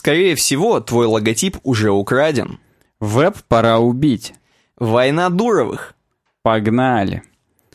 Скорее всего, твой логотип уже украден. Веб пора убить. Война Дуровых. Погнали.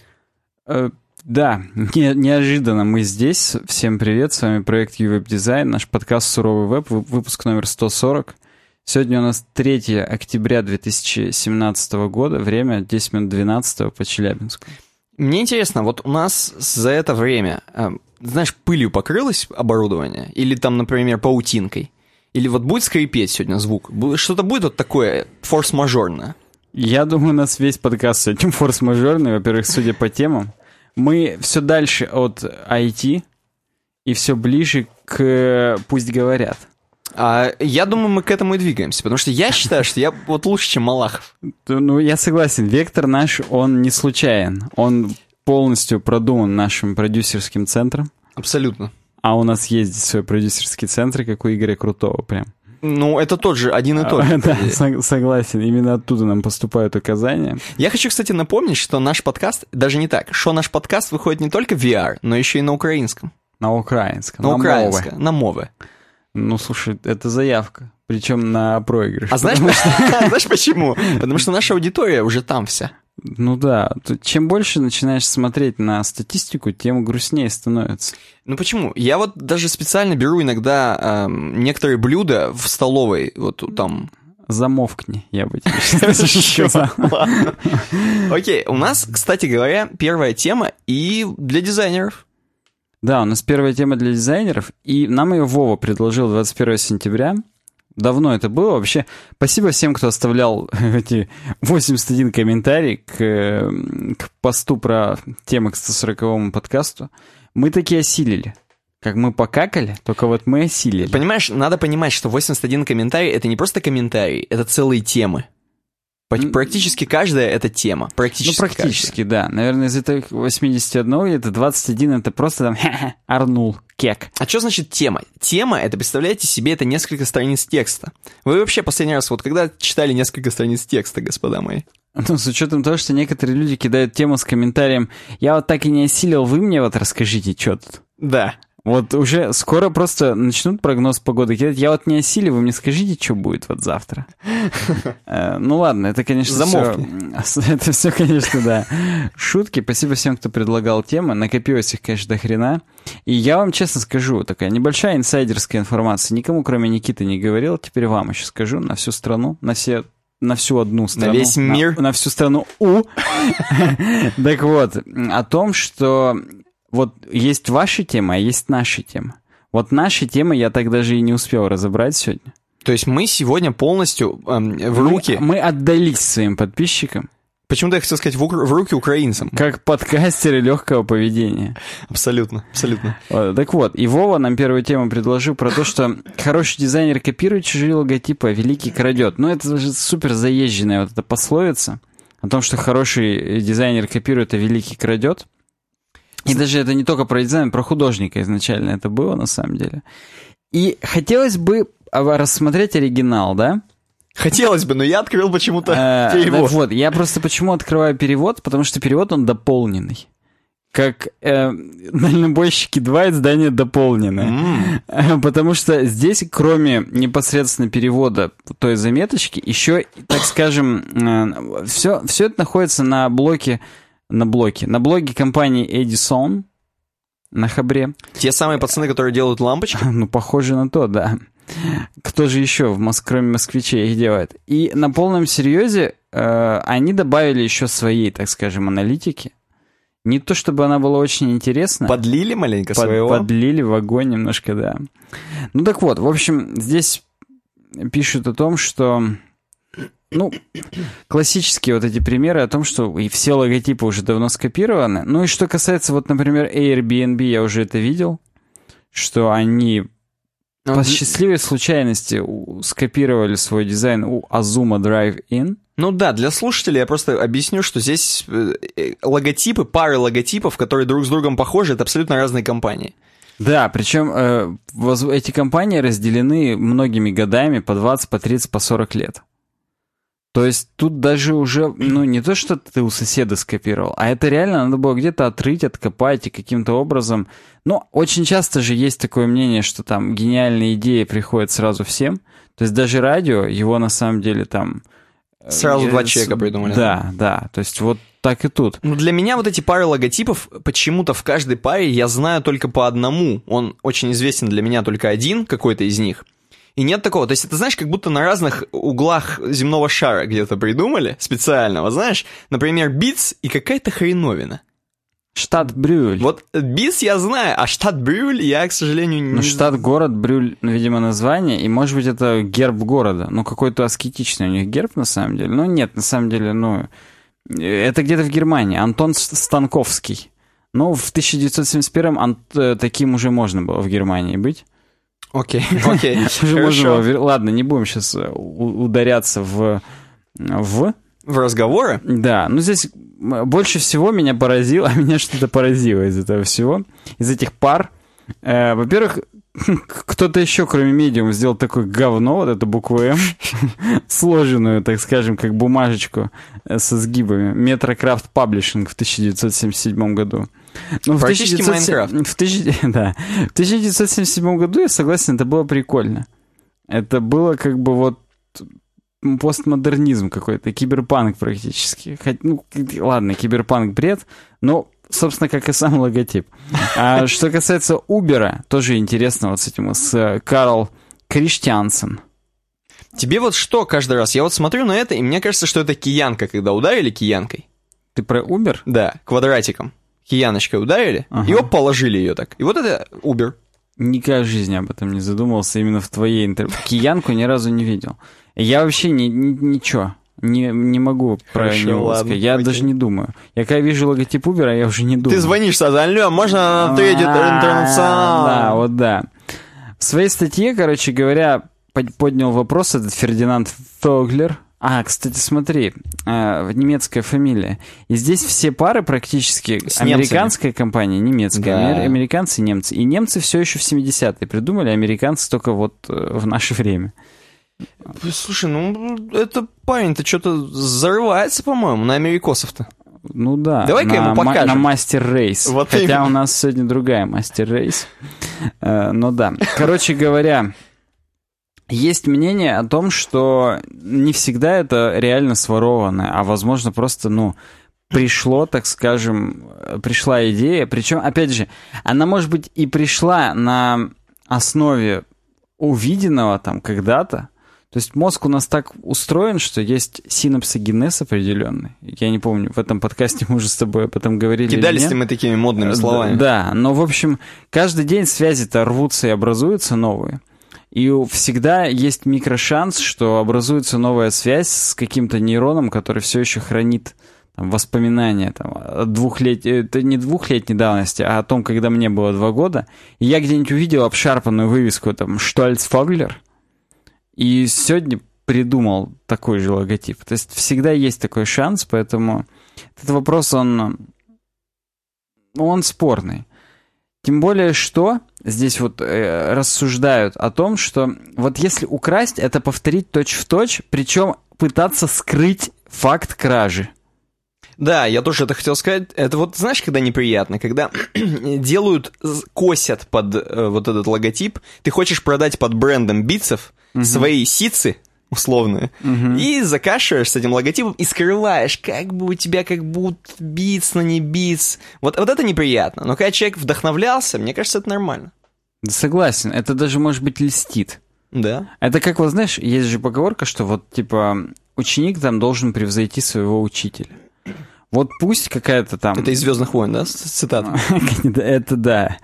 Да, неожиданно мы здесь. Всем привет, с вами проект UWeb Design, наш подкаст «Суровый веб», выпуск номер 140. Сегодня у нас 3 октября 2017 года, время 10 минут 12 по Челябинску. Мне интересно, вот у нас за это время, знаешь, пылью покрылось оборудование? Или там, например, паутинкой? Или вот будет скрипеть сегодня звук? Что-то будет вот такое форс-мажорное? Я думаю, у нас весь подкаст сегодня форс-мажорный, во-первых, судя по темам. Мы все дальше от IT и все ближе к «Пусть говорят». Я думаю, мы к этому и двигаемся, потому что я считаю, что я вот лучше, чем Малахов. Ну, я согласен, вектор наш, он не случайен. Он полностью продуман нашим продюсерским центром. Абсолютно. А у нас есть здесь свой продюсерский центр, как у Игоря Крутого прям. Ну, это тот же, один и тот же. Да, согласен, именно оттуда нам поступают указания. Я хочу, кстати, напомнить, что наш подкаст, даже не так, что наш подкаст выходит не только в VR, но еще и на украинском. На украинском. На мове. Ну, слушай, это заявка, причем на проигрыш. Знаешь почему? Потому что наша аудитория уже там вся. Ну да, чем больше начинаешь смотреть на статистику, тем грустнее становится. Ну почему? Я вот даже специально беру иногда некоторые блюда в столовой, вот там... Замолкни, я бы тебе сказал. Окей, у нас, кстати говоря, первая тема и для дизайнеров. Да, у нас первая тема для дизайнеров, и нам ее Вова предложил 21 сентября. Давно это было. Вообще, спасибо всем, кто оставлял эти 81 комментарий к посту про темы к 140-му подкасту. Мы таки осилили. Как мы покакали, только вот мы осилили. Понимаешь, надо понимать, что 81 комментарий — это не просто комментарий, это целые темы. Практически каждая — это тема. Практически, да. Наверное, из этих 81 это 21 это просто там орнул, кек. А что значит тема? Тема — это, представляете себе, это несколько страниц текста. Вы вообще последний раз, вот когда читали несколько страниц текста, господа мои? Ну, с учетом того, что некоторые люди кидают тему с комментарием «Я вот так и не осилил, вы мне вот расскажите, что тут?» Да. Вот уже скоро просто начнут прогноз погоды кидать. Я вот не осилил, вы мне скажите, что будет вот завтра. Ну ладно, это, конечно, замолкни. Это все, конечно, да. Шутки. Спасибо всем, кто предлагал темы. Накопилось их, конечно, до хрена. И я вам честно скажу, такая небольшая инсайдерская информация. Никому, кроме Никиты, не говорил. Теперь вам еще скажу на всю страну, на всю одну страну. На весь мир. На всю страну. Так вот, о том, что... Вот есть ваша тема, а есть наша тема. Вот наши темы я так даже и не успел разобрать сегодня. То есть мы сегодня полностью в руки... Мы отдались своим подписчикам. Почему-то я хотел сказать в руки украинцам. Как подкастеры легкого поведения. Абсолютно, абсолютно. Так вот, и Вова нам первую тему предложил про то, что хороший дизайнер копирует чужие логотипы, а великий крадет. Ну, это же супер заезженная вот эта пословица о том, что хороший дизайнер копирует, а великий крадет. И даже это не только про дизайн, про художника изначально это было, на самом деле. И хотелось бы рассмотреть оригинал, да? Хотелось бы, но я открыл почему-то перевод. Вот, я просто почему открываю перевод, потому что перевод, он дополненный. Как «Дальнобойщики 2» издание дополненное. Потому что здесь, кроме непосредственно перевода той заметочки, еще, так скажем, все это находится на блоге компании Edison на Хабре. Те самые пацаны, которые делают лампочки? Ну, похоже на то, да. Кто же еще, кроме москвичей, их делает? И на полном серьезе они добавили еще своей, так скажем, аналитики. Не то, чтобы она была очень интересна. Подлили маленько своего? Подлили в огонь немножко, да. Ну, так вот, в общем, здесь пишут о том, что... Ну, классические вот эти примеры о том, что и все логотипы уже давно скопированы. Ну и что касается, вот, например, Airbnb, я уже это видел, что они по счастливой случайности скопировали свой дизайн у Azuma Drive-In. Ну да, для слушателей я просто объясню, что здесь логотипы, пары логотипов, которые друг с другом похожи, это абсолютно разные компании. Да, причем эти компании разделены многими годами по 20, по 30, по 40 лет. То есть тут даже уже, ну, не то, что ты у соседа скопировал, а это реально надо было где-то отрыть, откопать и каким-то образом... Ну, очень часто же есть такое мнение, что там гениальные идеи приходят сразу всем. То есть даже радио, его на самом деле там... Сразу два человека придумали. Да. То есть вот так и тут. Ну, для меня вот эти пары логотипов, почему-то в каждой паре я знаю только по одному. Он очень известен для меня только один, какой-то из них. И нет такого. То есть это, знаешь, как будто на разных углах земного шара где-то придумали специально. Вот знаешь, например, Beats и какая-то хреновина. Штат Брюль. Вот Beats я знаю, а штат Брюль я, к сожалению, не... Ну, штат, город, Брюль, ну, видимо, название, и, может быть, это герб города. Ну, какой-то аскетичный у них герб, на самом деле. Ну, нет, на самом деле, ну... Это где-то в Германии. Антон Станковский. Ну, в 1971-м таким уже можно было в Германии быть. Окей. Уже можно было... Ладно, не будем сейчас ударяться в разговоры? Да, ну здесь больше всего меня поразило, а меня что-то поразило из этого всего, из этих пар. Во-первых, кто-то еще, кроме Medium, сделал такое говно, вот эту букву М, сложенную, так скажем, как бумажечку со сгибами. Metrocraft Publishing в 1977 году. Ну, практически Майнкрафт. В 1977 году, я согласен, это было прикольно. Это было как бы вот постмодернизм какой-то, киберпанк практически. Ну, ладно, киберпанк бред, но, собственно, как и сам логотип. А что касается Uber, тоже интересно вот с этим, с Карл Криштиансен. Тебе вот что каждый раз? Я вот смотрю на это, и мне кажется, что это киянка, когда ударили киянкой. Ты про Uber? Да, квадратиком. Кияночкой ударили, и оп, положили ее так. И вот это Uber. Никогда в жизни об этом не задумывался, именно в твоей интервью. Киянку ни разу не видел. Я вообще ничего не могу про него сказать. Я даже не думаю. Я когда вижу логотип Uber, я уже не думаю. Ты звонишь сразу, алло, можно на третий интернационал? Да, вот да. В своей статье, короче говоря, поднял вопрос этот Фердинанд Фоглер. Кстати, смотри, немецкая фамилия. И здесь все пары практически американская компания, немецкая, да. Американцы и немцы. И немцы все еще в 70-е придумали, американцы только вот в наше время. Слушай, ну, это парень-то что-то зарывается, по-моему, на америкосов-то. Ну да. Давай-ка ему покажем. На мастер-рейс. Вот хотя именно. У нас сегодня другая мастер-рейс. Но да. Короче говоря... Есть мнение о том, что не всегда это реально сворованное, а возможно просто, пришла идея. Причем, опять же, она, может быть, и пришла на основе увиденного там когда-то. То есть мозг у нас так устроен, что есть синапсогенез определенный. Я не помню, в этом подкасте мы уже с тобой об этом говорили. Кидались ли мы такими модными словами? Да, но, в общем, каждый день связи-то рвутся и образуются новые. И всегда есть микрошанс, что образуется новая связь с каким-то нейроном, который все еще хранит там, воспоминания это не двухлетней давности, а о том, когда мне было 2 года. И я где-нибудь увидел обшарпанную вывеску там «Штольц-Фоглер», и сегодня придумал такой же логотип. То есть всегда есть такой шанс, поэтому этот вопрос, он спорный. Тем более, что здесь вот рассуждают о том, что вот если украсть, это повторить точь-в-точь, причем пытаться скрыть факт кражи. Да, я тоже это хотел сказать. Это вот, знаешь, когда неприятно, когда косят под вот этот логотип, ты хочешь продать под брендом битсов свои сицы, условные, и закашиваешь с этим логотипом и скрываешь, как бы у тебя как будто битс, но не битс. Вот это неприятно. Но когда человек вдохновлялся, мне кажется, это нормально. Да, согласен. Это даже, может быть, льстит. Да. Это как, вот знаешь, есть же поговорка, что вот, типа, ученик там должен превзойти своего учителя. Вот пусть какая-то там... Это из «Звездных войн», да, цитата? Это да.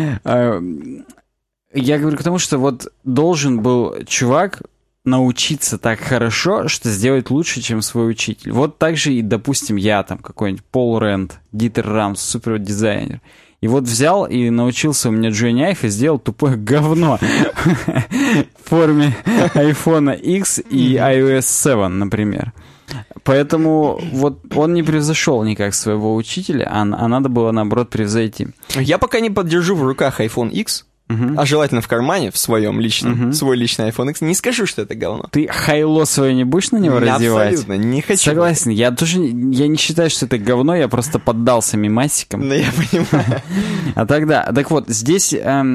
Я говорю к тому, что вот должен был чувак научиться так хорошо, что сделать лучше, чем свой учитель. Вот так же и, допустим, я там какой-нибудь Пол Рэнд, Дитер Рамс, супер-дизайнер. И вот взял и научился у меня Джонни Айв и сделал тупое говно в форме iPhone X и iOS 7, например. Поэтому вот он не превзошел никак своего учителя, а надо было, наоборот, превзойти. Я пока не подержу в руках iPhone X, а желательно в кармане, в своем личном, свой личный iPhone X, не скажу, что это говно. Ты хайло свое не будешь на него раздевать? Абсолютно, не хочу. Согласен, я не считаю, что это говно, я просто поддался мемасикам. Ну, я понимаю. Так вот, здесь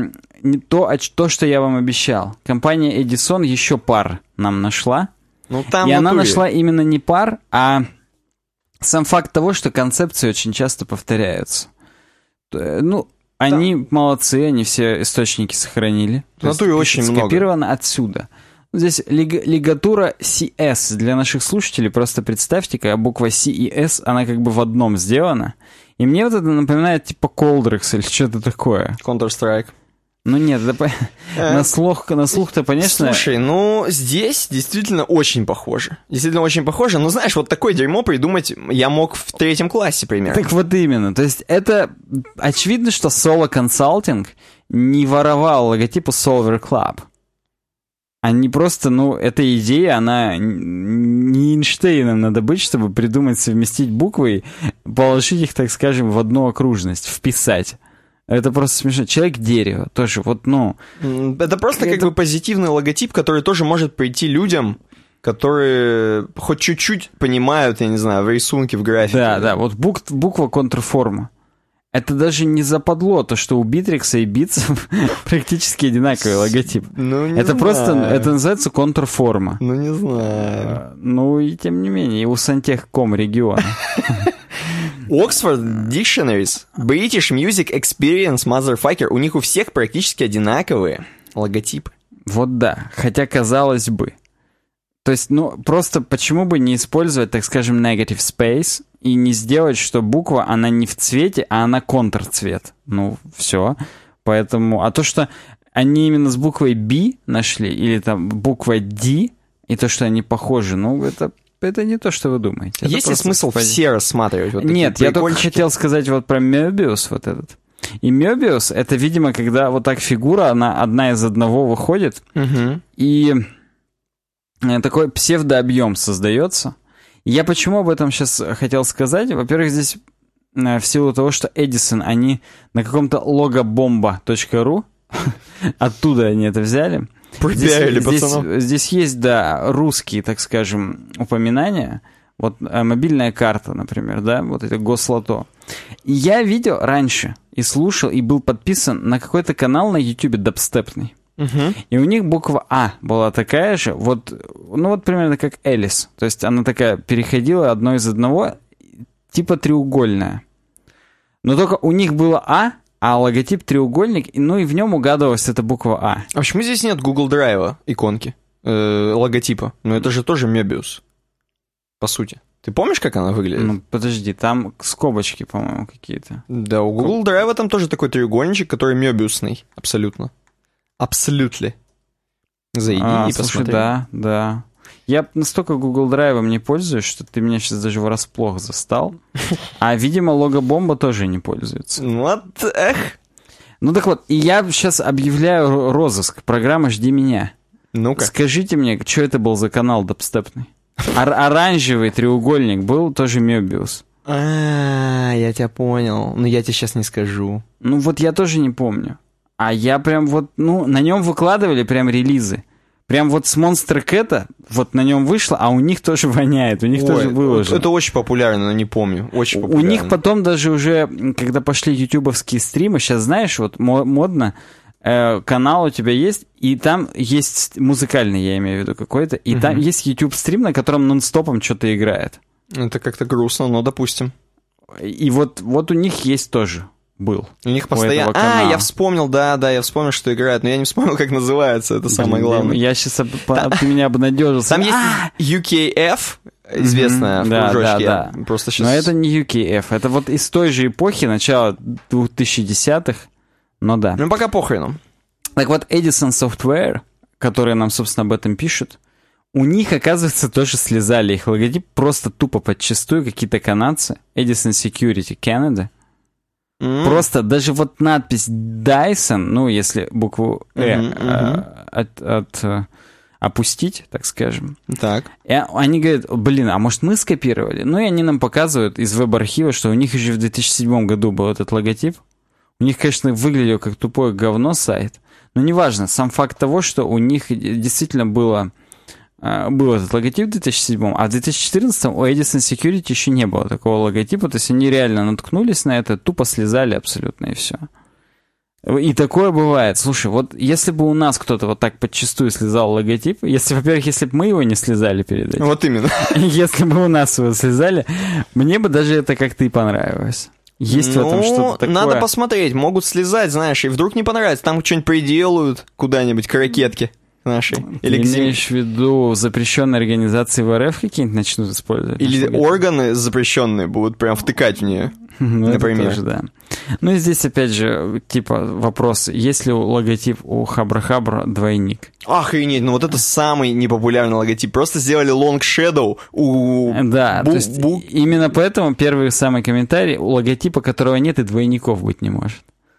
то, что я вам обещал. Компания Edison еще пар нам нашла. Ну, там и она нашла именно не пар, а сам факт того, что концепции очень часто повторяются. Ну, они молодцы, они все источники сохранили. В натуре очень много. Скопировано отсюда. Здесь лигатура CS для наших слушателей. Просто представьте, как буква C и S, она как бы в одном сделана. И мне вот это напоминает типа Coldrex или что-то такое. Counter-Strike. Ну нет, на слух-то, конечно... Слушай, ну здесь действительно очень похоже. Действительно очень похоже. Но знаешь, вот такое дерьмо придумать я мог в 3 классе примерно. Так вот именно. То есть это очевидно, что Solo Consulting не воровал логотипу Solver Club. Они просто, эта идея, она не Эйнштейном надо быть, чтобы придумать, совместить буквы и положить их, так скажем, в одну окружность, вписать. Это просто смешно. Человек-дерево тоже, Это просто как бы позитивный логотип, который тоже может прийти людям, которые хоть чуть-чуть понимают, я не знаю, в рисунке, в графике. Да, вот буква контрформа. Это даже не западло, то, что у Битрикса и Битсов практически одинаковый логотип. Это просто, это называется контрформа. Не знаю. И тем не менее, и у Сантехком региона. Oxford Dictionaries, British Music Experience, Motherfucker, у них у всех практически одинаковые логотипы. Вот да, хотя казалось бы. То есть, просто почему бы не использовать, так скажем, negative space и не сделать, что буква, она не в цвете, а она контрцвет. Все. Поэтому, а то, что они именно с буквой B нашли, или там буква D, и то, что они похожи, это не то, что вы думаете. Есть ли смысл все рассматривать? Вот Нет, я только хотел сказать вот про Möbius вот этот. И Möbius, это, видимо, когда вот так фигура, она одна из одного выходит, и такой псевдообъем создается. И я почему об этом сейчас хотел сказать? Во-первых, здесь в силу того, что Edison, они на каком-то logobomba.ru, оттуда они это взяли. Здесь есть, русские, так скажем, упоминания. Вот мобильная карта, например, вот это Гослото. И я видел раньше и слушал, и был подписан на какой-то канал на YouTube дабстепный. И у них буква А была такая же, вот примерно как Элис. То есть она такая переходила одно из одного, типа треугольная. Но только у них было А логотип треугольник, и в нем угадывалась эта буква А. А почему здесь нет Google Drive иконки, логотипа? Это же тоже Möbius, по сути. Ты помнишь, как она выглядит? Подожди, там скобочки, по-моему, какие-то. Да, у Google Drive там тоже такой треугольничек, который Möbiusный, абсолютно. Абсолютно. Зайди и посмотри. Да. Я настолько Google Drive не пользуюсь, что ты меня сейчас даже врасплох застал. А, видимо, логобомба тоже не пользуется. Так вот, и я сейчас объявляю розыск. Программа «Жди меня». Ну-ка. Скажите мне, что это был за канал дабстепный? Оранжевый треугольник был тоже Möbius. Я тебя понял. Но я тебе сейчас не скажу. Я тоже не помню. А я прям на нем выкладывали прям релизы. Прям вот с Monster Cat'а вот на нем вышло, а у них тоже воняет, у них тоже выложено. Это очень популярно, но не помню. Очень популярно. У них потом даже уже, когда пошли ютубовские стримы, сейчас знаешь, вот модно, канал у тебя есть, и там есть музыкальный, я имею в виду, какой-то, и там есть YouTube-стрим, на котором нон-стопом что-то играет. Это как-то грустно, но допустим. И вот у них есть тоже. Был. У них постоянно... я вспомнил, я вспомнил, что играет, но я не вспомнил, как называется, это самое главное. Я сейчас... Ты меня обнадежил. Там есть UKF, известная в кружочке. Да. Просто сейчас... Но это не UKF, это вот из той же эпохи, начала 2010-х, но да. Пока похрену. Так вот, Edison Software, которые нам, собственно, об этом пишут, у них, оказывается, тоже слезали их логотип, просто тупо подчистую какие-то канадцы, Edison Security Canada. Просто даже вот надпись Dyson, если букву опустить, так скажем. Так. И они говорят, а может мы скопировали? И они нам показывают из веб-архива, что у них уже в 2007 году был этот логотип. У них, конечно, выглядел как тупое говно сайт. Но неважно, сам факт того, что у них действительно был этот логотип в 2007, а в 2014 у Edison Security еще не было такого логотипа, то есть они реально наткнулись на это, тупо слезали абсолютно и все. И такое бывает. Слушай, вот если бы у нас кто-то вот так подчистую слезал логотип, во-первых, если бы мы его не слезали перед этим. Вот именно. Если бы у нас его слезали, мне бы даже это как-то и понравилось. Есть в этом что-то такое. Надо посмотреть, могут слезать, знаешь, и вдруг не понравится, там что-нибудь приделают куда-нибудь к ракетке нашей. Или ты имеешь в виду запрещенные организации в РФ какие-нибудь начнут использовать? Или органы запрещенные будут прям втыкать в нее. Ну, например. Тоже, да. Ну и здесь опять же, типа, вопрос, есть ли логотип у Хабра-Хабра двойник? Охренеть, ну вот это самый непопулярный логотип. Просто сделали Long Shadow у... Да, то есть именно поэтому первый самый комментарий, у логотипа которого нет и двойников быть не может.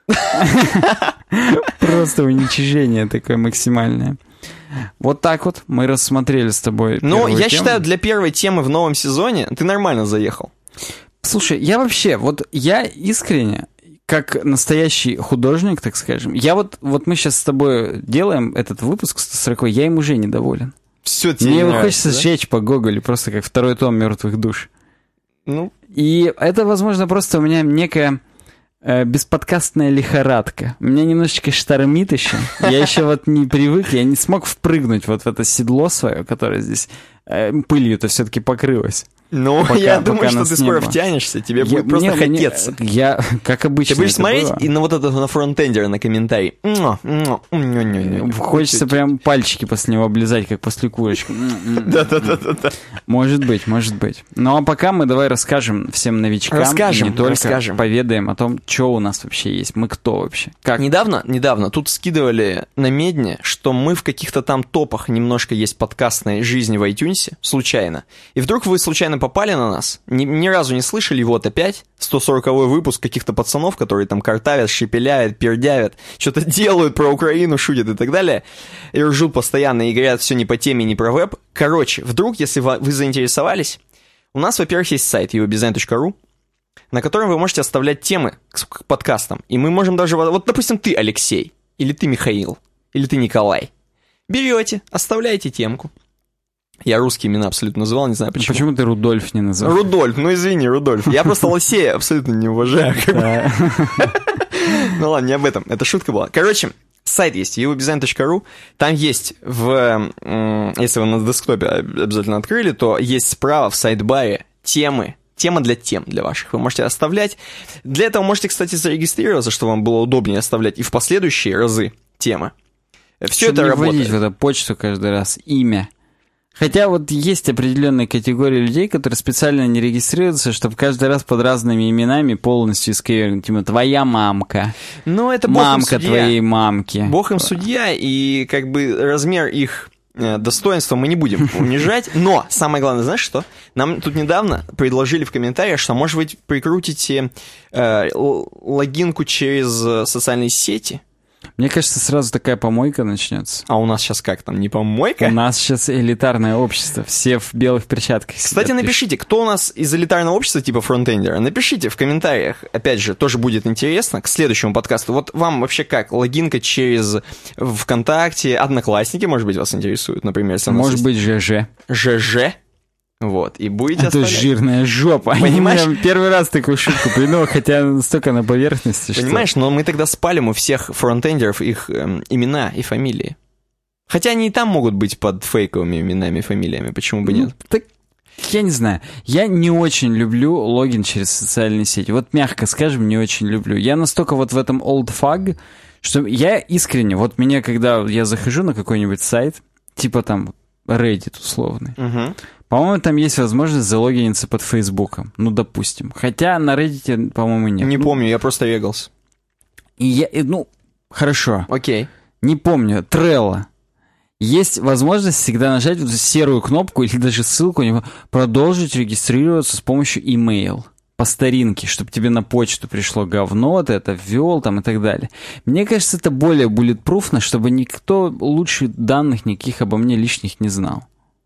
Просто уничижение такое максимальное. Вот так вот мы рассмотрели с тобой. Ну, я считаю, для первой темы в новом сезоне ты нормально заехал. Слушай, я искренне, как настоящий художник, так скажем, вот мы сейчас с тобой делаем этот выпуск 140, я им уже недоволен. Все тебе Мне нравится, хочется да? сжечь по Гоголю, просто как второй том «Мертвых душ». Ну. И это, возможно, просто у меня некая бесподкастная лихорадка. Меня немножечко штормит еще. Я еще вот не привык, я не смог впрыгнуть вот в это седло свое, которое здесь пылью-то все-таки покрылось. Ну, я думаю, что ты скоро втянешься, тебе будет просто хотеться. Я, как обычно, ты будешь смотреть и на вот это, на фронтендера, на комментарий. Хочется прям пальчики после него облизать, как после курочки. Да-да-да. Может быть. Ну, а пока мы давай расскажем всем новичкам, не только поведаем о том, что у нас вообще есть, мы кто вообще. Как? Недавно тут скидывали на Медне, что мы в каких-то там топах немножко есть подкастной жизни в iTunes, случайно. И вдруг вы случайно попали на нас, ни разу не слышали, вот опять 140-й выпуск каких-то пацанов, которые там картавят, шепелявят, пердявят, что-то делают про Украину, шутят и так далее, и ржут постоянно, и говорят все не по теме, не про веб. Короче, вдруг, если вы заинтересовались, у нас, во-первых, есть сайт eobidesign.ru, на котором вы можете оставлять темы к подкастам, и мы можем даже, вот, допустим, ты, Алексей, или ты, Михаил, или ты, Николай, берете, оставляете темку. Я русские имена абсолютно называл, не знаю почему. Почему ты Рудольф не назвал? Рудольф, ну извини, Рудольф. Я просто Лосея абсолютно не уважаю. Ну ладно, не об этом. Это шутка была. Короче, сайт есть, eobidesign.ru. Там есть если вы на десктопе обязательно открыли, то есть справа в сайдбаре темы. Тема для тем, для ваших. Вы можете оставлять. Для этого можете, кстати, зарегистрироваться, чтобы вам было удобнее оставлять и в последующие разы темы. Все это работает. Вводить в эту почту каждый раз имя. Хотя вот есть определенные категории людей, которые специально не регистрируются, чтобы каждый раз под разными именами полностью искривить. Типа, твоя мамка. Ну, это мамка твоей мамки. Бог им судья, и как бы размер их достоинства мы не будем унижать. Но самое главное, знаешь что? Нам тут недавно предложили в комментариях, что, может быть, прикрутите логинку через социальные сети. Мне кажется, сразу такая помойка начнется. А у нас сейчас как там, не помойка? У нас сейчас элитарное общество, все в белых перчатках. Кстати, напишите, кто у нас из элитарного общества типа фронтендера. Напишите в комментариях, опять же, тоже будет интересно, к следующему подкасту. Вот вам вообще как, логинка через ВКонтакте, Одноклассники, может быть, вас интересуют, например. Может быть, ЖЖ. ЖЖ? Вот, и будете оставлять. Это жирная жопа. Понимаешь? Я первый раз такую шутку придумал, хотя настолько на поверхности. Понимаешь, что... но мы тогда спалим у всех фронтендеров их имена и фамилии. Хотя они и там могут быть под фейковыми именами и фамилиями, почему бы нет? Так, я не знаю. Я не очень люблю логин через социальные сети. Вот мягко скажем, не очень люблю. Я настолько вот в этом old fag, что я искренне, вот меня, когда я захожу на какой-нибудь сайт, типа там Reddit условный, по-моему, там есть возможность залогиниться под Фейсбуком. Ну, допустим. Хотя на Reddit, по-моему, нет. Не помню, я просто регался. Хорошо. Окей. Не помню. Trello. Есть возможность всегда нажать вот серую кнопку или даже ссылку, продолжить регистрироваться с помощью email. По старинке, чтобы тебе на почту пришло говно, ты это ввел там и так далее. Мне кажется, это более bulletproofно, чтобы никто лучше данных никаких обо мне лишних не знал.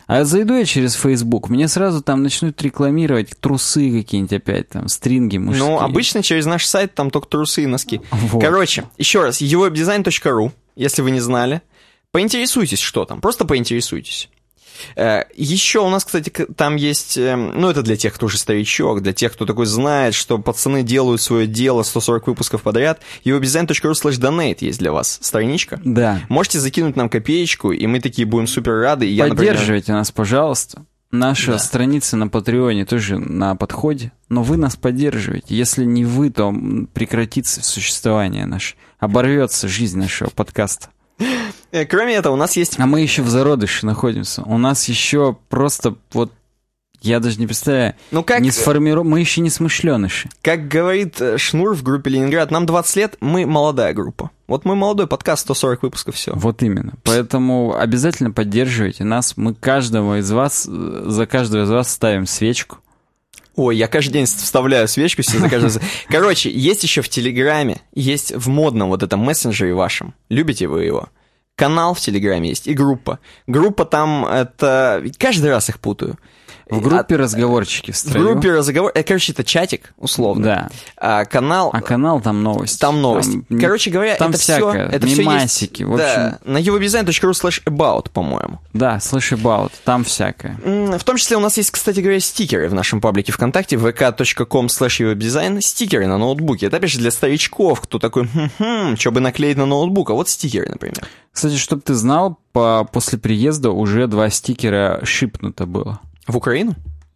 А зайду я через Facebook, мне сразу там начнут рекламировать трусы какие-нибудь опять, там, стринги мужские. Ну, обычно через наш сайт там только трусы и носки. Вот. Короче, еще раз, ewebdesign.ru, если вы не знали. Поинтересуйтесь, что там, просто поинтересуйтесь. Еще у нас, кстати, там есть, ну, это для тех, кто уже старичок, для тех, кто такой знает, что пацаны делают свое дело 140 выпусков подряд. ewebdesign.ru/donate есть для вас страничка. Да. Можете закинуть нам копеечку, и мы такие будем супер рады. И поддерживайте нас, пожалуйста. Наша страница на Патреоне тоже на подходе, но вы нас поддерживаете. Если не вы, то прекратится существование наше, оборвется жизнь нашего подкаста. Кроме этого, у нас есть... А мы еще в зародыше находимся. У нас еще просто вот... Я даже не представляю. Ну, как... Не мы еще не смышленыши. Как говорит Шнур в группе «Ленинград», нам 20 лет, мы молодая группа. Вот мы молодой подкаст, 140 выпусков, все. Вот именно. Поэтому обязательно поддерживайте нас. Мы каждого из вас, за каждого из вас ставим свечку. Ой, я каждый день вставляю свечку себе за каждого. Короче, есть еще в Телеграме, есть в модном вот этом мессенджере вашем. Любите вы его? Канал в Телеграме есть и группа. Группа там, это... Каждый раз их путаю. В группе разговорчики в строю. В группе разговор... Короче, это чатик, условно. Да. А канал... А канал там новости. Там новости. Короче говоря, там это всякое. все... Это мемасики, все есть, в общем. Да, на ewebdesign.ru/about, по-моему. Да, /about, там всякое. В том числе у нас есть, кстати говоря, стикеры в нашем паблике ВКонтакте, vk.com/webdesign, стикеры на ноутбуке. Это, опять же, для старичков, кто такой, что бы наклеить на ноутбук, а вот стикеры, например. Кстати, чтобы ты знал, после приезда уже 2 стикера шипнуто было. В Украину?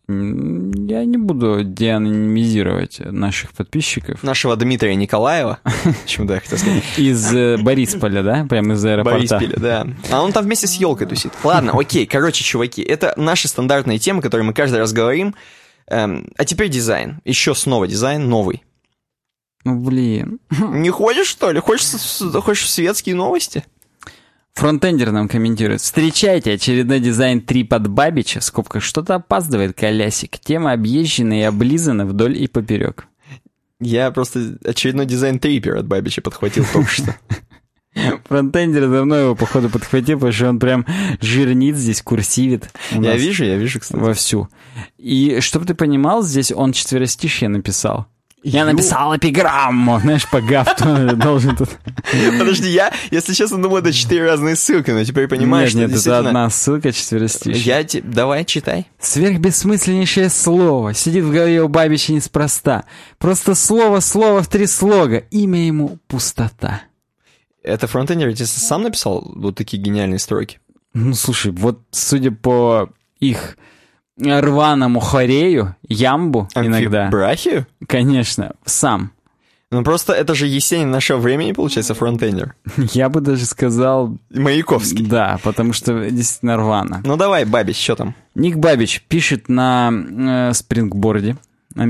Я не буду деанонимизировать наших подписчиков. Нашего Дмитрия Николаева. Почему-то я хотел сказать. Из Борисполя, да? Прямо из аэропорта. Борисполя, да. А он там вместе с елкой тусит. Ладно, окей. Короче, чуваки, это наши стандартные темы, которые мы каждый раз говорим. А теперь дизайн. Еще снова дизайн новый. Ну, блин. Не ходишь, что ли? Хочешь в светские новости? Фронтендер нам комментирует. Встречайте, очередной дизайн трип от Бабича. В скобках что-то опаздывает, колясик. Тема объезжена и облизана вдоль и поперек. Я просто очередной дизайн трипер от Бабича подхватил только что. Фронтендер давно его, походу, подхватил, потому что он прям жирнит здесь, курсивит. Я вижу, кстати. Вовсю. И, чтобы ты понимал, здесь он четверостишье написал. Я написал эпиграмму, знаешь, по гафту должен тут... Подожди, я, если честно, думал, это 4 разные ссылки, но теперь понимаешь, нет, что действительно... это одна ссылка, четверостишье. Давай, читай. Сверхбессмысленнейшее слово сидит в голове у Бабича неспроста. Просто слово в 3 слога. Имя ему — пустота. Это фронтендер сам написал вот такие гениальные строки? Ну, слушай, вот судя по их... рваному хорею, ямбу иногда. Амфибрахию? Конечно, сам. Ну просто это же Есенин нашего времени, получается, фронтендер. Я бы даже сказал... Маяковский. Да, потому что действительно рвано. Ну давай, Бабич, что там? Ник Бабич пишет на спрингборде, на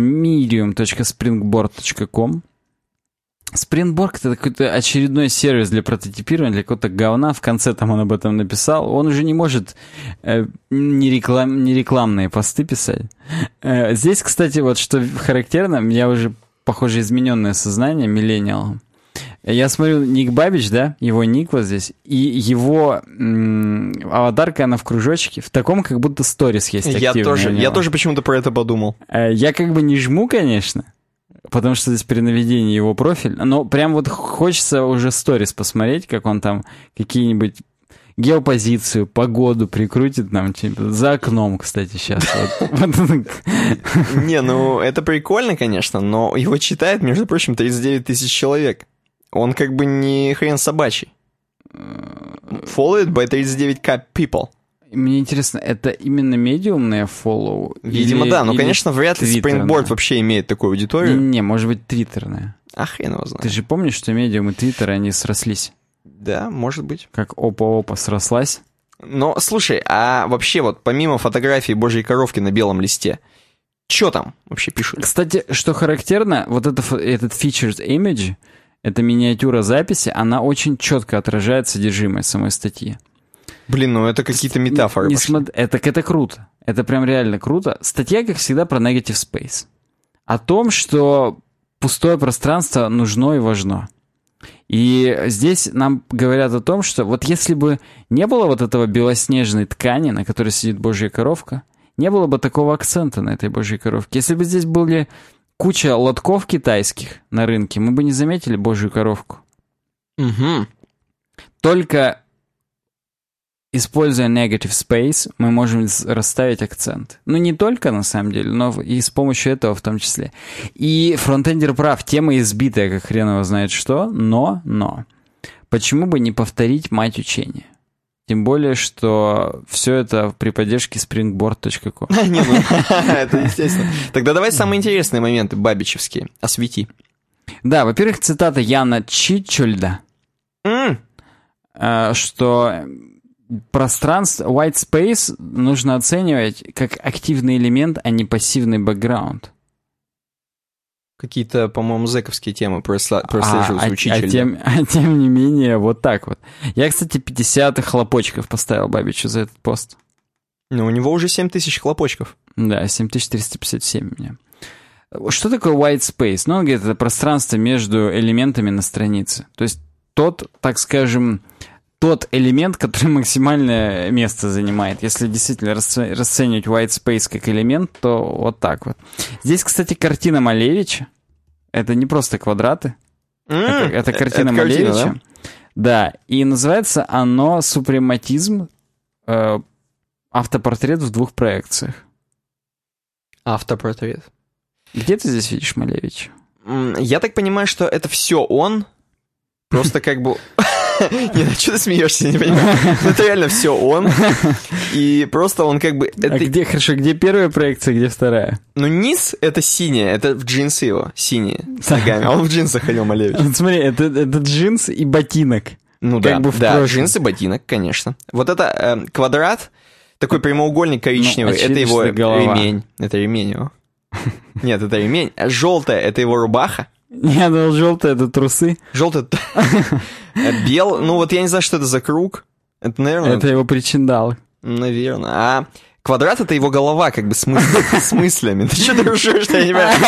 medium.springboard.com. Спрингборд — это какой-то очередной сервис для прототипирования, для какого-то говна. В конце там он об этом написал. Он уже не может не рекламные посты писать. Здесь, кстати, вот что характерно, я уже, похоже, измененное сознание, миллениал. Я смотрю, Ник Бабич, да, его ник вот здесь, и его аватарка, она в кружочке, в таком, как будто сторис есть активный. Я тоже почему-то про это подумал. Я как бы не жму, конечно, потому что здесь при наведении его профиль, но прям вот хочется уже сторис посмотреть, как он там какие-нибудь геопозицию, погоду прикрутит нам за окном, кстати, сейчас. Не, ну это прикольно, конечно, но его читает, между прочим, 39 тысяч человек. Он как бы не хрен собачий. Followed by 39k people. Мне интересно, это именно медиумное фоллоу? Видимо, да, но, конечно, вряд ли Springboard вообще имеет такую аудиторию. Не, может быть, твиттерное. А хрен его знает. Ты же помнишь, что медиум и твиттер, они срослись? Да, может быть. Как опа-опа срослась. Но, слушай, а вообще вот помимо фотографии Божьей коровки на белом листе, что там вообще пишут? Кстати, что характерно, вот этот featured image, эта миниатюра записи, она очень четко отражает содержимое самой статьи. Блин, ну это какие-то метафоры. Это круто. Это прям реально круто. Статья, как всегда, про negative space. О том, что пустое пространство нужно и важно. И здесь нам говорят о том, что вот если бы не было вот этого белоснежной ткани, на которой сидит Божья коровка, не было бы такого акцента на этой Божьей коровке. Если бы здесь были куча лотков китайских на рынке, мы бы не заметили Божью коровку. Угу. Только используя negative space, мы можем расставить акцент. Ну, не только, на самом деле, но и с помощью этого в том числе. И фронтендер прав, тема избитая, как хрен его знает что, но, почему бы не повторить мать учения? Тем более, что все это при поддержке springboard.com. Не, ну, это естественно. Тогда давай самые интересные моменты бабичевские. Освети. Да, во-первых, цитата Яна Чичольда, что пространство, white space нужно оценивать как активный элемент, а не пассивный бэкграунд. Какие-то, по-моему, зэковские темы прослеживаются у Чичольда. Тем не менее, вот так вот. Я, кстати, 50 хлопочков поставил Бабичу за этот пост. Ну, у него уже 7000 хлопочков. Да, 7357 у меня. Что такое white space? Ну, он говорит, это пространство между элементами на странице. То есть тот, так скажем, тот элемент, который максимальное место занимает. Если действительно расценивать white space как элемент, то вот так вот. Здесь, кстати, картина Малевича. Это не просто квадраты. Это картина Малевича. Да, и называется оно «Супрематизм. Автопортрет в двух проекциях». Автопортрет. Где ты здесь видишь Малевича? Я так понимаю, что это все он. Просто как бы... Нет, что ты смеешься, я не понимаю. Это реально все он. И просто он как бы... А где, хорошо, где первая проекция, где вторая? Ну, низ — это синяя, это в джинсы его, синие, с ногами. А он в джинсах ходил, Малевич. Вот смотри, это джинс и ботинок. Ну да, да, джинсы, ботинок, конечно. Вот это квадрат, такой прямоугольник коричневый, это его ремень. Это ремень его. Нет, это ремень. Желтая — это его рубаха. Я думал, желтое — это трусы. Желтое — белый. Ну вот я не знаю, что это за круг. Это, наверное... Это его причиндалы. Наверное. А квадрат — это его голова, как бы с мыслями. Ты что ты ржешь, я не понимаю?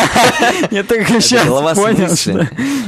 Я только сейчас понял, что...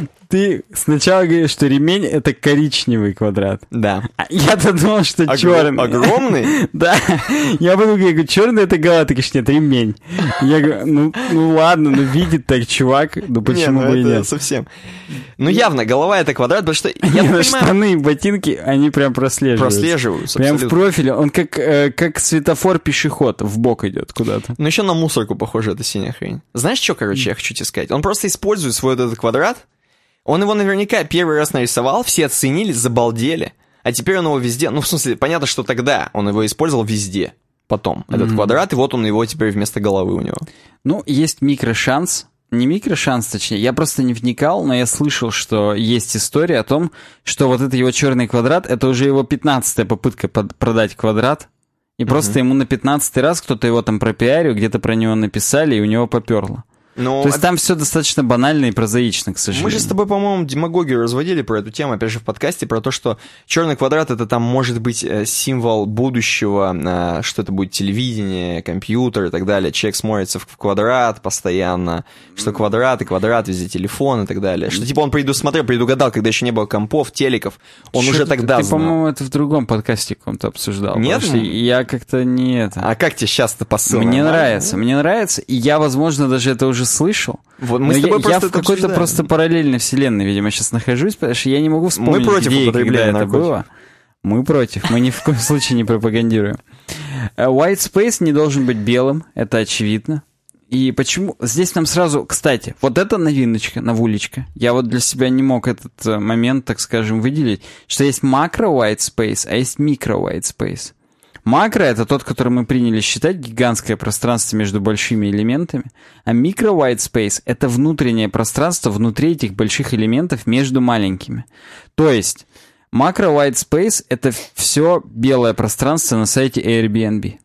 Ты сначала говоришь, что ремень — это коричневый квадрат. Да. А я-то думал, что черный. Огромный? Да. Я говорю, черный — это голова. Ты говоришь, нет, ремень. Я говорю, ну ладно, ну видит так чувак, ну почему бы и нет? Совсем. Ну явно, голова — это квадрат, потому что... Я понимаю, штаны и ботинки, они прям прослеживаются. Прослеживаются, прям в профиле. Он как светофор-пешеход в бок идет куда-то. Ну еще на мусорку похоже эта синяя хрень. Знаешь, что, короче, я хочу тебе сказать? Он просто использует свой вот этот квадрат. Он его наверняка первый раз нарисовал, все оценили, забалдели, а теперь он его везде... Ну, в смысле, понятно, что тогда он его использовал везде, потом, этот квадрат, и вот он его теперь вместо головы у него. Ну, есть микрошанс, не микрошанс, точнее, я просто не вникал, но я слышал, что есть история о том, что вот этот его черный квадрат, это уже его 15-я попытка продать квадрат, и просто ему на 15-й раз кто-то его там пропиарил, где-то про него написали, и у него поперло. Но то есть там все достаточно банально и прозаично, к сожалению. Мы же с тобой, по-моему, демагогию разводили про эту тему, опять же, в подкасте, про то, что черный квадрат — это там может быть символ будущего, что это будет телевидение, компьютер и так далее. Человек смотрится в квадрат постоянно, что квадрат и квадрат, везде телефон и так далее. Что типа он предугадал, когда еще не было компов, телеков, он уже тогда знал. Ты, по-моему, это в другом подкасте каком-то обсуждал. Нет? Я как-то не это... А как тебе сейчас-то посыл? Мне нравится, и я, возможно, даже это уже слышал. Вот мы с тобой я в какой-то просто параллельной вселенной, видимо, сейчас нахожусь, потому что я не могу вспомнить, мы против где и когда это наркотиков. было. Мы против, мы ни в коем случае не пропагандируем. White space не должен быть белым, это очевидно. И почему? Здесь нам сразу, кстати, вот это новиночка, новулечка. Я вот для себя не мог этот момент, так скажем, выделить, что есть макро white space, а есть микро white space. Макро — это тот, который мы приняли считать гигантское пространство между большими элементами, а микро-white space — это внутреннее пространство внутри этих больших элементов между маленькими. То есть макро-white space — это все белое пространство на сайте Airbnb.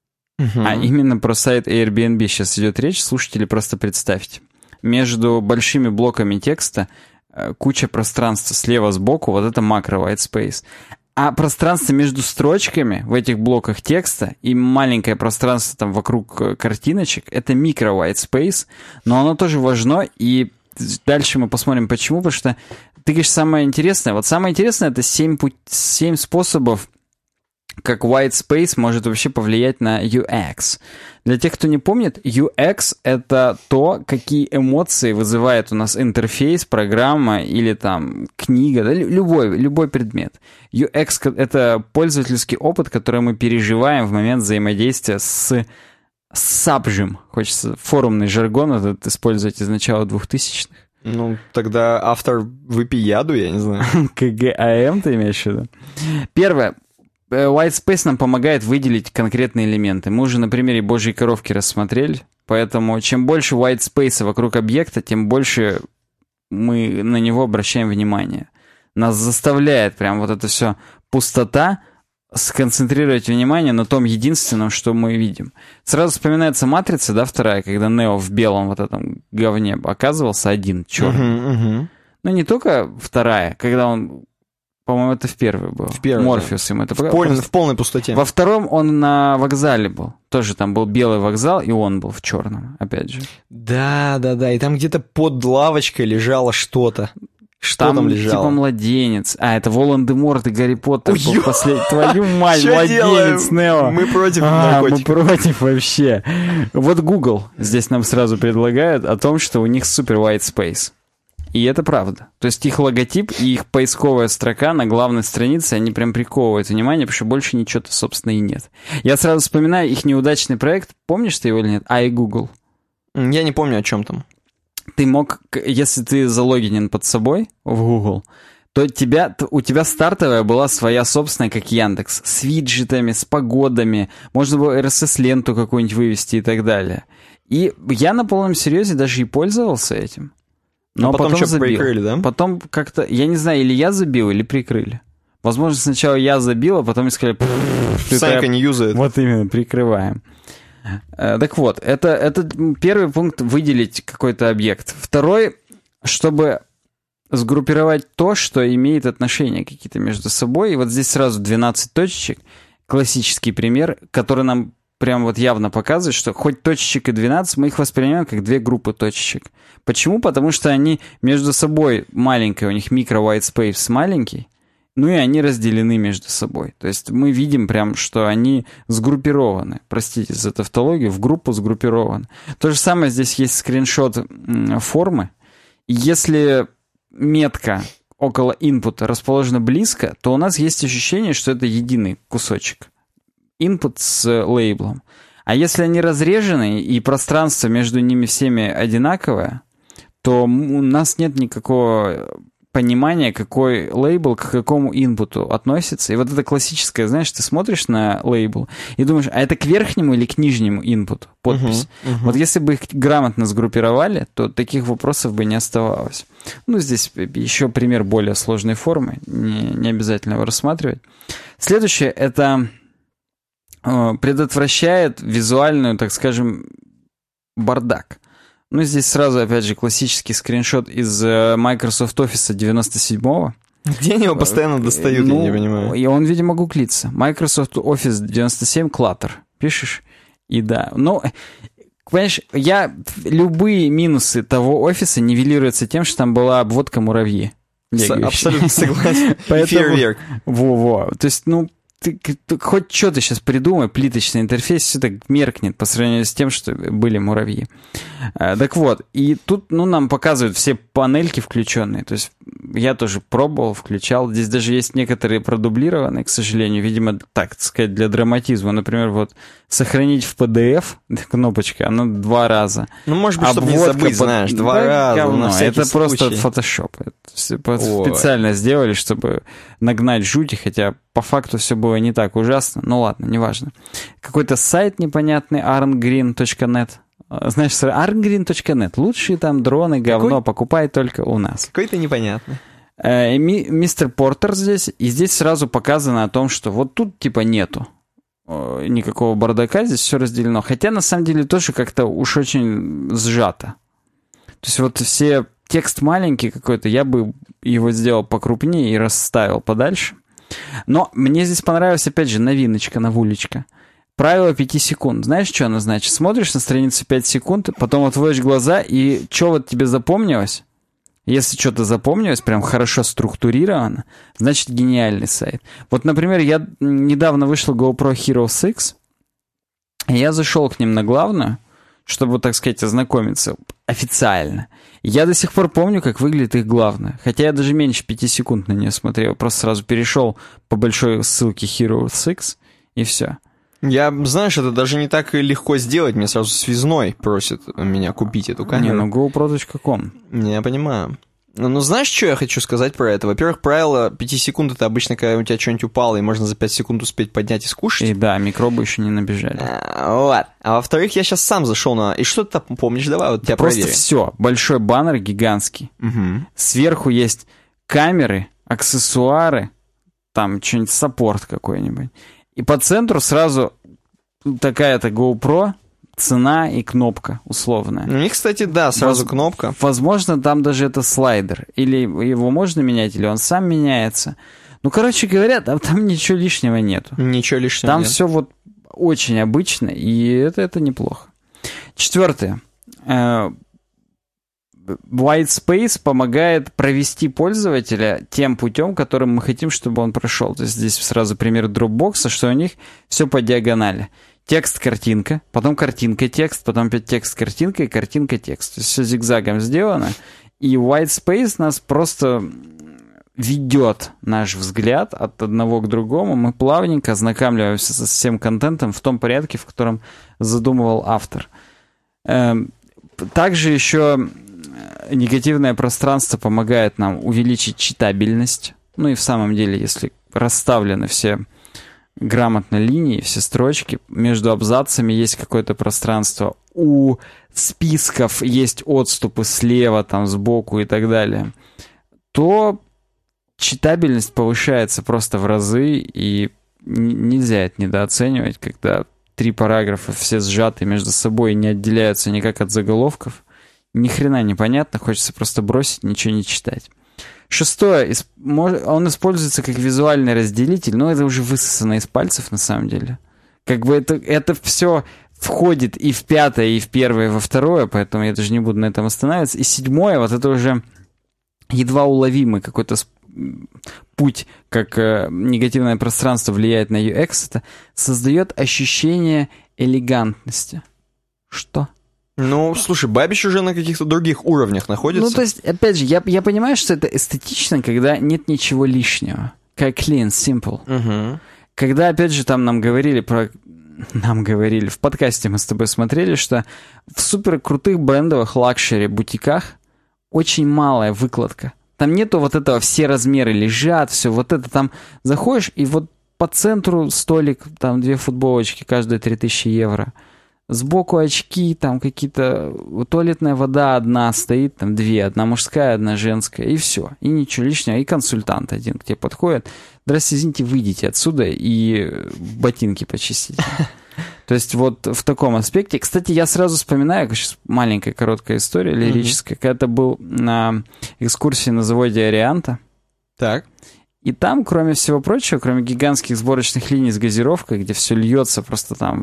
А именно про сайт Airbnb сейчас идет речь, слушатели, просто представьте. Между большими блоками текста куча пространства слева сбоку, вот это макро-white space. А пространство между строчками в этих блоках текста и маленькое пространство там вокруг картиночек — это микро-white space, но оно тоже важно, и дальше мы посмотрим почему, потому что ты говоришь, самое интересное. Вот самое интересное — это 7 способов, как white space может вообще повлиять на UX. Для тех, кто не помнит, UX — это то, какие эмоции вызывает у нас интерфейс, программа или там книга, да, любой предмет. UX — это пользовательский опыт, который мы переживаем в момент взаимодействия с сабжем. Хочется форумный жаргон этот использовать из начала 2000-х. Ну, тогда автор «Выпей яду», я не знаю. КГАМ ты имеешь в виду? Первое. White Space нам помогает выделить конкретные элементы. Мы уже на примере Божьей коровки рассмотрели, поэтому чем больше white space вокруг объекта, тем больше мы на него обращаем внимание. Нас заставляет прям вот это все пустота сконцентрировать внимание на том единственном, что мы видим. Сразу вспоминается «Матрица», да, вторая, когда Нео в белом вот этом говне оказывался один, черный. Но не только вторая, когда он... По-моему, это в первой был. В первой, Морфеус ему это показал. В полной пустоте. Во втором он на вокзале был. Тоже там был белый вокзал, и он был в черном, опять же. Да. И там где-то под лавочкой лежало что-то. Что там лежало? Типа младенец. Это Волан-де-Морт и Гарри Поттер был последний. Твою мать, младенец, Нео. Мы против наркотиков. Мы против вообще. Вот Google здесь нам сразу предлагают о том, что у них супер white space. И это правда. То есть их логотип и их поисковая строка на главной странице, они прям приковывают внимание, потому что больше ничего-то, собственно, и нет. Я сразу вспоминаю их неудачный проект. Помнишь ты его или нет? iGoogle. Я не помню, о чем там. Ты мог, если ты залогинен под собой в Google, то у тебя стартовая была своя собственная, как Яндекс, с виджетами, с погодами. Можно было RSS-ленту какую-нибудь вывести и так далее. И я на полном серьезе даже и пользовался этим. Но потом что-то прикрыли, да? Потом как-то, я не знаю, или я забил, или прикрыли. Возможно, сначала я забил, а потом сказали... Сайка не юзает. Вот именно, прикрываем. Так вот, это первый пункт — выделить какой-то объект. Второй, чтобы сгруппировать то, что имеет отношения какие-то между собой. И вот здесь сразу 12 точечек. Классический пример, который нам прям вот явно показывает, что хоть точечек и 12, мы их воспринимаем как две группы точечек. Почему? Потому что они между собой маленькие, у них микро-white space маленький, ну и они разделены между собой. То есть мы видим прям, что они сгруппированы. Простите за тавтологию, в группу сгруппированы. То же самое, здесь есть скриншот формы. Если метка около инпута расположена близко, то у нас есть ощущение, что это единый кусочек. Input с лейблом. А если они разрежены и пространство между ними всеми одинаковое, то у нас нет никакого понимания, какой лейбл к какому инпуту относится. И вот это классическое, знаешь, ты смотришь на лейбл и думаешь, а это к верхнему или к нижнему инпуту подпись? Вот если бы их грамотно сгруппировали, то таких вопросов бы не оставалось. Ну, здесь еще пример более сложной формы, не обязательно его рассматривать. Следующее — это предотвращает визуальную, так скажем, бардак. Ну, здесь сразу, опять же, классический скриншот из Microsoft Office 97-го. Где они его постоянно достают, я не понимаю. И он, видимо, гуглится. Microsoft Office 97 Clutter. Пишешь? И да. Ну, понимаешь, любые минусы того офиса нивелируются тем, что там была обводка муравьи. Абсолютно согласен. Фейерверк. Во-во. То есть, ты хоть что-то сейчас придумай, плиточный интерфейс, все так меркнет по сравнению с тем, что были муравьи. Так вот, и тут, нам показывают все панельки включенные. То есть я тоже пробовал, включал. Здесь даже есть некоторые продублированные, к сожалению, видимо, так сказать, для драматизма. Например, вот сохранить в PDF кнопочка, она 2 раза. Может быть, чтобы не забыть, знаешь, 2 раза. Говно. Это просто Photoshop. Специально сделали, чтобы нагнать жути, хотя по факту все было не так ужасно. Ну ладно, неважно. Какой-то сайт непонятный, arngreen.net. Знаешь, arngreen.net. Лучшие там дроны, говно, покупай только у нас. Какой-то непонятный. Мистер Портер здесь. И здесь сразу показано о том, что вот тут типа нету никакого бардака, здесь все разделено. Хотя на самом деле тоже как-то уж очень сжато. То есть вот все... Текст маленький какой-то, я бы его сделал покрупнее и расставил подальше. Но мне здесь понравилась, опять же, новулечка. Правило 5 секунд. Знаешь, что оно значит? Смотришь на страницу 5 секунд, потом отводишь глаза, и что вот тебе запомнилось? Если что-то запомнилось, прям хорошо структурировано, значит гениальный сайт. Вот, например, я недавно вышел GoPro Hero 6, и я зашел к ним на главную, чтобы, так сказать, ознакомиться официально. Я до сих пор помню, как выглядит их главное. Хотя я даже меньше 5 секунд на нее смотрел. Просто сразу перешел по большой ссылке Hero 6, и все. Я, знаешь, это даже не так легко сделать. Мне сразу связной просит меня купить эту камеру. Не, GoPro.com. Я понимаю. Ну, знаешь, что я хочу сказать про это? Во-первых, правило 5 секунд — это обычно, когда у тебя что-нибудь упало, и можно за 5 секунд успеть поднять и скушать. И да, микробы еще не набежали. Вот. А во-вторых, я сейчас сам зашел на... И что ты там помнишь? Давай, вот тебя просто проверим. все. Большой баннер гигантский. Угу. Сверху есть камеры, аксессуары, там что-нибудь, саппорт какой-нибудь. И по центру сразу такая-то GoPro, цена и кнопка условная. У них, кстати, да, сразу кнопка. Возможно, там даже это слайдер. Или его можно менять, или он сам меняется. Ну, короче говоря, там ничего лишнего нету. Ничего лишнего там нет. все вот очень обычно, и это неплохо. 4. White Space помогает провести пользователя тем путем, которым мы хотим, чтобы он прошел. То есть здесь сразу пример Dropbox, что у них все по диагонали. Текст-картинка, потом картинка-текст, потом опять текст-картинка и картинка-текст. То есть все зигзагом сделано. И White Space нас просто ведет наш взгляд от одного к другому. Мы плавненько ознакомливаемся со всем контентом в том порядке, в котором задумывал автор. Также еще негативное пространство помогает нам увеличить читабельность. Ну и в самом деле, если расставлены все грамотно линии, все строчки, между абзацами есть какое-то пространство, у списков есть отступы слева, там, сбоку и так далее, то читабельность повышается просто в разы, и нельзя это недооценивать, когда 3 параграфа все сжаты между собой и не отделяются никак от заголовков. Ни хрена непонятно, хочется просто бросить, ничего не читать. 6. Он используется как визуальный разделитель, но это уже высосано из пальцев на самом деле. Как бы это все входит и в 5, и в 1, и во 2, поэтому я даже не буду на этом останавливаться. И 7, вот это уже едва уловимый какой-то путь, как негативное пространство влияет на UX, это создает ощущение элегантности. Что? Ну, слушай, Бабич уже на каких-то других уровнях находится. Ну, то есть, опять же, я понимаю, что это эстетично, когда нет ничего лишнего. Как clean, simple. Угу. Когда, опять же, там нам говорили, в подкасте мы с тобой смотрели, что в супер крутых брендовых лакшери-бутиках очень малая выкладка. Там нету вот этого, все размеры лежат, все вот это там заходишь, и вот по центру столик, там 2 футболочки, каждая 3000 евро. Сбоку очки, там какие-то... Туалетная вода одна стоит, там 2. Одна мужская, одна женская. И все. И ничего лишнего. И консультант один к тебе подходит. Здравствуйте, извините, выйдите отсюда и ботинки почистите. То есть вот в таком аспекте. Кстати, я сразу вспоминаю, сейчас маленькая короткая история лирическая. Когда-то был на экскурсии на заводе Арианта. Так. И там, кроме всего прочего, кроме гигантских сборочных линий с газировкой, где все льется просто там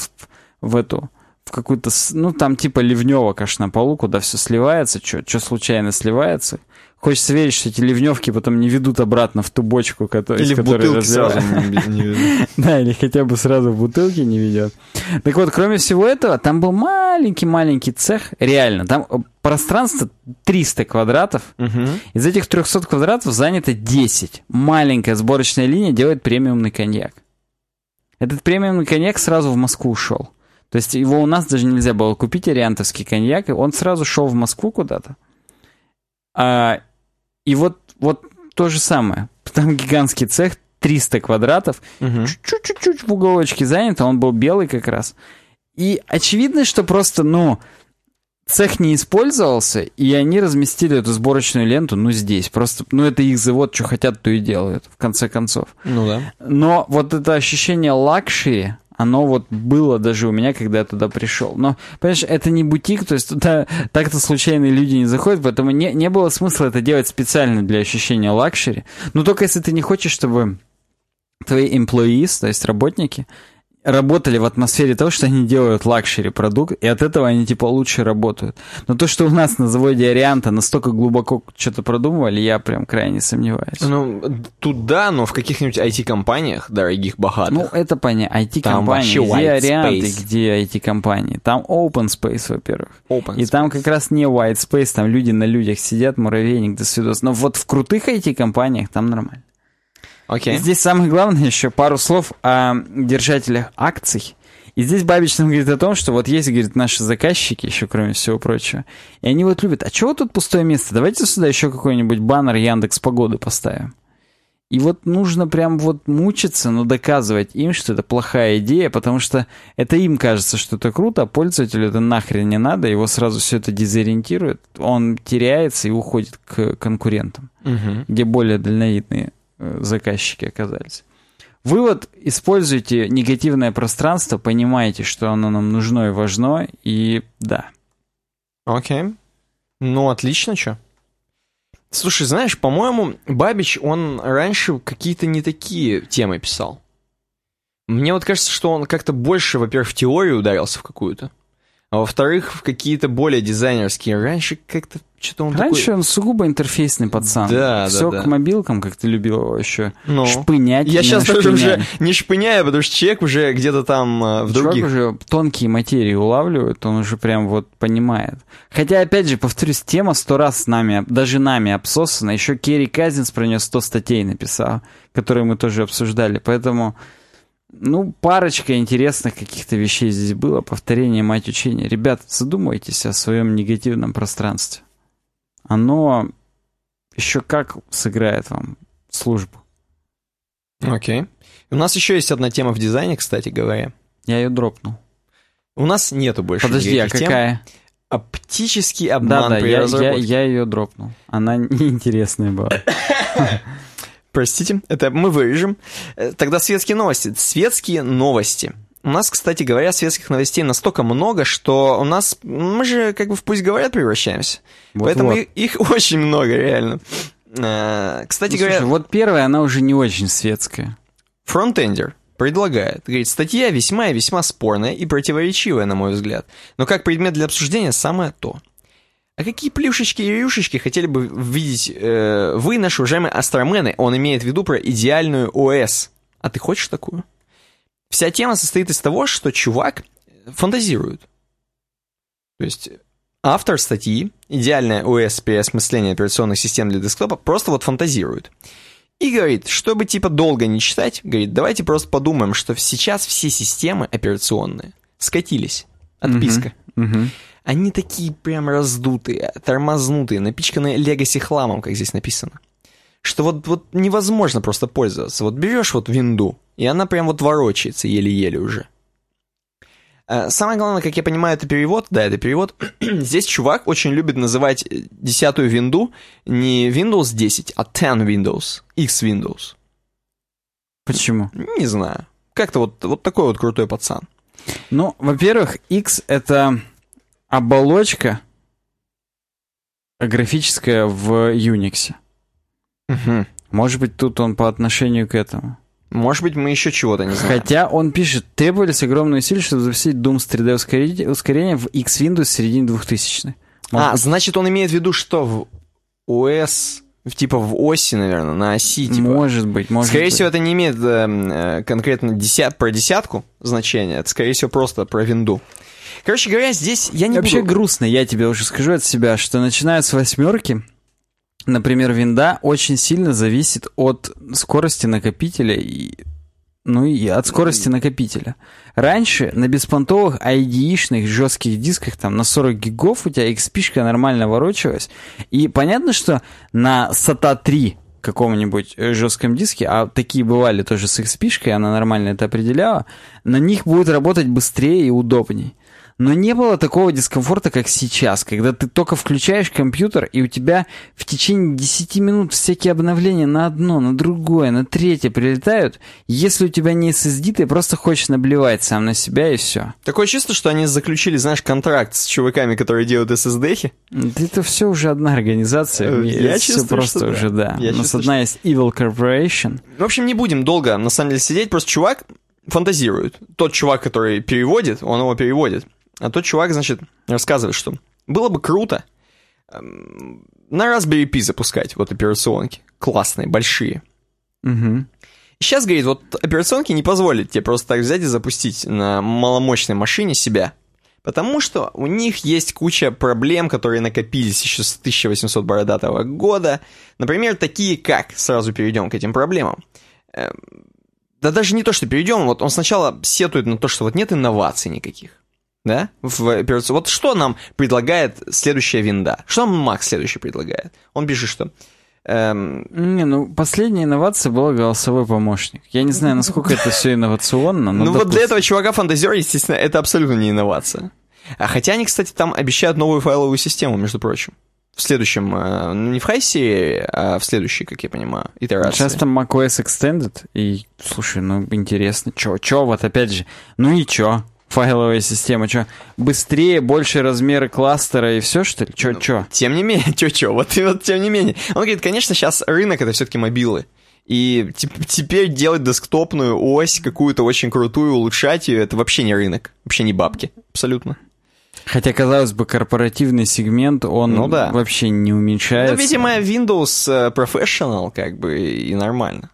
в какую-то, ну, там типа ливневок аж на полу, куда все сливается, что случайно сливается. Хочется верить, что эти ливневки потом не ведут обратно в ту бочку, из которой разливают. Не ведут. Да, или хотя бы сразу в бутылке не ведет. Так вот, кроме всего этого, там был маленький цех, реально, там пространство 300 квадратов, из этих 300 квадратов занято 10. Маленькая сборочная линия делает премиумный коньяк. Этот премиумный коньяк сразу в Москву ушел. То есть его у нас даже нельзя было купить, ариантовский коньяк, и он сразу шел в Москву куда-то. И вот то же самое. Там гигантский цех, 300 квадратов, чуть-чуть в уголочке занято, он был белый как раз. И очевидно, что просто, цех не использовался, и они разместили эту сборочную ленту, здесь. Просто, это их завод, что хотят, то и делают, в конце концов. Ну да. Но вот это ощущение лакшери, оно вот было даже у меня, когда я туда пришел. Но, понимаешь, это не бутик, то есть туда так-то случайные люди не заходят, поэтому не было смысла это делать специально для ощущения лакшери. Но только если ты не хочешь, чтобы твои employees, то есть работники, работали в атмосфере того, что они делают лакшери-продукт, и от этого они, типа, лучше работают. Но то, что у нас на заводе Арианта настолько глубоко что-то продумывали, я прям крайне сомневаюсь. Ну, тут да, но в каких-нибудь IT-компаниях, дорогих, богатых. Ну, это понятно. IT-компании, где Арианты, где IT-компании? Там open space, во-первых. И там как раз не white space, там люди на людях сидят, муравейник, до свидос. Но вот в крутых IT-компаниях там нормально. Okay. Здесь самое главное еще пару слов о держателях акций. И здесь Бабич нам говорит о том, что вот есть, говорит, наши заказчики, еще кроме всего прочего, и они вот любят, а чего тут пустое место? Давайте сюда еще какой-нибудь баннер Яндекс.Погоды поставим. И вот нужно прям вот мучиться, но доказывать им, что это плохая идея, потому что это им кажется, что это круто, а пользователю это нахрен не надо, его сразу все это дезориентирует, он теряется и уходит к конкурентам, где более дальновидные заказчики оказались. Вывод: используйте негативное пространство, понимаете, что оно нам нужно и важно, и да. Окей. Ну, отлично, чё? Слушай, знаешь, по-моему, Бабич, он раньше какие-то не такие темы писал. Мне вот кажется, что он как-то больше, во-первых, в теорию ударился в какую-то, а во-вторых, в какие-то более дизайнерские. Раньше как-то что-то он Раньше такой... он сугубо интерфейсный пацан. Да, все да, к мобилкам, как ты любил его еще шпынять. Я сейчас даже уже не шпыняю, потому что человек уже где-то там в других... Человек уже тонкие материи улавливает, он уже прям вот понимает. Хотя, опять же, повторюсь, тема 100 раз с нами, даже нами обсосана. Еще Керри Казинс про нее 100 статей написал, которые мы тоже обсуждали. Поэтому... Ну, парочка интересных каких-то вещей здесь было. Повторение, мать учения. Ребят, задумайтесь о своем негативном пространстве. Оно еще как сыграет вам службу. Окей. У нас еще есть одна тема в дизайне, кстати говоря. Я ее дропнул. У нас нету больше Подожди, а какая? Тем. Оптический обман при разработке. Я ее дропнул. Она неинтересная была. Простите, это мы вырежем. Тогда светские новости. Светские новости. У нас, кстати говоря, светских новостей настолько много, что у нас... Мы же как бы в «Пусть говорят» превращаемся. Вот, поэтому вот. Их очень много, реально. Кстати говоря... Слушай, вот первая, она уже не очень светская. Фронтендер предлагает. Говорит, статья весьма и весьма спорная и противоречивая, на мой взгляд. Но как предмет для обсуждения самое то. А какие плюшечки и рюшечки хотели бы видеть вы, наши уважаемые астромены? Он имеет в виду про идеальную ОС. А ты хочешь такую? Вся тема состоит из того, что чувак фантазирует. То есть автор статьи, идеальная ОС переосмысление операционных систем для десктопа, просто вот фантазирует. И говорит, чтобы типа долго не читать, говорит, давайте просто подумаем, что сейчас все системы операционные скатились. Отписка. Они такие прям раздутые, тормознутые, напичканные легаси хламом, как здесь написано. Что вот невозможно просто пользоваться. Вот берешь вот винду, и она прям вот ворочается еле-еле уже. Самое главное, как я понимаю, это перевод. Да, это перевод. Здесь чувак очень любит называть 10-ю винду не Windows 10, а 10 Windows, X Windows. Почему? Не знаю. Как-то вот такой вот крутой пацан. Ну, во-первых, X — это оболочка графическая в Unix. Угу. Может быть, тут он по отношению к этому. Может быть, мы еще чего-то не знаем. Хотя он пишет, требовались огромные усилия, чтобы запустить Doom с 3D ускорением в X-Windows в середине 2000-х. Значит, он имеет в виду, что в OS, типа в оси, наверное, на оси. Типа. Может быть. Скорее всего, это не имеет конкретно про десятку значения, это, скорее всего, просто про винду. Короче говоря, здесь я не Вообще буду... грустно, я тебе уже скажу от себя, что начиная с 8, например, винда очень сильно зависит от скорости накопителя и от скорости накопителя. Раньше на беспонтовых IDE-шных жестких дисках там на 40 гигов у тебя XP-шка нормально ворочалась. И понятно, что на SATA 3 каком-нибудь жестком диске, а такие бывали тоже с XP-шкой, она нормально это определяла, на них будет работать быстрее и удобней. Но не было такого дискомфорта, как сейчас, когда ты только включаешь компьютер, и у тебя в течение 10 минут всякие обновления на одно, на другое, на третье прилетают. Если у тебя не SSD, ты просто хочешь наблевать сам на себя, и все. Такое чувство, что они заключили, знаешь, контракт с чуваками, которые делают SSD-хи. Это все уже одна организация. Я чувствую, просто что уже, да. У нас одна есть Evil Corporation. В общем, не будем долго, на самом деле, сидеть. Просто чувак фантазирует. Тот чувак, который переводит, он его переводит. А тот чувак, значит, рассказывает, что было бы круто на Raspberry Pi запускать вот операционки. Классные, большие. Угу. Сейчас, говорит, вот операционки не позволят тебе просто так взять и запустить на маломощной машине себя. Потому что у них есть куча проблем, которые накопились еще с 1800 бородатого года. Например, такие как, сразу перейдем к этим проблемам. Да даже не то, что перейдем, вот он сначала сетует на то, что вот нет инноваций никаких. Да? Вот что нам предлагает следующая винда? Что нам Mac следующий предлагает? Он пишет, что... последняя инновация была голосовой помощник. Я не знаю, насколько это все инновационно, но... вот для этого чувака-фантазера, естественно, это абсолютно не инновация. Хотя они, кстати, там обещают новую файловую систему, между прочим. В следующем, не в хай-серии, а в следующей, как я понимаю, итерации. Сейчас там macOS Extended, и, слушай, интересно, чё, вот опять же, и чё? Файловая система, что, быстрее, больше размеры кластера и все, что ли? Чё? Тем не менее, вот тем не менее. Он говорит, конечно, сейчас рынок — это все-таки мобилы. И теперь делать десктопную ось какую-то очень крутую, улучшать ее — это вообще не рынок, вообще не бабки, абсолютно. Хотя, казалось бы, корпоративный сегмент, он вообще не уменьшается. Видимо, Windows Professional как бы и нормально.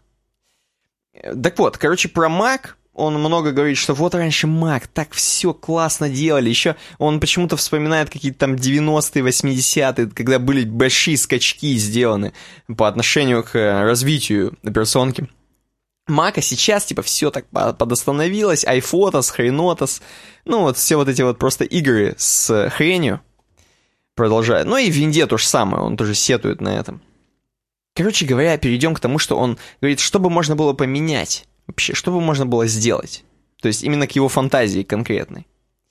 Так вот, короче, про Mac... Он много говорит, что вот раньше Mac так все классно делали. Еще он почему-то вспоминает какие-то там 90-е, 80-е, когда были большие скачки сделаны по отношению к развитию операционки Mac, а сейчас типа все так подостановилось, iPhotos, хренотос, все вот эти вот просто игры с хренью продолжают. И в Винде то же самое, он тоже сетует на этом. Короче говоря, перейдем к тому, что он говорит, что бы можно было поменять. Вообще, что бы можно было сделать? То есть именно к его фантазии конкретной.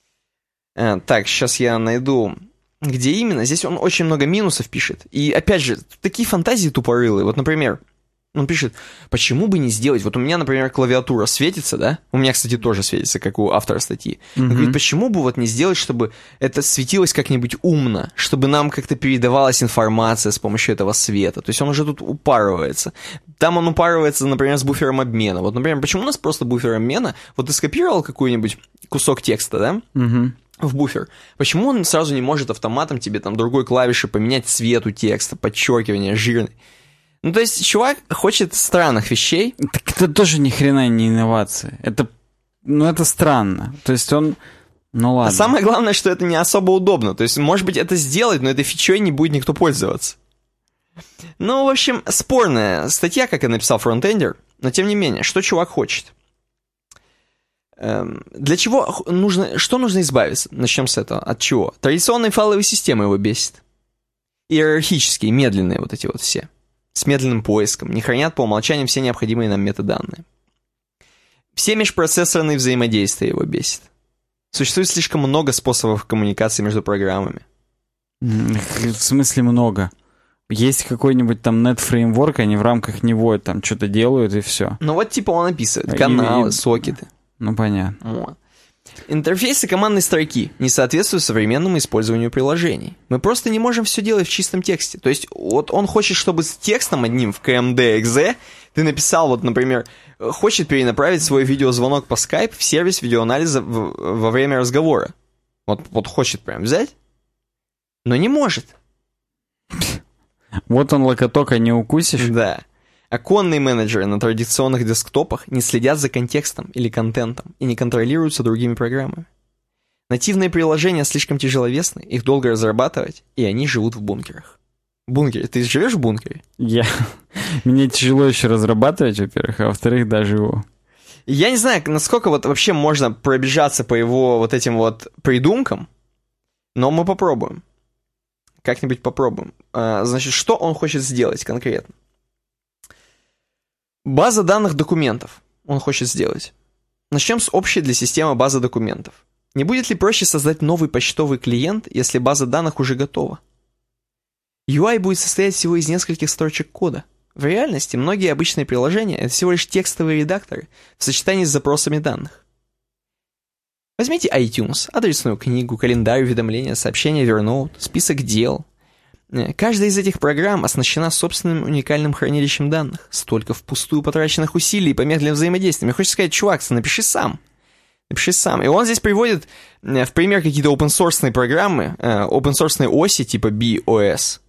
Так, сейчас я найду, где именно. Здесь он очень много минусов пишет. И опять же, такие фантазии тупорылые. Вот, например, он пишет, почему бы не сделать... Вот у меня, например, клавиатура светится, да? У меня, кстати, тоже светится, как у автора статьи. Он говорит, почему бы вот не сделать, чтобы это светилось как-нибудь умно, чтобы нам как-то передавалась информация с помощью этого света. То есть он уже тут упарывается. Там он упарывается, например, с буфером обмена. Вот, например, почему у нас просто буфер обмена? Вот ты скопировал какой-нибудь кусок текста, да? В буфер. Почему он сразу не может автоматом тебе там другой клавишей поменять цвет у текста, подчеркивание, жирный? То есть чувак хочет странных вещей. Так это тоже ни хрена не инновация. Это странно. То есть он... ладно. А самое главное, что это не особо удобно. То есть, может быть, это сделать, но этой фичой не будет никто пользоваться. В общем, спорная статья, как и написал фронтендер, но тем не менее, что чувак хочет? Для чего нужно... Что нужно избавиться? Начнем с этого. От чего? Традиционные файловые системы его бесит. Иерархические, медленные вот эти вот все. С медленным поиском, не хранят по умолчанию все необходимые нам метаданные. Все межпроцессорные взаимодействия его бесит. Существует слишком много способов коммуникации между программами. В смысле много? Есть какой-нибудь там нет-фреймворк, они в рамках него там что-то делают и все. Вот типа он описывает, каналы, сокеты. Понятно. Вот. Интерфейсы командной строки не соответствуют современному использованию приложений. Мы просто не можем все делать в чистом тексте. То есть вот он хочет, чтобы с текстом одним в KMD.exe ты написал, вот, например, хочет перенаправить свой видеозвонок по Skype в сервис видеоанализа во время разговора. Вот хочет прям взять, но не может. Вот он локоток, а не укусишь? Да. Оконные менеджеры на традиционных десктопах не следят за контекстом или контентом и не контролируются другими программами. Нативные приложения слишком тяжеловесны, их долго разрабатывать, и они живут в бункерах. Бункере. Ты живешь в бункере? Мне тяжело еще разрабатывать, во-первых, а во-вторых, даже его. Я не знаю, насколько вот вообще можно пробежаться по его вот этим вот придумкам, но мы попробуем. Как-нибудь попробуем. Значит, что он хочет сделать конкретно? База данных документов он хочет сделать. Начнем с общей для системы базы документов. Не будет ли проще создать новый почтовый клиент, если база данных уже готова? UI будет состоять всего из нескольких строчек кода. В реальности многие обычные приложения — это всего лишь текстовые редакторы в сочетании с запросами данных. Возьмите iTunes, адресную книгу, календарь, уведомления, сообщения Evernote, список дел. Каждая из этих программ оснащена собственным уникальным хранилищем данных. Столько впустую потраченных усилий по медленным взаимодействиям. Мне хочется сказать, чувак, напиши сам. Напиши сам. И он здесь приводит в пример какие-то open-source программы, open-source оси типа BOS.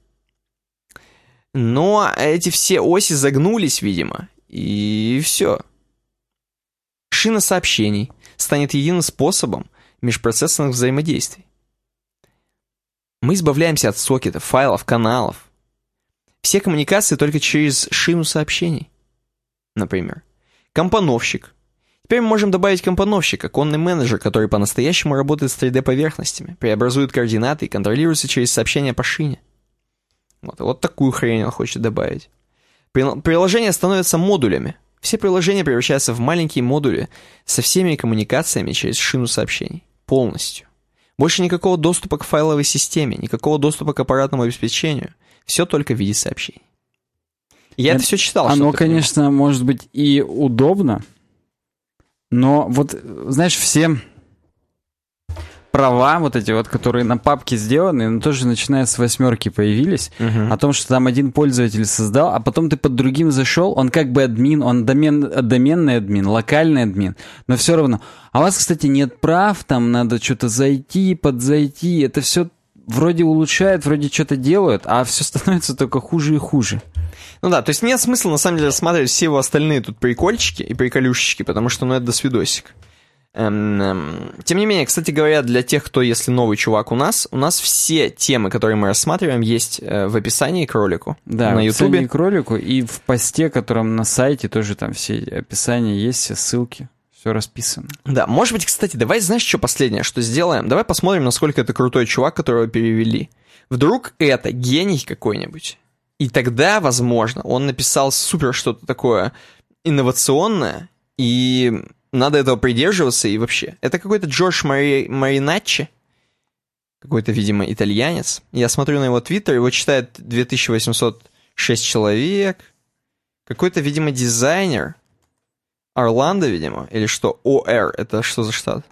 Но эти все оси загнулись, видимо, и все. Шина сообщений станет единым способом межпроцессорных взаимодействий. Мы избавляемся от сокетов, файлов, каналов. Все коммуникации только через шину сообщений. Например, компоновщик. Теперь мы можем добавить компоновщик, оконный менеджер, который по-настоящему работает с 3D-поверхностями, преобразует координаты и контролируется через сообщения по шине. Вот такую хрень он хочет добавить. Приложения становятся модулями. Все приложения превращаются в маленькие модули со всеми коммуникациями через шину сообщений. Полностью. Больше никакого доступа к файловой системе, никакого доступа к аппаратному обеспечению. Все только в виде сообщений. Я это все читал. Оно, конечно, может быть и удобно, но вот, знаешь, все права вот эти вот, которые на папке сделаны, но тоже начиная с 8 появились, о том, что там один пользователь создал, а потом ты под другим зашел, он как бы админ, он доменный админ, локальный админ, но все равно. А у вас, кстати, нет прав, там надо что-то зайти, подзайти, это все вроде улучшает, вроде что-то делают, а все становится только хуже и хуже. Ну да, то есть нет смысла на самом деле рассматривать все его остальные тут прикольчики и приколюшечки, потому что, это досвидосик. Тем не менее, кстати говоря, для тех, кто, если новый чувак у нас все темы, которые мы рассматриваем, есть в описании к ролику. Да, на в YouTube. описании к ролику и в посте, котором на сайте тоже там все описания есть, все ссылки, все расписано. Да, может быть, кстати, давай, знаешь, что последнее, что сделаем? Давай посмотрим, насколько это крутой чувак, которого перевели. Вдруг это гений какой-нибудь. И тогда, возможно, он написал супер что-то такое инновационное, и надо этого придерживаться и вообще. Это какой-то Джордж Мариначчи, какой-то, видимо, итальянец. Я смотрю на его твиттер, его читает 2806 человек. Какой-то, видимо, дизайнер. Орландо, видимо, или что? ОР, это что за штат?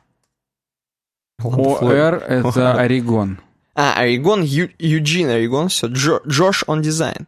ОР — это Орегон. Орегон, Юджин, Орегон, все. Джош он дизайн.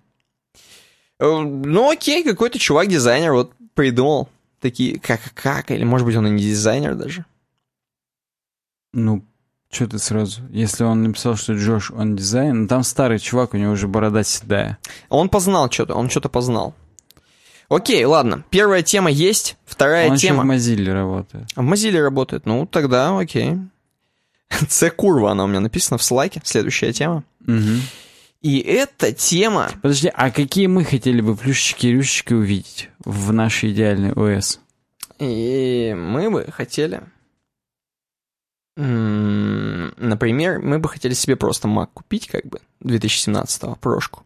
Ну окей, какой-то чувак-дизайнер вот придумал такие, как, или может быть он и не дизайнер даже. Ну, что ты сразу? Если он написал, что Джош он дизайн, там старый чувак, у него уже борода седая. Он познал что-то, он что-то познал. Окей, ладно, первая тема есть, вторая тема... Он еще в Mozilla работает. В Mozilla работает, ну тогда окей. C-курва, она у меня написана в слайке, следующая тема. Угу. И эта тема... Подожди, а какие мы хотели бы плюшечки и рюшечки увидеть в нашей идеальной ОС? И мы бы хотели... Например, мы бы хотели себе просто Mac купить, 2017-го, прошку.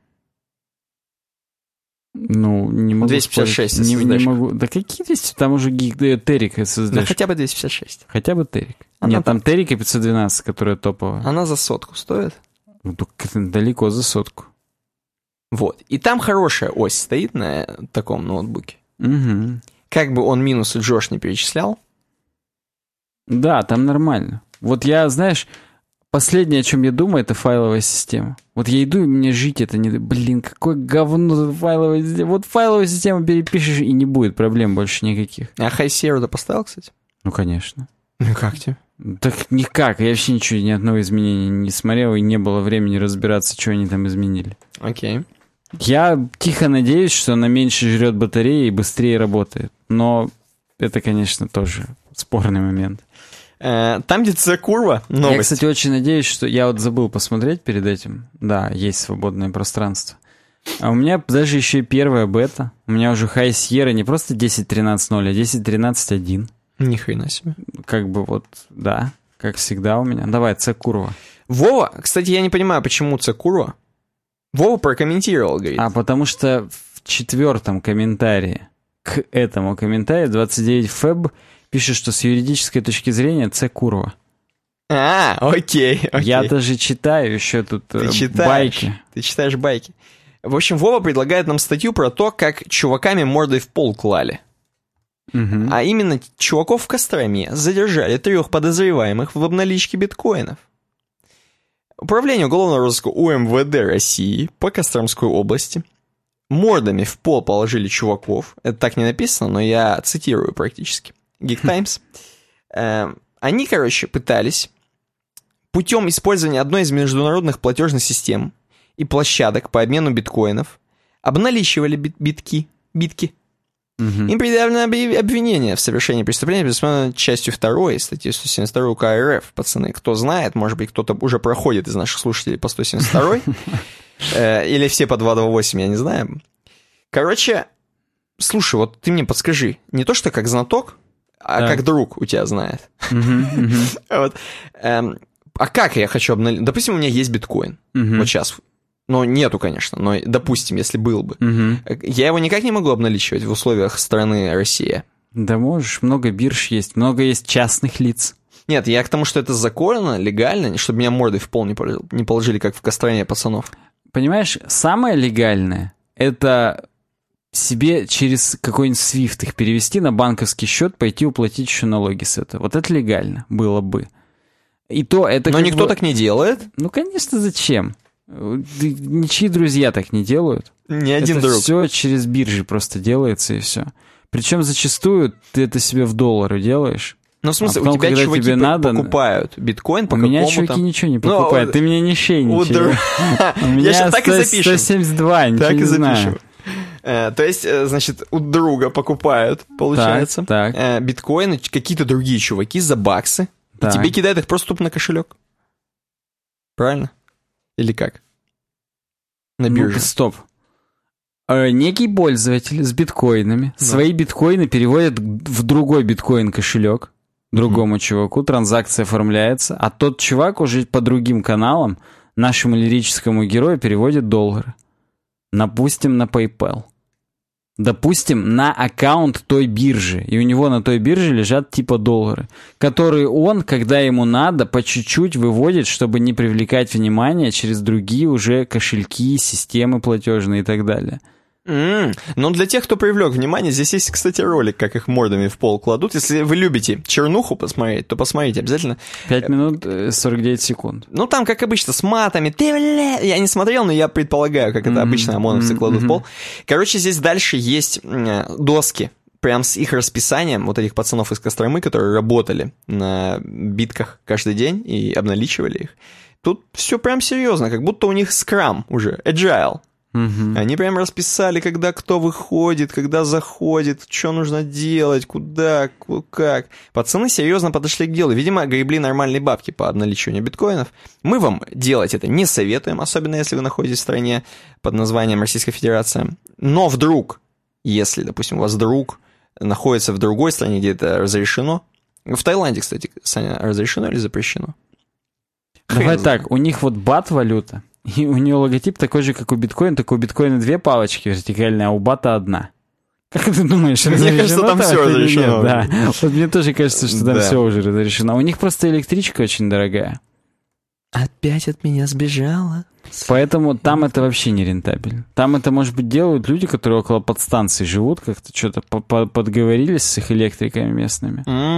Ну, не могу 256 спорить. SSD. Не могу. Да какие 200? Там уже терик SSD. Да хотя бы 256. Хотя бы терик. Нет, там терика 512, которая топовая. Она за 100 стоит? Ну, далеко за 100. Вот. И там хорошая ось стоит на таком ноутбуке. Угу. Как бы он минусы Джош не перечислял. Да, там нормально. Вот я, знаешь, последнее, о чем я думаю, это файловая система. Вот я иду, и мне жить это не... Блин, какое говно файловая система. Вот файловую систему перепишешь, и не будет проблем больше никаких. А High Sierra поставил, кстати? Ну, конечно. Ну, как тебе? Так никак. Я вообще ничего, ни одного изменения не смотрел, и не было времени разбираться, что они там изменили. Окей. Я тихо надеюсь, что она меньше жрет батареи и быстрее работает. Но это, конечно, тоже спорный момент. Там, где C-курва, новость. Я, кстати, очень надеюсь, что... Я вот забыл посмотреть перед этим. Да, есть свободное пространство. А у меня даже еще и первая бета. У меня уже High Sierra не просто 10.13.0, а 10.13.1. Ни хрена себе. Как бы вот, да, как всегда у меня. Давай, C-курва. Вова, кстати, я не понимаю, почему C-курва. Вова прокомментировал, говорит. А потому что в 4-м комментарии к этому комментарию 29 Feb пишет, что с юридической точки зрения C-курва. Окей. Я даже читаю еще тут байки. Ты читаешь байки. В общем, Вова предлагает нам статью про то, как чуваками мордой в пол клали. Угу. А именно, чуваков в Костроме задержали 3 подозреваемых в обналичке биткоинов. Управление уголовного розыска УМВД России по Костромской области мордами в пол положили чуваков. Это так не написано, но я цитирую практически. Geek Times. Они, короче, пытались путем использования одной из международных платежных систем и площадок по обмену биткоинов обналичивали битки. Им предъявлено обвинение в совершении преступления, предусмотрено частью 2 статьи 172 УК РФ. Пацаны, кто знает, может быть, кто-то уже проходит из наших слушателей по 172 или все по 228, я не знаю. Короче, слушай, вот ты мне подскажи, не то что как знаток, а как друг у тебя знает. А как я хочу обналичивать? Допустим, у меня есть биткоин. Вот сейчас. Но нету, конечно. Но, допустим, если был бы. Я его никак не могу обналичивать в условиях страны Россия. Да можешь. Много бирж есть. Много есть частных лиц. Нет, я к тому, что это законно, легально, чтобы меня мордой в пол не положили, как в Костроме пацанов. Понимаешь, самое легальное — это себе через какой-нибудь свифт их перевести на банковский счет, пойти уплатить еще налоги с этого. Вот это легально было бы. И то это. Но никто так не делает. Ну, конечно, зачем? Ничьи друзья так не делают. Ни один это друг. Все через биржи просто делается, и все. Причем зачастую ты это себе в доллары делаешь. Ну, в смысле, потом, у тебя чуваки тебе надо... покупают биткоин по у какому-то... У меня чуваки ничего не покупают. Ты мне не шейничай. У меня сейчас так и запишем. 172, ничего не знаю. То есть, значит, у друга покупают, получается, биткоины какие-то другие чуваки за баксы, и тебе кидают их просто тупо на кошелек. Правильно? Или как? На бирже. Стоп. Некий пользователь с биткоинами свои биткоины переводит в другой биткоин-кошелек, другому чуваку, транзакция оформляется, а тот чувак уже по другим каналам нашему лирическому герою переводит доллары. Допустим, на PayPal. Допустим, на аккаунт той биржи. И у него на той бирже лежат типа доллары, которые он, когда ему надо, по чуть-чуть выводит, чтобы не привлекать внимание через другие уже кошельки, системы платежные и так далее. Но для тех, кто привлек внимание, здесь есть, кстати, ролик, как их мордами в пол кладут. Если вы любите чернуху посмотреть, то посмотрите обязательно. 5 минут 49 секунд. Ну, там, как обычно, с матами. Я не смотрел, но я предполагаю, как это обычно ОМОНовцы кладут в пол. Короче, здесь дальше есть доски, прям с их расписанием вот этих пацанов из Костромы, которые работали на битках каждый день и обналичивали их. Тут все прям серьезно, как будто у них скрам уже, agile. Они прям расписали, когда кто выходит, когда заходит, что нужно делать, куда, как. Пацаны серьезно подошли к делу. Видимо, гребли нормальные бабки по обналичиванию биткоинов. Мы вам делать это не советуем, особенно если вы находитесь в стране под названием Российская Федерация. Но вдруг, если, допустим, у вас друг находится в другой стране, где это разрешено. В Таиланде, кстати, Саня, разрешено или запрещено? Давай так, у них вот бат-валюта. И у нее логотип такой же, как у биткоина, только у биткоина 2 палочки вертикальные, а у бата 1. Как ты думаешь, мне кажется, там все разрешено. Да. Вот мне тоже кажется, что там все уже разрешено. У них просто электричка очень дорогая. Опять от меня сбежала. Поэтому там это вообще не рентабельно. Там это, может быть, делают люди, которые около подстанций живут, как-то что-то подговорились с их электриками местными.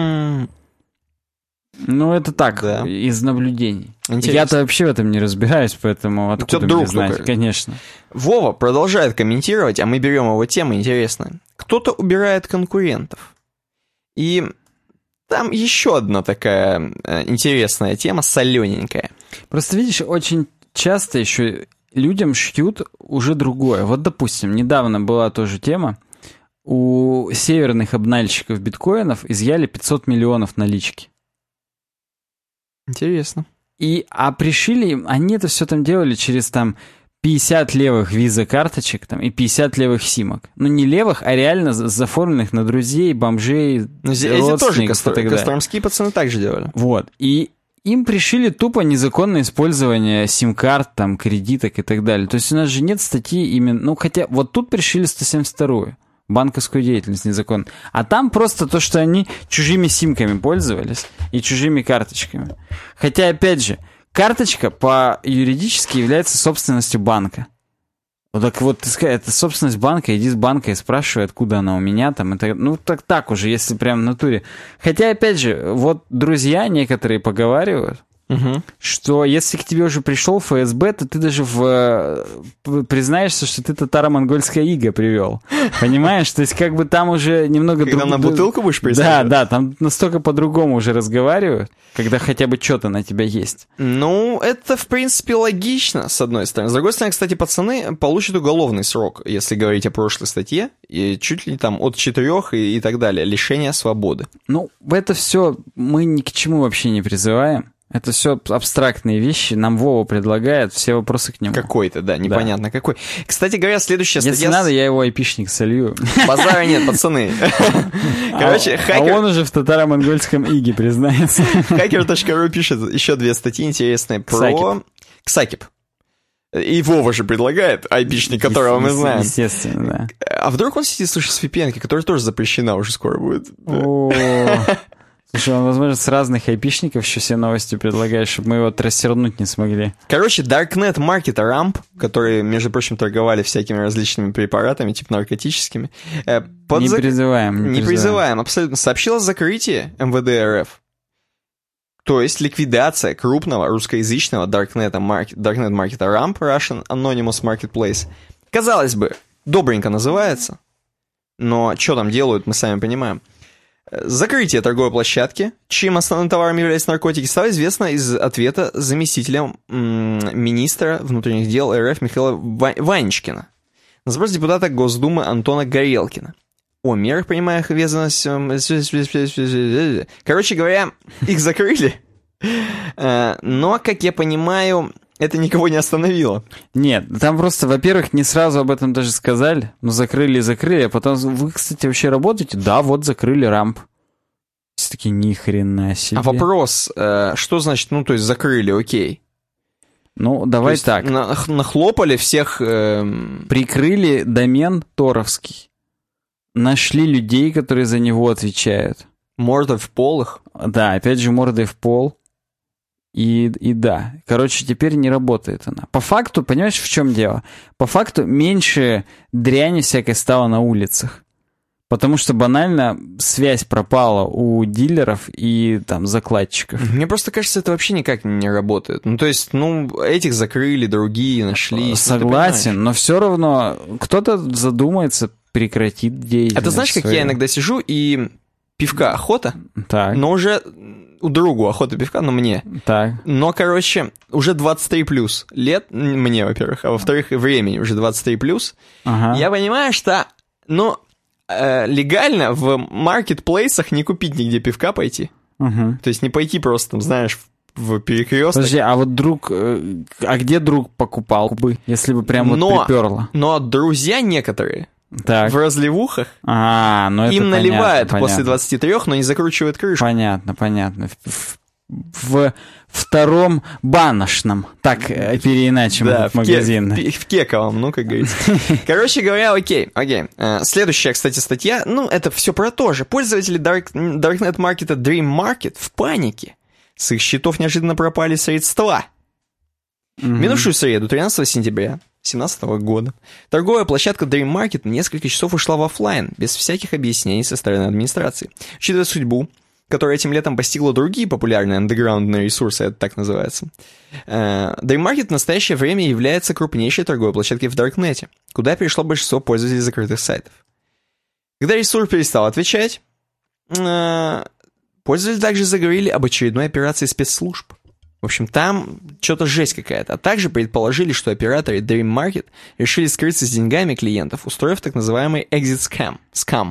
Ну, это так, из наблюдений. Интересно. Я-то вообще в этом не разбираюсь, поэтому откуда мне знать, конечно. Вова продолжает комментировать, а мы берем его тему интересную. Кто-то убирает конкурентов. И там еще одна такая интересная тема, солененькая. Просто, видишь, очень часто еще людям шьют уже другое. Вот, допустим, недавно была тоже тема. У северных обнальщиков биткоинов изъяли 500 миллионов налички. Интересно. А пришили, они это все там делали через там 50 левых виза-карточек там, и 50 левых симок. Ну, не левых, а реально заформленных на друзей, бомжей, родственников и так далее. Костромские пацаны так же делали. Вот. И им пришили тупо незаконное использование сим-карт, там, кредиток и так далее. То есть у нас же нет статьи именно... Ну, хотя вот тут пришили 172-ю. Банковскую деятельность незаконно. А там просто то, что они чужими симками пользовались и чужими карточками. Хотя, опять же, карточка по юридически является собственностью банка. Вот так вот, ты скажешь, это собственность банка, иди с банка и спрашивай, откуда она у меня там. Это, ну, так уже, если прям в натуре. Хотя, опять же, вот друзья некоторые поговаривают, что если к тебе уже пришел ФСБ, то ты даже признаешься, что ты татаро-монгольское иго привел. Понимаешь? То есть как бы там уже немного... Когда на бутылку будешь присаживать? Да, там настолько по-другому уже разговаривают, когда хотя бы что-то на тебя есть. Ну, это, в принципе, логично, с одной стороны. С другой стороны, кстати, пацаны получат уголовный срок, если говорить о прошлой статье, и чуть ли там от 4 и так далее, лишения свободы. Ну, это все мы ни к чему вообще не призываем. Это все абстрактные вещи. Нам Вова предлагает, все вопросы к нему. Какой-то, да, непонятно какой. Кстати говоря, следующая статья... Если надо, я его айпишник солью. Базара нет, пацаны. Короче, хакер... А он уже в татаро-монгольском иге признается. Hacker.ru пишет еще 2 статьи интересные про... Ксакип. И Вова же предлагает айпишник, которого мы знаем. Естественно, да. А вдруг он сидит, слушай, с VPN, которая тоже запрещена уже скоро будет. Слушай, он, возможно, с разных айпишников еще все новости предлагает, чтобы мы его трассернуть не смогли. Короче, Darknet Market Ramp, которые, между прочим, торговали всякими различными препаратами, типа наркотическими. Не призываем. Не призываем, абсолютно. Сообщила о закрытии МВД РФ. То есть ликвидация крупного русскоязычного Darknet Market Ramp, Russian Anonymous Marketplace. Казалось бы, добренько называется, но что там делают, мы сами понимаем. Закрытие торговой площадки, чьим основным товаром являются наркотики, стало известно из ответа заместителя министра внутренних дел РФ Михаила Ванечкина на запрос депутата Госдумы Антона Горелкина о мерах, принимаемых взвесенность... Короче говоря, их закрыли, но, как я понимаю... Это никого не остановило. Нет, там просто, во-первых, не сразу об этом даже сказали. Ну, закрыли, а потом, вы, кстати, вообще работаете? Да, вот закрыли рамп. Все такие, ни хрена себе. А вопрос, что значит, ну, то есть закрыли, окей. Ну, давай так. Нахлопали всех... Прикрыли домен торовский. Нашли людей, которые за него отвечают. Мордой в пол их? Да, опять же, мордой в пол. И да, короче, теперь не работает она. По факту, понимаешь, в чем дело? По факту меньше дряни всякой стало на улицах. Потому что банально связь пропала у дилеров и там закладчиков. Мне просто кажется, это вообще никак не работает. Ну, то есть, этих закрыли, другие нашли. Согласен, но все равно кто-то задумается, прекратит деятельность. А ты знаешь, как я иногда сижу и пивка охота, так. Но уже... У другу охота пивка, но мне. Так. Но, короче, уже 23+ лет мне, во-первых, а во-вторых, времени уже 23+. Ага. Я понимаю, что, легально в маркетплейсах не купить нигде пивка пойти. Угу. То есть не пойти просто, там, знаешь, в перекресток. Подожди, а вот друг... А где друг покупал бы, если бы прям вот приперло? Но друзья некоторые... Так. В разливухах это им наливают понятно. после 23, но не закручивают крышку. Понятно. В втором баношном, так переиначим этот магазин. В кековом, как говорится. Короче говоря, окей. Следующая, кстати, статья, это все про то же. Пользователи Darknet маркета Dream Market в панике. С их счетов неожиданно пропали средства. В минувшую среду, 13 сентября 2017 года, торговая площадка Dream Market на несколько часов ушла в офлайн, без всяких объяснений со стороны администрации. Учитывая судьбу, которая этим летом постигла другие популярные андеграундные ресурсы, это так называется, Dream Market в настоящее время является крупнейшей торговой площадкой в Даркнете, куда перешло большинство пользователей закрытых сайтов. Когда ресурс перестал отвечать, пользователи также заговорили об очередной операции спецслужб. В общем, там что-то жесть какая-то. А также предположили, что операторы Dream Market решили скрыться с деньгами клиентов, устроив так называемый exit scam.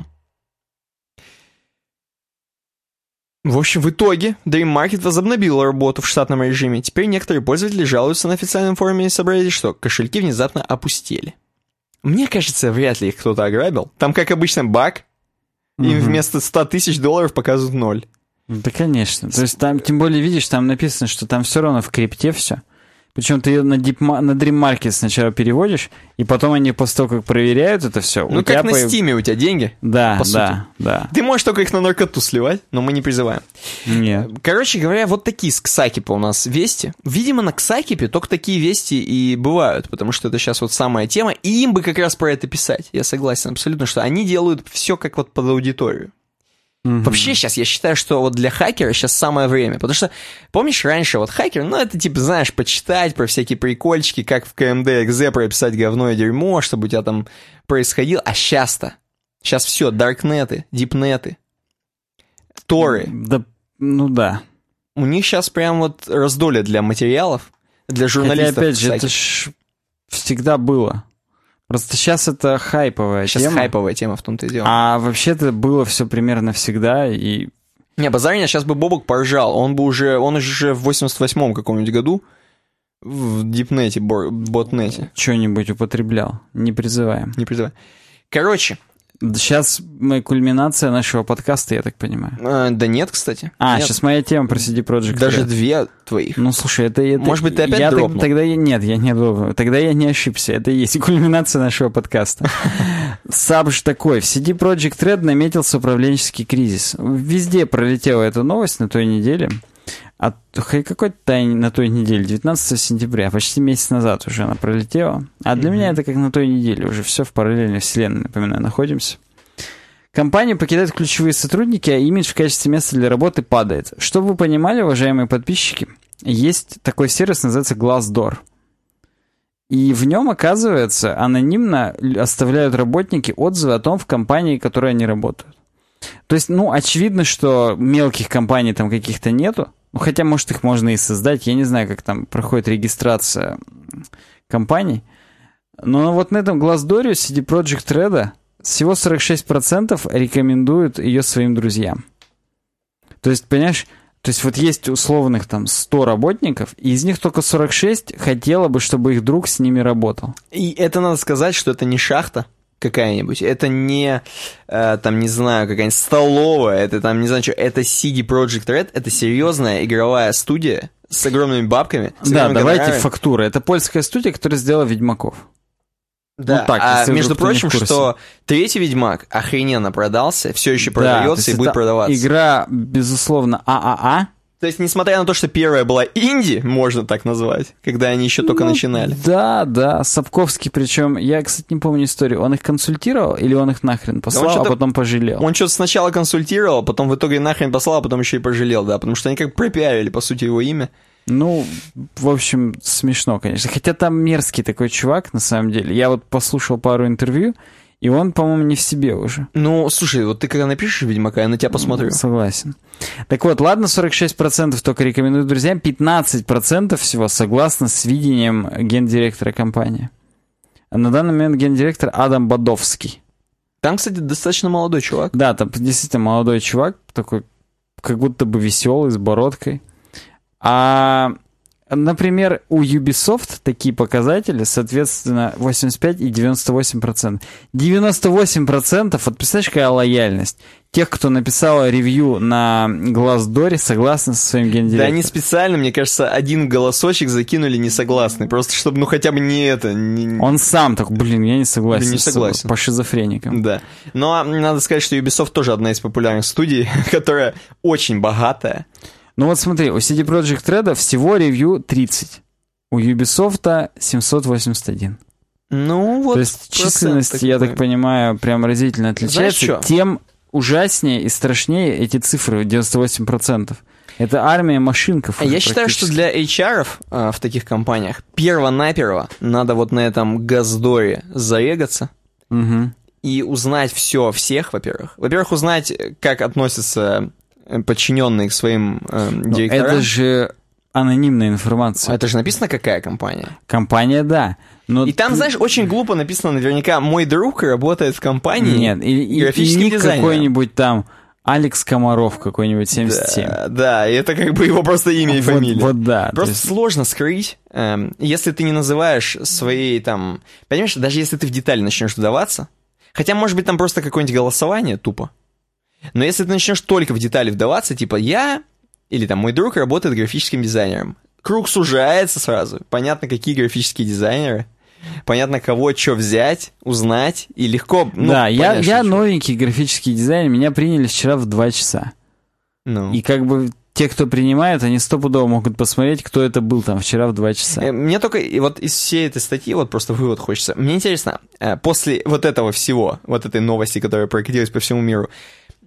В общем, в итоге Dream Market возобновил работу в штатном режиме. Теперь некоторые пользователи жалуются на официальном форуме и сообразили, что кошельки внезапно опустели. Мне кажется, вряд ли их кто-то ограбил. Там, как обычно, баг. Им вместо $100 тысяч показывают 0. Да, конечно. То есть там, тем более, видишь, там написано, что там все равно в крипте все. Причем ты ее на Dream Market сначала переводишь, и потом они после того, как проверяют это все... как на Steam у тебя деньги. Да, по сути. Да. Ты можешь только их на наркоту сливать, но мы не призываем. Нет. Короче говоря, вот такие с Ксакипа у нас вести. Видимо, на Ксакипе только такие вести и бывают, потому что это сейчас вот самая тема, и им бы как раз про это писать. Я согласен абсолютно, что они делают все как вот под аудиторию. Вообще сейчас я считаю, что вот для хакера сейчас самое время, потому что, помнишь, раньше вот хакер, ну это типа, знаешь, почитать про всякие прикольчики, как в КМД.экзе прописать говно и дерьмо, чтобы у тебя там происходило, а сейчас-то, сейчас все, даркнеты, дипнеты, торы. Да, ну да. У них сейчас прям вот раздолье для материалов, для журналистов. Хотя, опять же, всяких. это ж всегда было. Просто сейчас это хайповая Сейчас тема. хайповая тема, в том-то и дело. А вообще-то было все примерно всегда, и... Не, базарня, сейчас бы Бобок поржал. Он уже в 88-м каком-нибудь году в дипнете, ботнете. Что-нибудь употреблял. Не призываем. Не призывай. Короче. Сейчас кульминация нашего подкаста, я так понимаю. Да нет, кстати. Нет. Нет. Сейчас моя тема про CD Projekt Даже Red. две твоих. Ну, слушай, это... Может быть, ты опять я дропнул? Тогда я не дропнул. Тогда я не ошибся. Это и есть кульминация нашего подкаста. Сабж такой. В CD Projekt Red наметился управленческий кризис. Везде пролетела эта новость на той неделе. А какой-то на той неделе, 19 сентября, почти месяц назад уже она пролетела. А для меня это как на той неделе, уже все в параллельной вселенной, напоминаю, находимся. Компанию покидают ключевые сотрудники, а имидж в качестве места для работы падает. Чтобы вы понимали, уважаемые подписчики, есть такой сервис, называется Glassdoor. И в нем, оказывается, анонимно оставляют работники отзывы о том, в компании, в которой они работают. То есть, ну, очевидно, что мелких компаний там каких-то нету. Ну, хотя, может, их можно и создать. Я не знаю, как там проходит регистрация компаний. Но вот на этом Glassdoor CD Projekt Red всего 46% рекомендуют ее своим друзьям. То есть, понимаешь, то есть вот есть условных там 100 работников, и из них только 46 хотело бы, чтобы их друг с ними работал. И это надо сказать, что это не шахта какая-нибудь, это не, там, не знаю, какая-нибудь столовая, это там, не знаю, что, это CD Projekt Red, это серьезная игровая студия с огромными бабками. С Да, огромными давайте гонорарами. фактура. Это польская студия, которая сделала «Ведьмаков». Да, Ну, так, а если между вдруг кто не в прочим, курсе. что третий Ведьмак охрененно продался, все еще Да, то продается есть и будет это продаваться. игра, безусловно, ААА. То есть, несмотря на то, что первая была инди, можно так назвать, когда они еще только начинали. Да, Сапковский, причем, я, кстати, не помню историю, он их консультировал или он их нахрен послал, а что-то- потом пожалел? Он что-то сначала консультировал, потом в итоге нахрен послал, а потом еще и пожалел, да, потому что они как пропиарили, по сути, его имя. Ну, в общем, смешно, конечно. Хотя там мерзкий такой чувак, на самом деле. Я вот послушал пару интервью, и он, по-моему, не в себе уже. Ну, слушай, вот ты когда напишешь Ведьмака, я на тебя посмотрю. Согласен. Так вот, ладно, 46% только рекомендуют друзьям, 15% всего согласно с видением гендиректора компании. А на данный момент гендиректор Адам Бодовский. Там, кстати, достаточно молодой чувак. Да, там действительно молодой чувак, такой как будто бы веселый, с бородкой. А, например, у Ubisoft такие показатели, соответственно, 85 и 98%. 98%, вот представляешь, какая лояльность. Тех, кто написал ревью на Glassdoor, согласны со своим Да гендиректором. они специально, мне кажется, один голосочек закинули несогласный, просто чтобы, ну, хотя бы не это. Он сам так, я не согласен. Блин, не с собой, согласен. По шизофреникам. Да. Но надо сказать, что Ubisoft тоже одна из популярных студий, которая очень богатая. Ну вот смотри, у CD Projekt Red всего ревью 30. У Ubisoft 781. Ну, вот То есть численность, я так понимаю, прям разительно отличается. Знаешь, Тем ужаснее и страшнее эти цифры, 98%. Это армия машинков. Я считаю, что для HR-ов в таких компаниях перво-наперво надо вот на этом газдоре зарегаться и узнать все о всех, во-первых. Во-первых, узнать, как относятся подчиненные к своим директорам. Это же анонимная информация. Это же написано, какая компания. Компания, да. Но И там, знаешь, очень глупо написано наверняка «Мой друг работает в компании». Нет, и графическим ник дизайнером. какой-нибудь там Алекс Комаров какой-нибудь 77. Да, и это как бы его просто имя и фамилия. Вот да. Просто сложно скрыть, если ты не называешь своей там... Понимаешь, даже если ты в детали начнешь вдаваться, хотя, может быть, там просто какое-нибудь голосование тупо, но если ты начнешь только в детали вдаваться, типа «я» или там «мой друг работает графическим дизайнером», круг сужается сразу. Понятно, какие графические дизайнеры, понятно, кого что взять, узнать, и легко... Ну, да, понятно, я что- новенький графический дизайнер, меня приняли вчера в 2 часа. Ну. И как бы те, кто принимает, они стопудово могут посмотреть, кто это был там вчера в 2 часа. Мне только и вот из всей этой статьи вот просто вывод хочется. Мне интересно, после вот этого всего, вот этой новости, которая прокатилась по всему миру,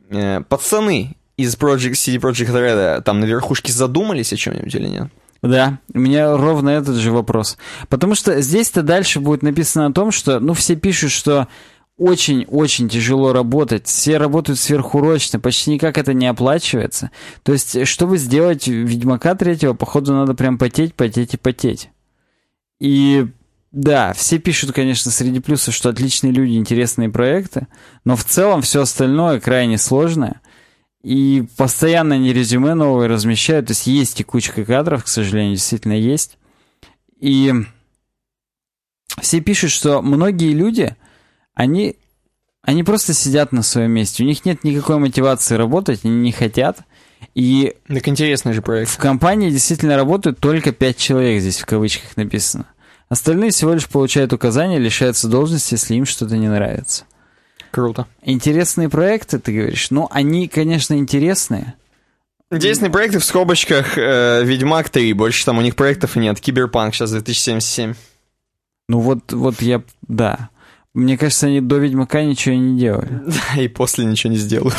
пацаны из CD Projekt Red там на верхушке задумались о чем-нибудь или нет? Да, у меня ровно этот же вопрос. Потому что здесь-то дальше будет написано о том, что, все пишут, что очень-очень тяжело работать, все работают сверхурочно, почти никак это не оплачивается. То есть, чтобы сделать Ведьмака 3, походу, надо прям потеть, потеть и потеть. И да, все пишут, конечно, среди плюсов, что отличные люди, интересные проекты, но в целом все остальное крайне сложное. И постоянно они резюме новые размещают, то есть текучка кадров, к сожалению, действительно есть. И все пишут, что многие люди, они просто сидят на своем месте, у них нет никакой мотивации работать, они не хотят. И так интересный же проект. В компании действительно работают только 5 человек, здесь в кавычках написано. Остальные всего лишь получают указания, лишаются должности, если им что-то не нравится. Круто. Интересные проекты, ты говоришь? Они, конечно, интересные. Интересные проекты в скобочках Ведьмак 3. Больше там у них проектов и нет. Киберпанк сейчас 2077. Да. Мне кажется, они до Ведьмака ничего не делали. Да, и после ничего не сделают.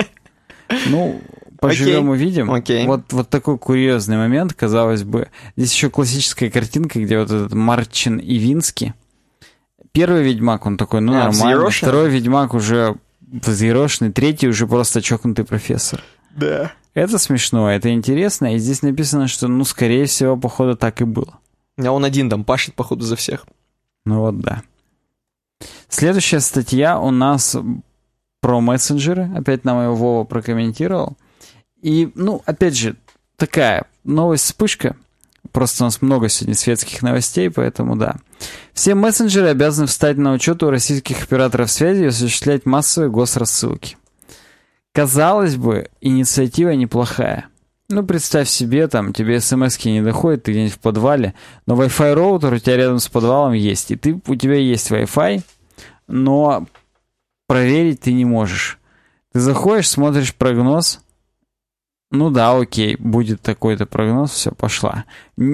Поживем увидим. Окей. Вот такой курьезный момент, казалось бы. Здесь еще классическая картинка, где вот этот Марчин Ивинский. Первый Ведьмак, он такой, нормально. Взъерошенный? Второй Ведьмак уже взъерошенный. Третий уже просто чокнутый профессор. Да. Это смешно, это интересно. И здесь написано, что, скорее всего, походу, так и было. А он один там пашет, походу, за всех. Да. Следующая статья у нас про мессенджеры. Опять нам его Вова прокомментировал. И, опять же, такая новость-вспышка. Просто у нас много сегодня светских новостей, поэтому да. Все мессенджеры обязаны встать на учет у российских операторов связи и осуществлять массовые госрассылки. Казалось бы, инициатива неплохая. Представь себе, тебе смс-ки не доходят, ты где-нибудь в подвале, но Wi-Fi роутер у тебя рядом с подвалом есть, и у тебя есть Wi-Fi, но проверить ты не можешь. Ты заходишь, смотришь прогноз. Окей, будет такой-то прогноз, все, пошла.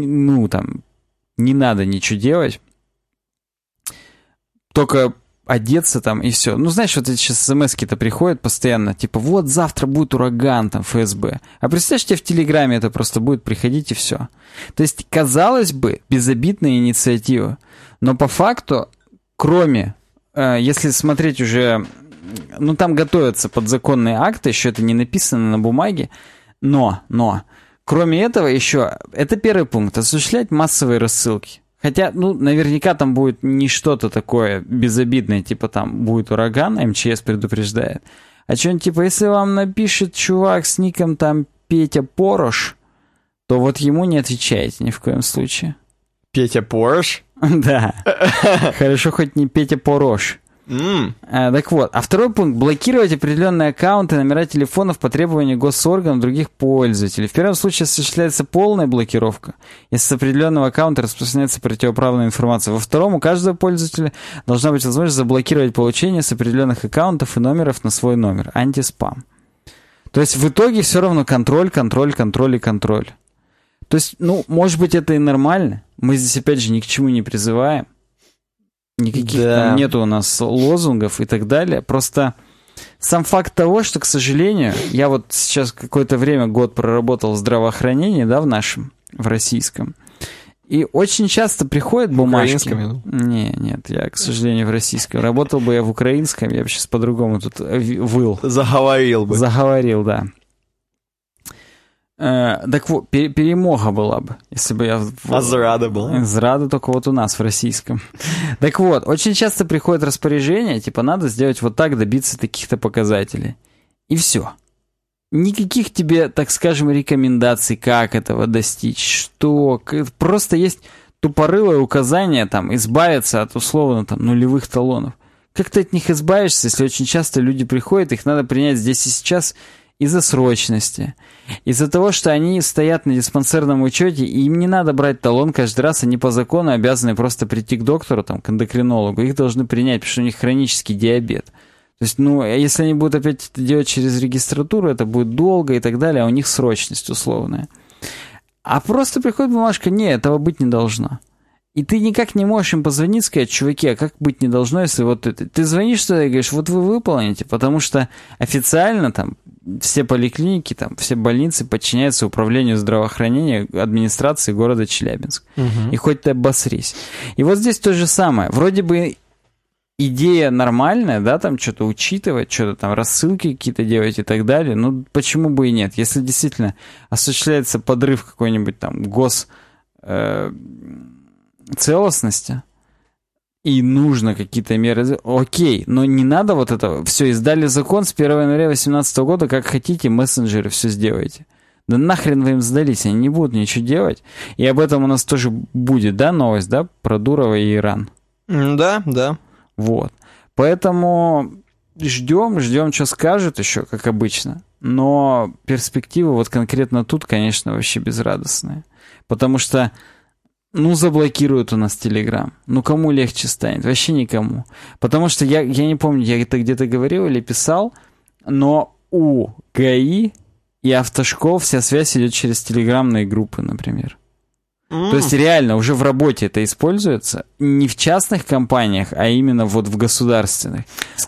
Не надо ничего делать. Только одеться и все. Знаешь, вот эти сейчас смс-ки-то приходят постоянно, вот завтра будет ураган, ФСБ. А представь, тебе в Телеграме это просто будет приходить и все. То есть, казалось бы, безобидная инициатива. Но по факту, кроме, если смотреть уже, там готовятся подзаконные акты, еще это не написано на бумаге, но, кроме этого еще, это первый пункт, осуществлять массовые рассылки. Хотя, наверняка там будет не что-то такое безобидное, там будет ураган, МЧС предупреждает. А что-нибудь если вам напишет чувак с ником Петя Порош, то вот ему не отвечайте ни в коем случае. Петя Порош? Да. Хорошо, хоть не Петя Порош. Так вот, а второй пункт — блокировать определенные аккаунты, номера телефонов по требованию госорганов других пользователей. В первом случае осуществляется полная блокировка, если с определенного аккаунта распространяется противоправная информация. Во втором у каждого пользователя должна быть возможность заблокировать получение с определенных аккаунтов и номеров на свой номер. Антиспам. То есть в итоге все равно контроль. То есть, может быть, это и нормально. Мы здесь, опять же, ни к чему не призываем. Никаких там нету у нас лозунгов и так далее. Просто сам факт того, что, к сожалению, я вот сейчас какое-то время, год проработал в здравоохранении, в российском. И очень часто приходят бумажки. В украинском? Нет, я, к сожалению, в российском. Работал бы я в украинском, я бы сейчас по-другому тут выл. Заговорил бы. Заговорил, да. Так вот, перемога была бы, если бы я... Зрада была. Зрада только вот у нас в российском. Так вот, очень часто приходит распоряжение, надо сделать вот так, добиться таких-то показателей. И все. Никаких тебе, так скажем, рекомендаций, как этого достичь, что... Просто есть тупорылое указание, избавиться от, условно, нулевых талонов. Как ты от них избавишься, если очень часто люди приходят, их надо принять здесь и сейчас... Из-за срочности, из-за того, что они стоят на диспансерном учете, и им не надо брать талон каждый раз, они по закону обязаны просто прийти к доктору, к эндокринологу, их должны принять, потому что у них хронический диабет. То есть, если они будут опять это делать через регистратуру, это будет долго и так далее, а у них срочность условная. А просто приходит бумажка, этого быть не должно. И ты никак не можешь им позвонить, сказать, чуваки, а как быть не должно, если вот это... Ты звонишь туда и говоришь, вот вы выполните, потому что официально там все поликлиники, там все больницы подчиняются управлению здравоохранения администрации города Челябинск. И хоть ты обосрись. И вот здесь то же самое. Вроде бы идея нормальная, да, там что-то учитывать, что-то там рассылки какие-то делать и так далее. Ну, почему бы и нет? Если действительно осуществляется подрыв какой-нибудь там целостности, и нужно какие-то меры, окей, но не надо вот это, все, издали закон с 1 января 2018 года, как хотите, мессенджеры все сделайте. Да нахрен вы им сдались, они не будут ничего делать. И об этом у нас тоже будет, да, новость, да, про Дурова и Иран. Да, да. Вот. Поэтому ждем, что скажут еще, как обычно. Но перспективы вот конкретно тут, конечно, вообще безрадостные. Потому что заблокируют у нас Телеграм. Кому легче станет? Вообще никому. Потому что я не помню, я это где-то говорил или писал, но у ГАИ и автошкол вся связь идет через телеграммные группы, например. То есть реально уже в работе это используется не в частных компаниях, а именно вот в государственных.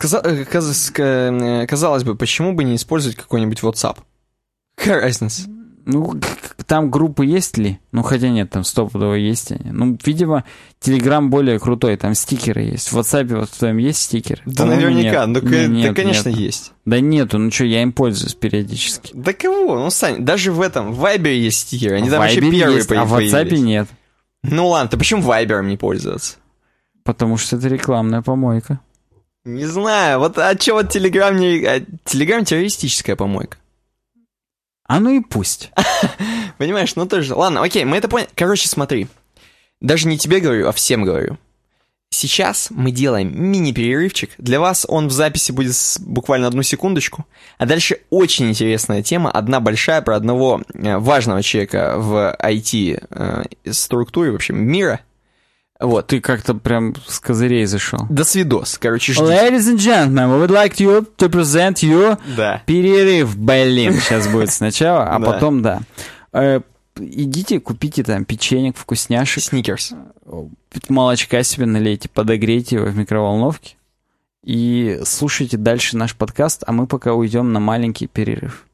Казалось бы, почему бы не использовать какой-нибудь WhatsApp? Какая разница? Там группы есть ли? Хотя нет, там стопудово есть они. Видимо, Telegram более крутой, там стикеры есть. В WhatsApp вот в твоем есть стикер? Да наверняка, да, конечно, есть. Да нету, я им пользуюсь периодически. Да кого? Сань, даже в этом, в Viber есть стикеры, они там вообще первые появились. А в WhatsApp нет. Ладно, ты почему Viber не пользоваться? Потому что это рекламная помойка. Не знаю, а чё вот Telegram не... Telegram террористическая помойка. И пусть. Понимаешь, тоже... Ладно, окей, мы это поняли. Короче, смотри. Даже не тебе говорю, а всем говорю. Сейчас мы делаем мини-перерывчик. Для вас он в записи будет буквально 1 секундочку. А дальше очень интересная тема. Одна большая про одного важного человека в IT-структуре, в общем, мира. Вот. Ты как-то прям с козырей зашел. До свидос. Короче, ждите. Ladies and gentlemen, we would like you to present you перерыв, сейчас будет сначала, а потом, да. Идите, купите там печенек, вкусняшек. Сникерс. Молочка себе налейте, подогрейте его в микроволновке. И слушайте дальше наш подкаст, а мы пока уйдем на маленький перерыв.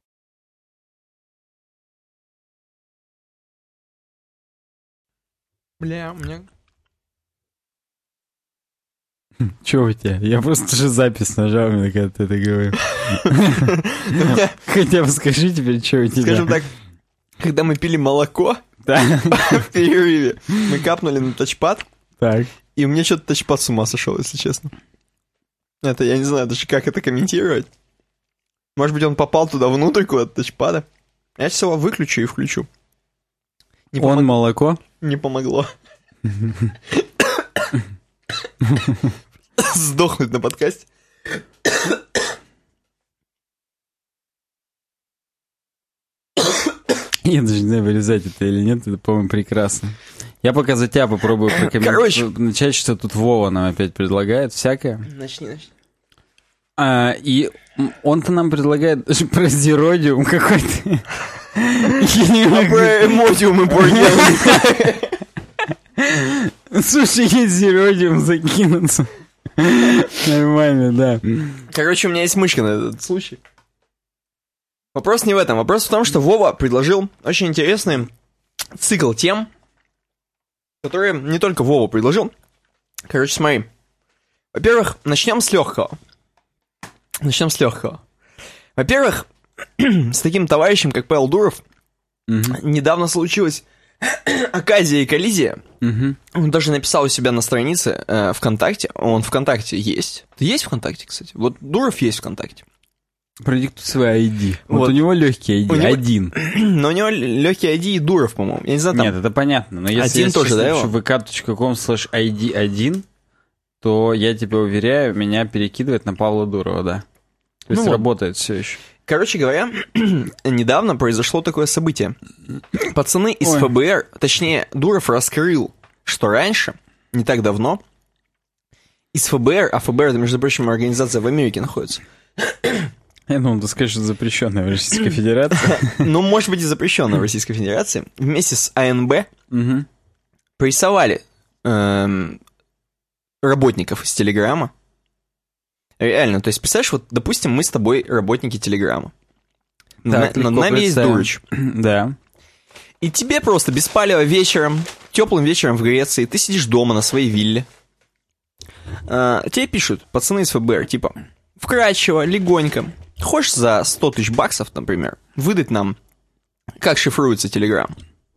Бля, у меня... Чё у тебя? Я просто же запись нажал, когда ты это говорил. Хотя бы скажи теперь, что у тебя. Скажем так, когда мы пили молоко в перерыве, мы капнули на тачпад, и у меня что-то тачпад с ума сошел, если честно. Это я не знаю даже, как это комментировать. Может быть, он попал туда внутрь куда-то тачпада. Я сейчас его выключу и включу. Молоко? Не помогло. Сдохнуть на подкасте. Я даже не знаю, вырезать это или нет, это, по-моему, прекрасно. Я пока за тебя попробую начать, что тут Вова нам опять предлагает, всякое. Начни. И он-то нам предлагает даже про зеродиум какой-то. Про эмодиум и бургер. Слушай, есть зеродиум закинуться. Нормально, да. Короче, у меня есть мышка на этот случай. Вопрос не в этом. Вопрос в том, что Вова предложил очень интересный цикл тем, которые не только Вова предложил. Короче, смотри. Во-первых, начнем с легкого. Во-первых, с таким товарищем, как Павел Дуров, недавно случилась оказия и коллизия. Он даже написал у себя на странице ВКонтакте. Он ВКонтакте есть. Ты есть ВКонтакте, кстати? Вот Дуров есть ВКонтакте. Продиктуй свой ID. Вот у него легкий ID, один. Но у него легкий ID и Дуров, по-моему. Я не знаю, там... Нет, это понятно. Но если один тоже, да, vk.com/ID1, то я тебя уверяю, меня перекидывает на Павла Дурова, да. То есть работает все еще. Короче говоря, недавно произошло такое событие. Пацаны из ФБР, точнее, Дуров раскрыл, что раньше, не так давно, из ФБР, а ФБР, это, между прочим, организация в Америке находится. Я думал, ты скажешь, что запрещенная в Российской Федерации. Ну, может быть, и запрещенная в Российской Федерации. Вместе с АНБ прессовали работников из Телеграма. Реально, то есть, представляешь, вот, допустим, мы с тобой работники Телеграма. Над нами есть Дурыч. Да. И тебе просто беспалево вечером, теплым вечером в Греции, ты сидишь дома на своей вилле. Тебе пишут пацаны из ФБР, типа, вкратчиво, легонько. Хочешь за 100 тысяч баксов, например, выдать нам, как шифруется Телеграм?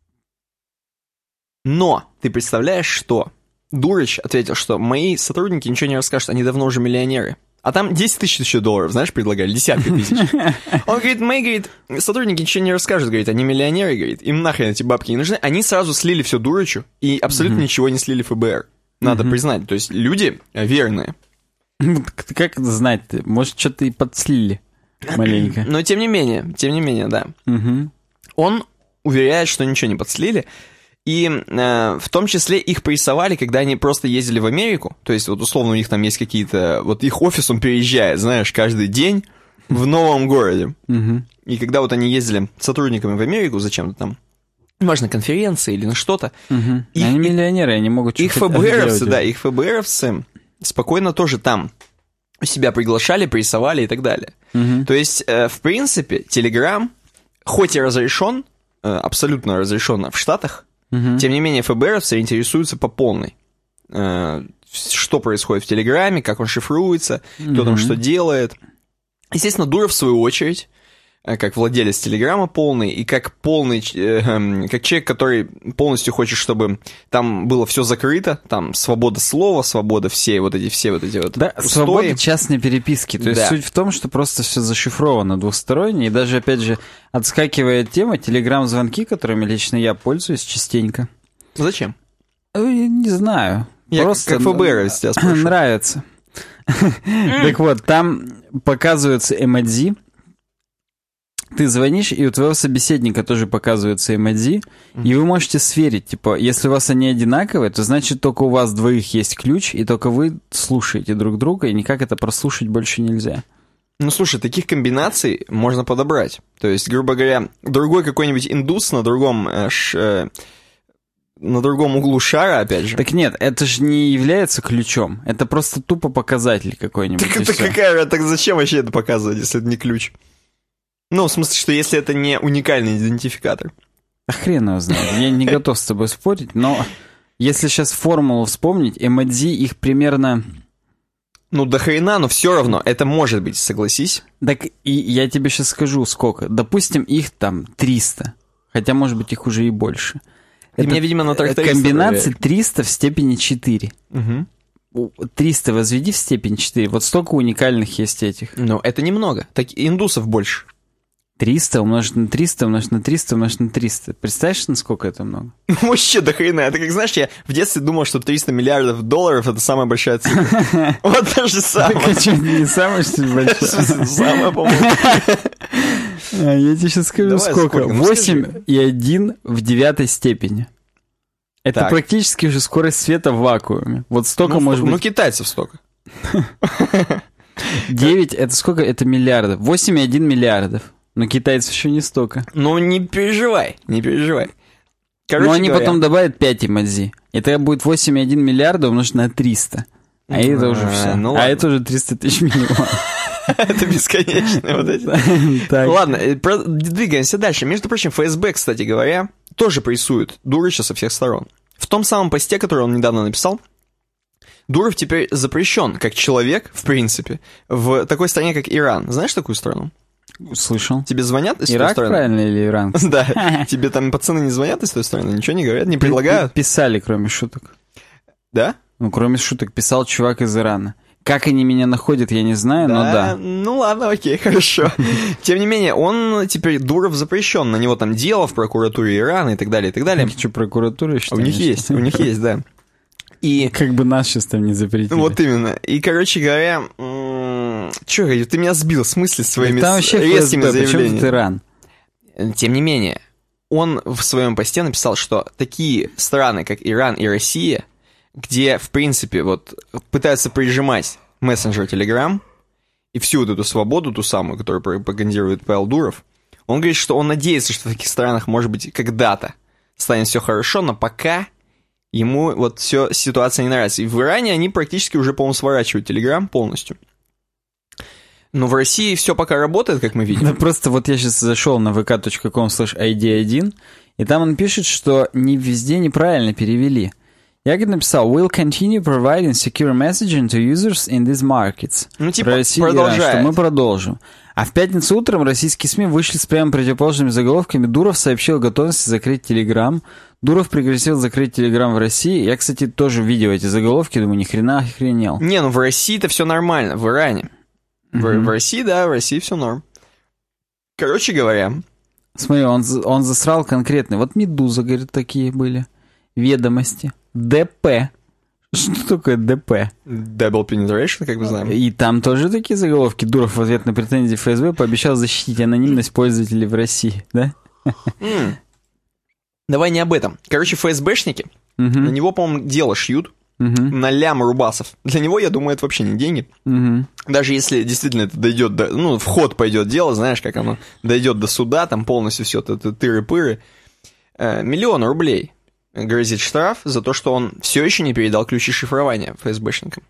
Но ты представляешь, что Дурыч ответил, что мои сотрудники ничего не расскажут, они давно уже миллионеры. А там 10 тысяч еще долларов, знаешь, предлагали, десятки тысяч. Он говорит, мои, говорит, сотрудники ничего не расскажут, говорит, они миллионеры, говорит, им нахрен эти бабки не нужны. Они сразу слили все Дурычу и абсолютно ничего не слили ФБР. Надо признать, то есть люди верные. Как это знать-то? Может, что-то и подслили маленько. Но тем не менее, да. Он уверяет, что ничего не подслили. И в том числе их прессовали, когда они просто ездили в Америку. То есть, вот условно, у них там есть какие-то... Вот их офис, он переезжает, знаешь, каждый день в новом городе. И когда вот они ездили с сотрудниками в Америку зачем-то там, неважно, конференции или на что-то... Они миллионеры, они могут... Их ФБРовцы, да, их ФБРовцы спокойно тоже там себя приглашали, прессовали и так далее. То есть, в принципе, Телеграм, хоть и разрешен, абсолютно разрешен в Штатах, тем не менее, ФБРовцы интересуются по полной. Что происходит в Телеграме, как он шифруется, кто там что делает. Естественно, Дуров, в свою очередь, как владелец Телеграма полный, и как полный, как человек, который полностью хочет, чтобы там было все закрыто, там свобода слова, свобода все вот эти вот да, устои. Свобода частной переписки. То есть суть в том, что просто все зашифровано двухсторонне, и даже, опять же, отскакивая от темы, Телеграм-звонки, которыми лично я пользуюсь частенько. Зачем? Не знаю. Я просто как ФБР тебя спрашиваю. Нравится. Так вот, там показываются эмодзи. Ты звонишь, и у твоего собеседника тоже показываются эмодзи, и вы можете сверить, типа, если у вас они одинаковые, то значит только у вас двоих есть ключ, и только вы слушаете друг друга, и никак это прослушать больше нельзя. Ну, слушай, таких комбинаций можно подобрать. То есть, грубо говоря, другой какой-нибудь индус на другом углу шара, опять же. Так нет, это же не является ключом, это просто тупо показатель какой-нибудь. Так зачем вообще это показывать, если это не ключ? Ну, в смысле, что если это не уникальный идентификатор. А хрен его знает, я не готов с тобой спорить, но если сейчас формулу вспомнить, эмодзи их примерно... Ну, до хрена, но все равно, это может быть, согласись. Так и я тебе сейчас скажу, сколько. Допустим, их там 300, хотя, может быть, их уже и больше. Ты меня, видимо, на тракториста комбинация 300 в степени 4. 300 возведи в степень 4, вот столько уникальных есть этих. Ну, это немного, так индусов больше. 300 умножить на 300, умножить на 300, умножить на 300. Представляешь, насколько это много? Вообще до хрена. Это как, знаешь, я в детстве думал, что 300 миллиардов долларов — это самая большая цифра. Вот то же самое. Так что, не самая, что ли, большая? Самая, по-моему. Я тебе сейчас скажу, сколько. 8,1 в 9 степени. Это практически уже скорость света в вакууме. Вот столько может быть. Ну, китайцев столько. 9 — это сколько? Это миллиардов. 8,1 миллиардов. Но китайцев еще не столько. Ну, не переживай, не переживай. Короче но они говоря... потом добавят 5 эмодзи. И тогда будет 8,1 миллиарда умножить на 300. А это уже все. Ну, а это уже 300 тысяч миллионов. Это бесконечно вот эти. Ладно, двигаемся дальше. Между прочим, ФСБ, кстати говоря, тоже прессует Дурыча со всех сторон. В том самом посте, который он недавно написал, Дуров теперь запрещен как человек, в принципе, в такой стране, как Иран. Знаешь такую страну? Слышал. Тебе звонят из Ирак, той стороны? Правильно, или Иран? Да. Тебе там пацаны не звонят из той стороны? Ничего не говорят, не предлагают? Писали, кроме шуток. Да? Ну, кроме шуток, писал чувак из Ирана. Как они меня находят, я не знаю, но да. Ну ладно, окей, хорошо. Тем не менее, он теперь, Дуров, запрещен. На него там дело в прокуратуре Ирана и так далее, и так далее. Что, прокуратура? У них есть, да. И как бы нас сейчас там не запретили. Вот именно. И, короче говоря, чё, ты меня сбил в смысле своими резкими заявлениями. Причем Иран? Тем не менее, он в своем посте написал, что такие страны, как Иран и Россия, где, в принципе, вот пытаются прижимать мессенджер Telegram и всю вот эту свободу, ту самую, которую пропагандирует Павел Дуров, он говорит, что он надеется, что в таких странах, может быть, когда-то станет все хорошо, но пока Ему вот все ситуация не нравится. И в Иране они практически уже, по-моему, сворачивают Telegram полностью. Но в России все пока работает, как мы видим. Да просто вот я сейчас зашел на vk.com/id1, и там он пишет, что не везде неправильно перевели. Я, говорит, написал, will continue providing secure messaging to users in these markets. Ну, типа, продолжает. Что мы продолжим. А в пятницу утром российские СМИ вышли с прямо противоположными заголовками. Дуров сообщил о готовности закрыть Telegram. Дуров пригрозил закрыть Telegram в России. Я, кстати, тоже видел эти заголовки, думаю, ни хрена охренел. Не, ну в России-то все нормально, в Иране. В России, да, в России все норм. Короче говоря... Смотри, он засрал конкретно. Вот «Медуза», говорит, такие были. «Ведомости». ДП. Что такое ДП? Double penetration, как мы знаем. И там тоже такие заголовки. Дуров в ответ на претензии ФСБ пообещал защитить анонимность пользователей в России, да? Давай не об этом. Короче, ФСБшники, на него, по-моему, дело шьют на лям рубасов. Для него, я думаю, это вообще не деньги. Даже если действительно это дойдет до... Ну, в ход пойдет дело, знаешь, как оно дойдет до суда, там полностью все это тыры-пыры. 1 000 000 рублей грозит штраф за то, что он все еще не передал ключи шифрования ФСБшникам.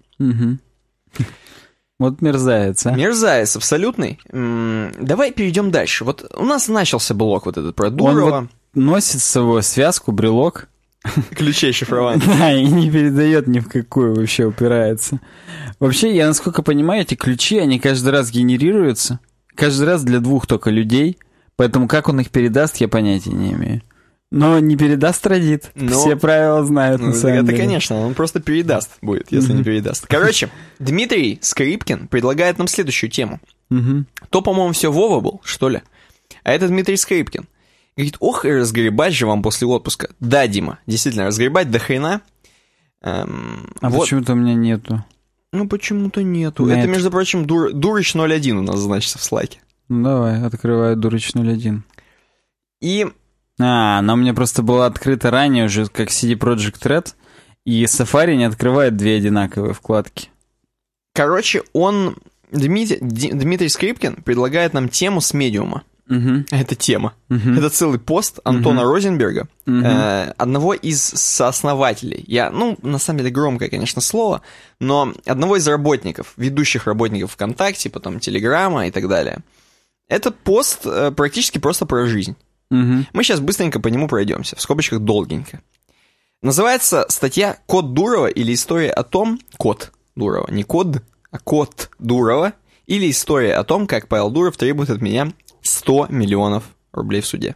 Вот мерзавец, а? Мерзавец абсолютный. Давай перейдем дальше. Вот у нас начался блок вот этот про Дурова. Он вот носит с собой связку, брелок. Ключей шифрования. Да, и не передает ни в какую, вообще упирается. Вообще, я насколько понимаю, эти ключи, они каждый раз генерируются. Каждый раз для 2 только людей. Поэтому как он их передаст, я понятия не имею. Но не передаст, родит. Все правила знают, на самом деле. Это, конечно, он просто передаст будет, если не передаст. Короче, Дмитрий Скрипкин предлагает нам следующую тему. То, по-моему, все Вова был, что ли? А это Дмитрий Скрипкин. Говорит, ох, и разгребать же вам после отпуска. Да, Дима, действительно, разгребать до хрена. Вот. Почему-то у меня нету. Ну, почему-то нету. Это, между прочим, Дурыч 01 у нас значится в слайке. Ну, давай, открываю Дурыч 01. И... она у меня просто была открыта ранее уже, как CD Projekt Red, и Safari не открывает 2 одинаковые вкладки. Короче, Дмитрий Скрипкин предлагает нам тему с медиума. Это тема. Это целый пост Антона Розенберга, одного из сооснователей. На самом деле громкое, конечно, слово, но одного из работников, ведущих работников ВКонтакте, потом Телеграма и так далее. Этот пост практически просто про жизнь. Мы сейчас быстренько по нему пройдемся, в скобочках долгенько. Называется статья «Код Дурова» или «История о том...» Код Дурова, не код, а код Дурова, или «История о том, как Павел Дуров требует от меня 100 миллионов рублей в суде».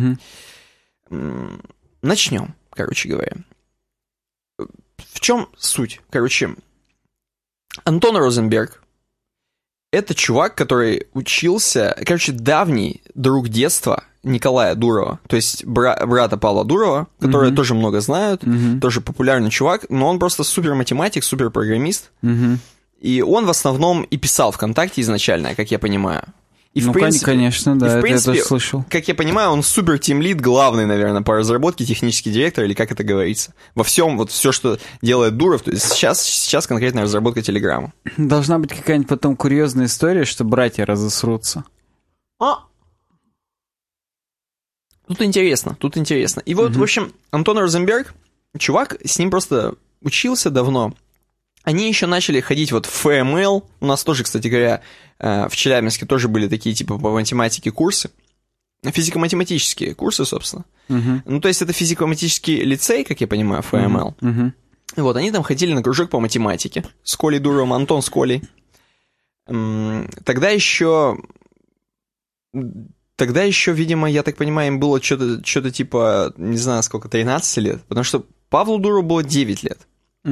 Начнем, короче говоря. В чем суть? Короче, Антон Розенберг — это чувак, который учился... давний друг детства Николая Дурова, то есть брата Павла Дурова, которого тоже много знают, тоже популярный чувак, но он просто супер математик, супер программист, и он в основном и писал ВКонтакте изначально, как я понимаю. И в принципе, конечно, да, в принципе, я тоже слышал. Как я понимаю, он супер тимлид, главный, наверное, по разработке, технический директор, или как это говорится. Во всем, вот все, что делает Дуров, то есть сейчас конкретно разработка Телеграма. Должна быть какая-нибудь потом курьезная история, что братья разосрутся. Тут интересно. И вот, в общем, Антон Розенберг, чувак, с ним просто учился давно. Они еще начали ходить вот в ФМЛ. У нас тоже, кстати говоря, в Челябинске тоже были такие типа по математике курсы. Физико-математические курсы, собственно. Ну, то есть это физико-математический лицей, как я понимаю, ФМЛ. Вот, они там ходили на кружок по математике с Колей Дуровым, Антон с Колей. Тогда еще, видимо, я так понимаю, им было что-то типа, не знаю, сколько, 13 лет. Потому что Павлу Дурову было 9 лет.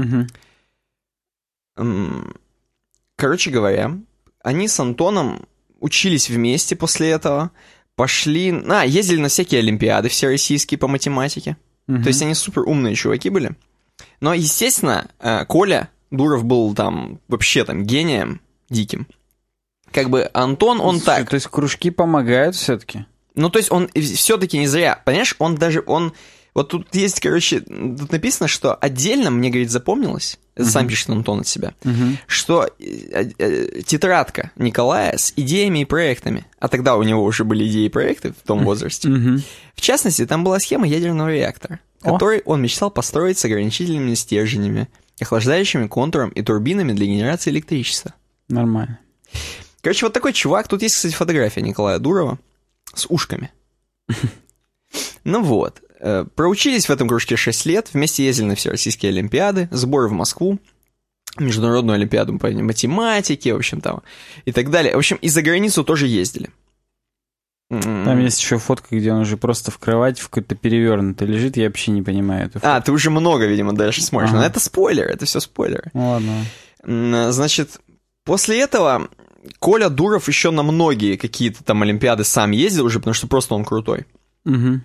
Короче говоря, они с Антоном учились вместе после этого, ездили на всякие олимпиады всероссийские по математике. То есть они супер умные чуваки были. Но, естественно, Коля Дуров был там вообще там гением диким. Как бы Антон, он так... То есть кружки помогают все-таки? Ну, то есть он все-таки не зря. Понимаешь, вот тут есть, короче, тут написано, что отдельно, мне, говорит, запомнилось, сам пишет Антон от себя, что тетрадка Николая с идеями и проектами, а тогда у него уже были идеи и проекты в том возрасте, в частности, там была схема ядерного реактора. который он мечтал построить с ограничительными стержнями, охлаждающими контуром и турбинами для генерации электричества. Нормально. Короче, вот такой чувак. Тут есть, кстати, фотография Николая Дурова с ушками. Ну вот. Проучились в этом кружке 6 лет, вместе ездили на всероссийские олимпиады, сборы в Москву, международную олимпиаду по математике, в общем, там, и так далее. В общем, и за границу тоже ездили. Там есть еще фотка, где он уже просто в кровати в какой-то перевернутый лежит, я вообще не понимаю эту фотку. Ты уже много, видимо, дальше смотришь. Но это спойлер, это все спойлеры. Ладно. Значит, после этого Коля Дуров еще на многие какие-то там олимпиады сам ездил уже, потому что просто он крутой. Угу.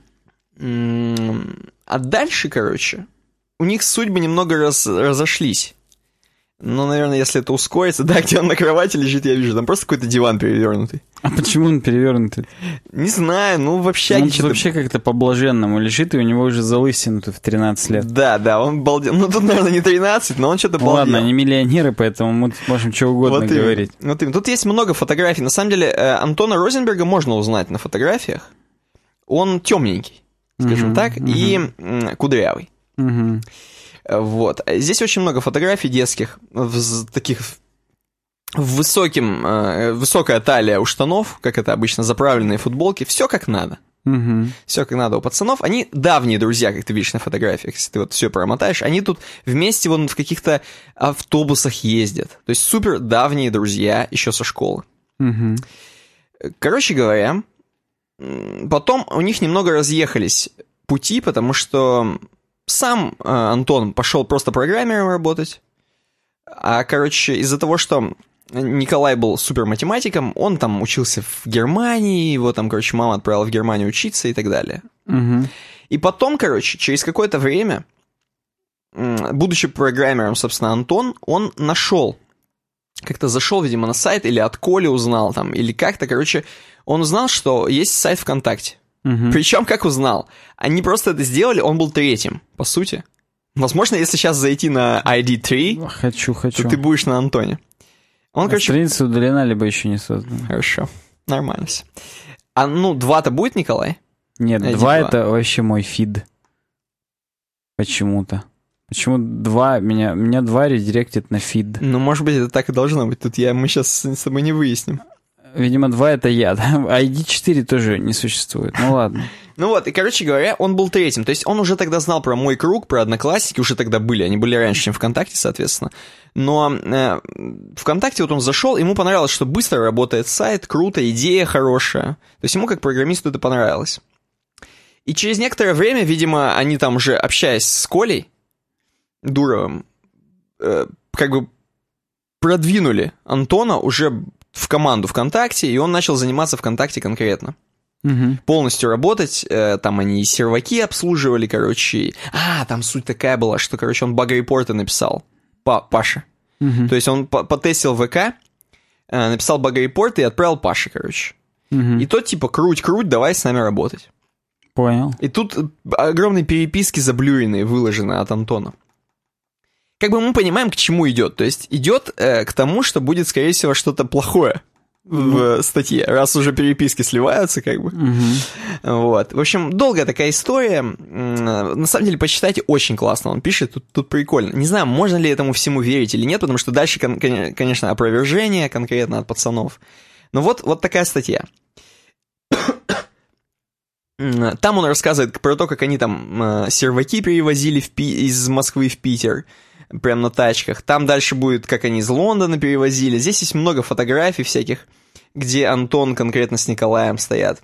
А дальше, короче, у них судьбы немного разошлись. Ну, наверное, если это ускорится, да, где он на кровати лежит, я вижу, там просто какой-то диван перевернутый. А почему он перевернутый? Не знаю, ну в общаге что-то... вообще как-то по-блаженному лежит, и у него уже залысинуто в 13 лет. Да, он балдел. Ну, тут, наверное, не 13, но он что-то балдел. Ладно, они миллионеры, поэтому мы можем что угодно говорить. Вот именно. Тут есть много фотографий. На самом деле, Антона Розенберга можно узнать на фотографиях. Он темненький, скажем так, и кудрявый. Вот. Здесь очень много фотографий детских, таких высокая талия у штанов, как это обычно, заправленные футболки, все как надо. Все как надо у пацанов. Они давние друзья, как ты видишь на фотографиях, если ты вот все промотаешь. Они тут вместе вон в каких-то автобусах ездят. То есть супер давние друзья еще со школы. Короче говоря, потом у них немного разъехались пути, потому что сам Антон пошел просто программером работать, короче, из-за того, что Николай был супер математиком, он там учился в Германии, его там, короче, мама отправила в Германию учиться и так далее. И потом, короче, через какое-то время, будучи программером, собственно, Антон, он как-то зашел, видимо, на сайт, или от Коли узнал там, или как-то, короче, он узнал, что есть сайт ВКонтакте. Причем, как узнал? Они просто это сделали, он был третьим, по сути. Возможно, если сейчас зайти на ID3, хочу. то ты будешь на Антоне. Страница удалена, либо еще не создана. Хорошо, нормально. 2-то будет, Николай? Нет, 2 это вообще мой фид. Почему-то. Почему 2? Меня 2 редиректит на фид. Ну, может быть, это так и должно быть. Тут мы сейчас с тобой не выясним. Видимо, 2 это я, да? ID4 тоже не существует, ну ладно. Ну вот, и, короче говоря, он был третьим. То есть он уже тогда знал про мой круг, про Одноклассники, уже тогда были. Они были раньше, чем ВКонтакте, соответственно. Но ВКонтакте вот он зашел, ему понравилось, что быстро работает сайт, круто, идея хорошая. То есть ему как программисту это понравилось. И через некоторое время, видимо, они там уже, общаясь с Колей Дуровым, как бы продвинули Антона уже в команду ВКонтакте, и он начал заниматься ВКонтакте конкретно. Полностью работать, там они и серваки обслуживали, короче. Там суть такая была, что, короче, он баг-репорты написал, Паше. То есть он потестил ВК, написал баг-репорты и отправил Паше, короче. И тот типа, круть, давай с нами работать. Понял. И тут огромные переписки заблюренные выложены от Антона. Как бы мы понимаем, к чему идет. То есть идет к тому, что будет, скорее всего, что-то плохое в статье, раз уже переписки сливаются, как бы. Вот. В общем, долгая такая история. На самом деле, почитайте, очень классно он пишет, тут прикольно. Не знаю, можно ли этому всему верить или нет, потому что дальше, конечно, опровержение конкретно от пацанов. Но вот такая статья. Там он рассказывает про то, как они там серваки перевозили из Москвы в Питер, прям на тачках. Там дальше будет, как они из Лондона перевозили. Здесь есть много фотографий всяких, где Антон конкретно с Николаем стоят.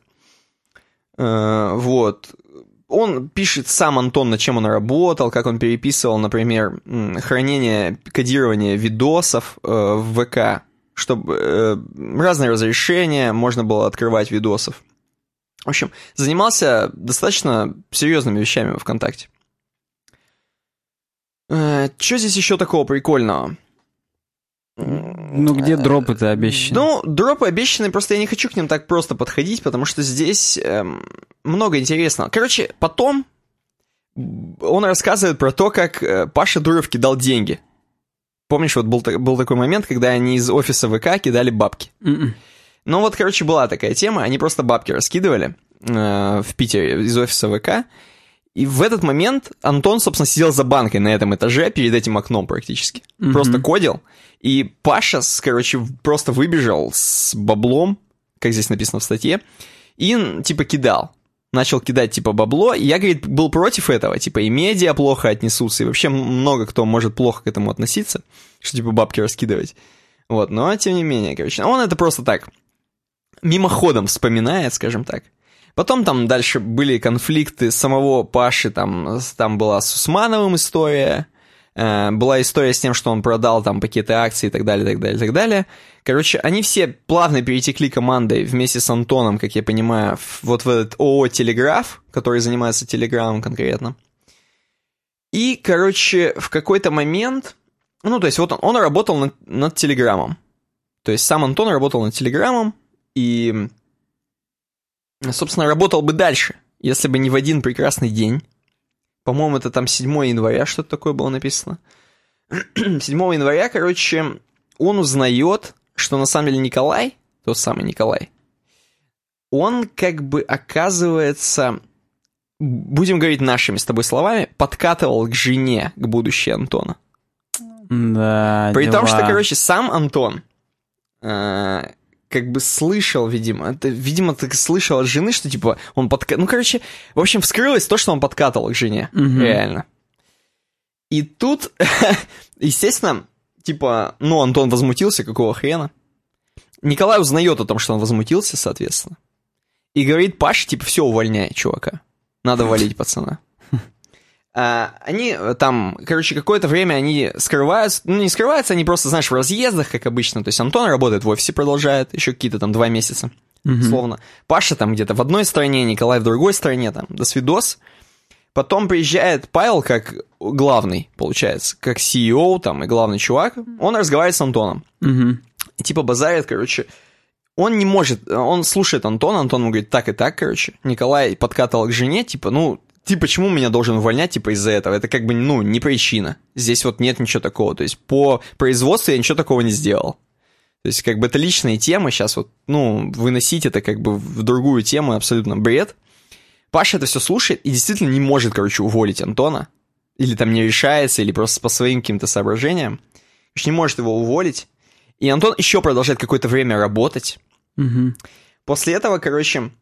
Вот. Он пишет сам, Антон, над чем он работал, как он переписывал, например, хранение, кодирование видосов в ВК, чтобы разные разрешения можно было открывать видосов. В общем, занимался достаточно серьезными вещами во ВКонтакте. Что здесь еще такого прикольного? Ну, где дропы-то обещаны? Ну, дропы обещаны, просто я не хочу к ним так просто подходить, потому что здесь много интересного. Короче, потом он рассказывает про то, как Паша Дуров кидал деньги. Помнишь, вот был такой момент, когда они из офиса ВК кидали бабки? Ну вот, короче, была такая тема, они просто бабки раскидывали в Питере из офиса ВК, И в этот момент Антон, собственно, сидел за банкой на этом этаже, перед этим окном практически. Просто кодил. И Паша, короче, просто выбежал с баблом, как здесь написано в статье, и, типа, кидал. Начал кидать, типа, бабло. И я, говорит, был против этого. Типа, и медиа плохо отнесутся, и вообще много кто может плохо к этому относиться, что, типа, бабки раскидывать. Вот, но, тем не менее, короче, он это просто так, мимоходом вспоминает, скажем так. Потом там дальше были конфликты самого Паши, там была с Усмановым история, была история с тем, что он продал там пакеты акций и так далее, так далее, так далее. Короче, они все плавно перетекли командой вместе с Антоном, как я понимаю, вот в этот ООО «Телеграф», который занимается телеграммом конкретно. И, короче, в какой-то момент, ну, то есть вот он работал над телеграммом. То есть сам Антон работал над телеграммом и... собственно, работал бы дальше, если бы не в один прекрасный день. По-моему, это там 7 января, что-то такое было написано. 7 января, короче, он узнает, что на самом деле Николай, тот самый Николай, он как бы оказывается, будем говорить нашими с тобой словами, подкатывал к жене, к будущей Антона. Да, При дела. том, что, короче, сам Антон... как бы слышал, видимо, ты слышал от жены, что, типа, он подкатывал... Ну, короче, в общем, вскрылось то, что он подкатывал к жене, реально. И тут, естественно, типа, ну, Антон возмутился, какого хрена. Николай узнает о том, что он возмутился, соответственно. И говорит Паше, типа, все, увольняй, чувака. Надо валить пацана. Они там, короче, какое-то время они скрываются, ну не скрываются, они просто, знаешь, в разъездах, как обычно, то есть Антон работает в офисе, продолжает еще какие-то там 2 месяца, словно. Паша там где-то в одной стране, Николай в другой стране, там, до свидос. Потом приезжает Павел как главный, получается, как CEO там и главный чувак, он разговаривает с Антоном. И, типа базарит, короче, он не может, он слушает Антона, Антон ему говорит так и так, короче, Николай подкатывал к жене, типа, ну, ты почему меня должен увольнять, типа, из-за этого? Это как бы, ну, не причина. Здесь вот нет ничего такого. То есть по производству я ничего такого не сделал. То есть как бы это личные темы. Сейчас вот, ну, выносить это как бы в другую тему абсолютно бред. Паша это все слушает и действительно не может, короче, уволить Антона. Или там не решается, или просто по своим каким-то соображениям. Не может его уволить. И Антон еще продолжает какое-то время работать. После этого, короче...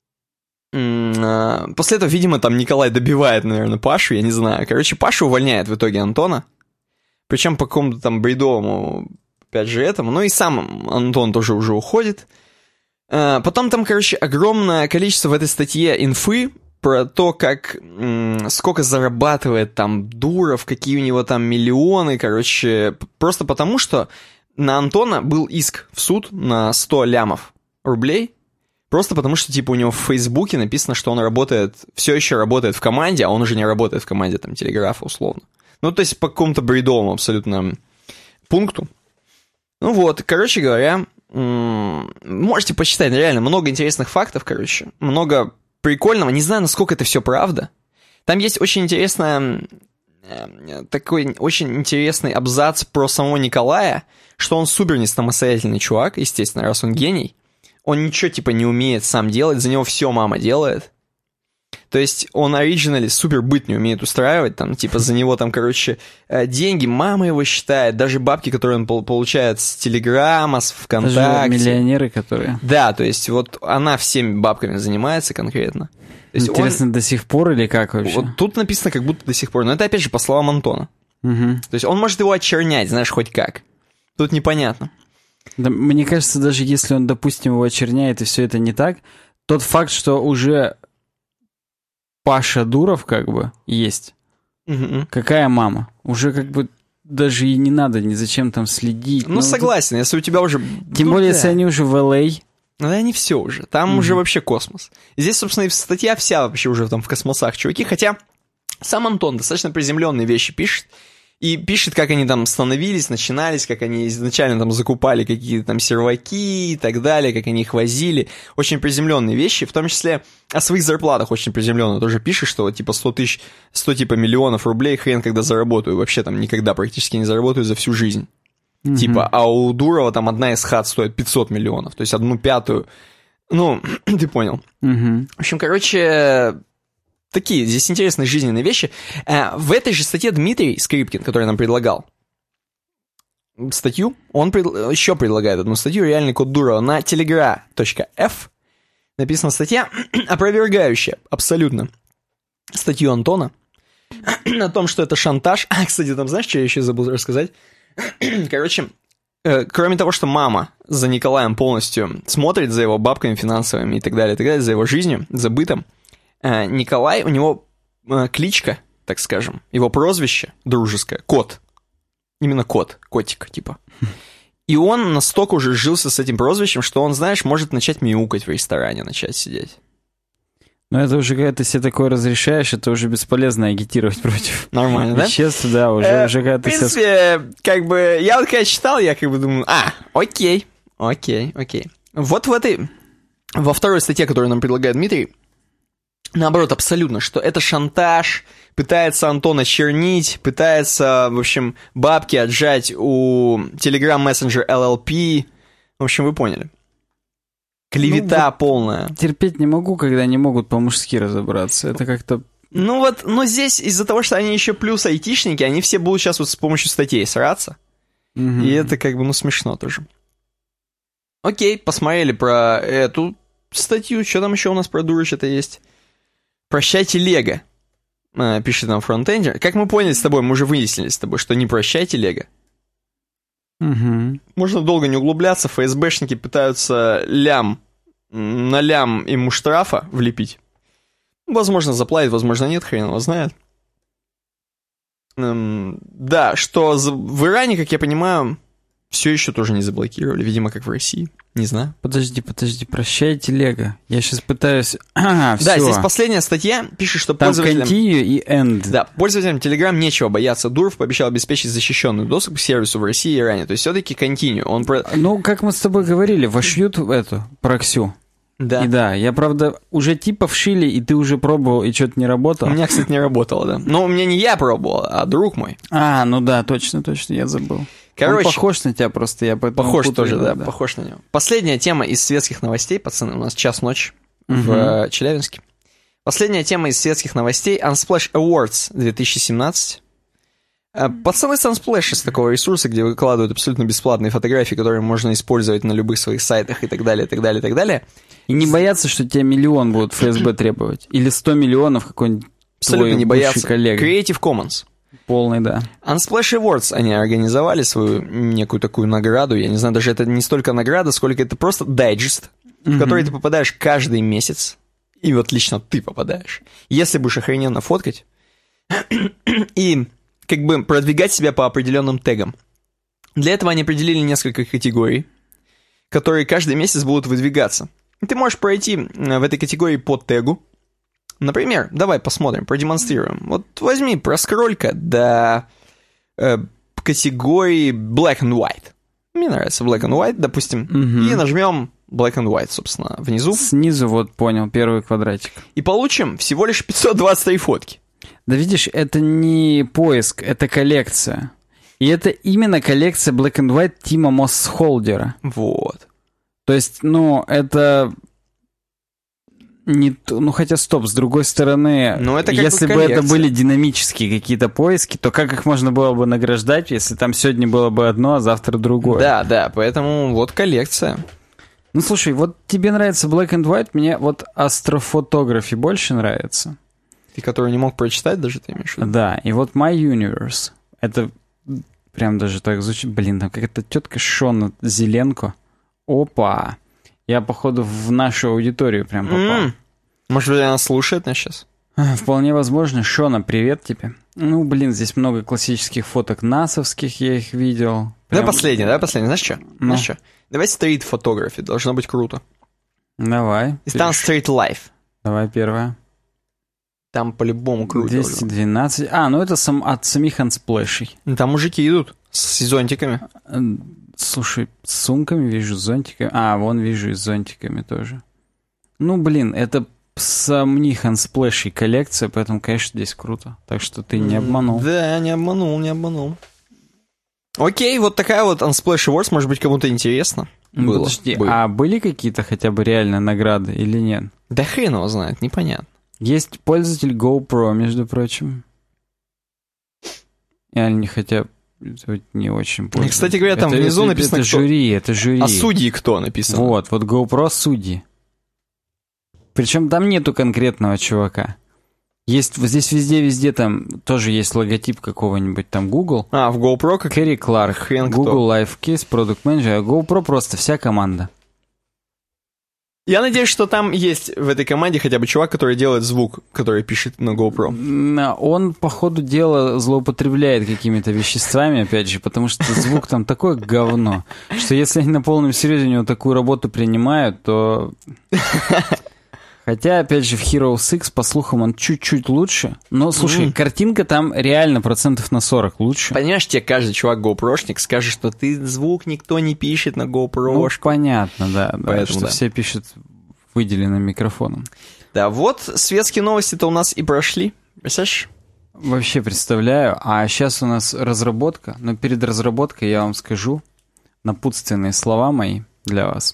После этого, видимо, там Николай добивает, наверное, Пашу, я не знаю. Короче, Паша увольняет в итоге Антона. Причем по какому-то там бредовому, опять же, этому. Ну и сам Антон тоже уже уходит. Потом там, короче, огромное количество в этой статье инфы про то, как сколько зарабатывает там Дуров, какие у него там миллионы, короче. Просто потому, что на Антона был иск в суд на 100 лямов рублей. Просто потому, что, типа, у него в Фейсбуке написано, что он работает, все еще работает в команде, а он уже не работает в команде, там, Телеграфа, условно. Ну, то есть, по какому-то бредовому абсолютно пункту. Ну вот, короче говоря, можете почитать, реально, много интересных фактов, короче, много прикольного. Не знаю, насколько это все правда. Там есть очень интересная, такой очень интересный абзац про самого Николая, что он супер не самостоятельный чувак, естественно, раз он гений. Он ничего, типа, не умеет сам делать, за него все мама делает. То есть он оригинально супер быт не умеет устраивать, там, типа, за него там, короче, деньги мама его считает, даже бабки, которые он получает с Телеграма, с ВКонтакте. Даже миллионеры, которые... Да, то есть вот она всеми бабками занимается конкретно. То есть интересно, до сих пор или как вообще? Вот тут написано, как будто до сих пор, но это, опять же, по словам Антона. То есть он может его очернять, знаешь, хоть как. Тут непонятно. Да, мне кажется, даже если он, допустим, его очерняет, и все это не так, тот факт, что уже Паша Дуров как бы есть. Какая мама? Уже как бы даже и не надо ни зачем там следить. Ну, согласен, если у тебя уже... Тем более, если они уже в LA. Ну, да, не все уже. Там уже вообще космос. И здесь, собственно, и статья вся вообще уже там в космосах, чуваки. Хотя сам Антон достаточно приземленные вещи пишет. И пишет, как они там становились, начинались, как они изначально там закупали какие-то там серваки и так далее, как они их возили. Очень приземленные вещи, в том числе о своих зарплатах очень приземленно тоже пишет, что вот типа 100 типа миллионов рублей хрен когда заработаю. Вообще там никогда практически не заработаю за всю жизнь. Типа, а у Дурова там одна из хат стоит 500 миллионов, то есть 1/5. Ну, ты понял. В общем, короче... такие здесь интересные жизненные вещи. В этой же статье Дмитрий Скрипкин, который нам предлагал статью, он еще предлагает одну статью, реальный код Дурова, на telegra.f. Написана статья, опровергающая абсолютно статью Антона о том, что это шантаж. Кстати, там знаешь, что я еще забыл рассказать? Короче, кроме того, что мама за Николаем полностью смотрит за его бабками финансовыми и так далее, за его жизнью, за бытом, Николай, у него кличка, так скажем, его прозвище дружеское, Кот. Именно кот, котик, типа. И он настолько уже сжился с этим прозвищем, что он, знаешь, может начать мяукать в ресторане, начать сидеть. Но это уже, когда ты себе такое разрешаешь, это уже бесполезно агитировать против. Нормально, да? Веществ, да, уже когда ты... В принципе, как бы, я вот когда читал, я как бы думаю, окей. Вот во второй статье, которую нам предлагает Дмитрий, наоборот, абсолютно, что это шантаж, пытается Антона чернить, пытается, в общем, бабки отжать у Telegram Messenger LLP. В общем, вы поняли. Клевета полная. Терпеть не могу, когда не могут по-мужски разобраться. Это как-то... Но здесь из-за того, что они еще плюс айтишники, они все будут сейчас вот с помощью статей сраться. И это как бы, смешно тоже. Окей, посмотрели про эту статью. Что там еще у нас про дурочь-то есть? Прощайте Лего, пишет нам фронтендер. Как мы поняли с тобой, мы уже выяснили с тобой, что не прощайте Лего. Можно долго не углубляться, ФСБшники пытаются на лям ему штрафа влепить. Возможно, заплатит, возможно, нет, хрен его знает. Да, что в Иране, как я понимаю, все еще тоже не заблокировали, видимо, как в России. Не знаю. Подожди, прощайте Лего. Я сейчас пытаюсь... Да, здесь последняя статья пишет, что там пользователям... continue и end. Да, пользователям Telegram нечего бояться. Дуров пообещал обеспечить защищенный доступ к сервису в России и Иране. То есть все-таки continue. Ну, как мы с тобой говорили, вошьют эту проксю. Да. И да, я, правда, уже типа вшили, и ты уже пробовал, и что-то не работало. У меня, кстати, не работало, да. Но у меня не я пробовал, а друг мой. Ну да, точно, я забыл. Короче, он похож на тебя просто, я поэтому похож путаю, тоже, да, похож на него. Последняя тема из светских новостей, пацаны, у нас час ночи в Челябинске. Последняя тема из светских новостей — Unsplash Awards 2017. Пацаны с Unsplash, с такого ресурса, где выкладывают абсолютно бесплатные фотографии, которые можно использовать на любых своих сайтах и так далее, и так далее, и так далее. И не боятся, что тебе 1 миллион будут ФСБ требовать. Или 100 миллионов какой-нибудь абсолютно не боятся. Коллега. Creative Commons. Полный, да. Unsplash Awards, они организовали свою некую такую награду. Я не знаю, даже это не столько награда, сколько это просто дайджест, в который ты попадаешь каждый месяц. И вот лично ты попадаешь. Если будешь охрененно фоткать и как бы продвигать себя по определенным тегам. Для этого они определили несколько категорий, которые каждый месяц будут выдвигаться. И ты можешь пройти в этой категории по тегу. Например, давай посмотрим, продемонстрируем. Вот возьми, проскроль-ка до категории Black and White. Мне нравится Black and White, допустим. И нажмем Black and White, собственно, внизу. Снизу, вот, понял, первый квадратик. И получим всего лишь 523 фотки. Да видишь, это не поиск, это коллекция. И это именно коллекция Black and White Тима Моссхолдера. Вот. То есть, это... хотя стоп, с другой стороны, это если бы это были динамические какие-то поиски, то как их можно было бы награждать, если там сегодня было бы одно, а завтра другое? Да, поэтому вот коллекция. Слушай, вот тебе нравится Black and White, мне вот астрофотографии больше нравится. Ты, который не мог прочитать даже, ты имеешь в виду? Да, и вот My Universe, это прям даже так звучит, там какая-то тетка Шона Зеленко. Опа! Я, походу, в нашу аудиторию прям попал. Может быть, она слушает нас сейчас? Вполне возможно. Шона, привет тебе. Здесь много классических фоток насовских, я их видел. Прям... Давай последний. Знаешь что? Давай стрит фотографии, должно быть круто. Давай. И там Street Life. Давай первое. Там по-любому круто. 212. Это от самих Unsplash'ей. Там мужики идут с зонтиками. Слушай, с сумками вижу, с зонтиками. Вон вижу и с зонтиками тоже. Это самих Unsplash'ей коллекция, поэтому, конечно, здесь круто. Так что ты не обманул. Да, не обманул. Окей, вот такая вот Unsplash Awards, может быть, кому-то интересно. Подожди, а были какие-то хотя бы реальные награды или нет? Да хрен его знает, непонятно. Есть пользователь GoPro, между прочим. И они хотя не очень пользуются. Кстати говоря, там внизу написано, это жюри, это жюри. А судьи кто написано? Вот GoPro судьи. Причем там нету конкретного чувака. Есть здесь везде там тоже есть логотип какого-нибудь там Google. А, в GoPro как Кэрри Кларк, Google Live Case, Product Manager, а GoPro просто вся команда. Я надеюсь, что там есть в этой команде хотя бы чувак, который делает звук, который пишет на GoPro. Он, по ходу дела, злоупотребляет какими-то веществами, опять же, потому что звук там такое говно, что если они на полном серьезе у него такую работу принимают, то... Хотя, опять же, в Heroes X, по слухам, он чуть-чуть лучше. Но, слушай, картинка там реально процентов на 40 лучше. Понимаешь, тебе каждый чувак GoPro-шник скажет, что ты звук никто не пишет на GoPro. Ну, понятно, да. Поэтому, что все пишут выделенным микрофоном. Да, вот светские новости-то у нас и прошли. Представляешь? Вообще представляю. А сейчас у нас разработка. Но перед разработкой я вам скажу напутственные слова мои для вас.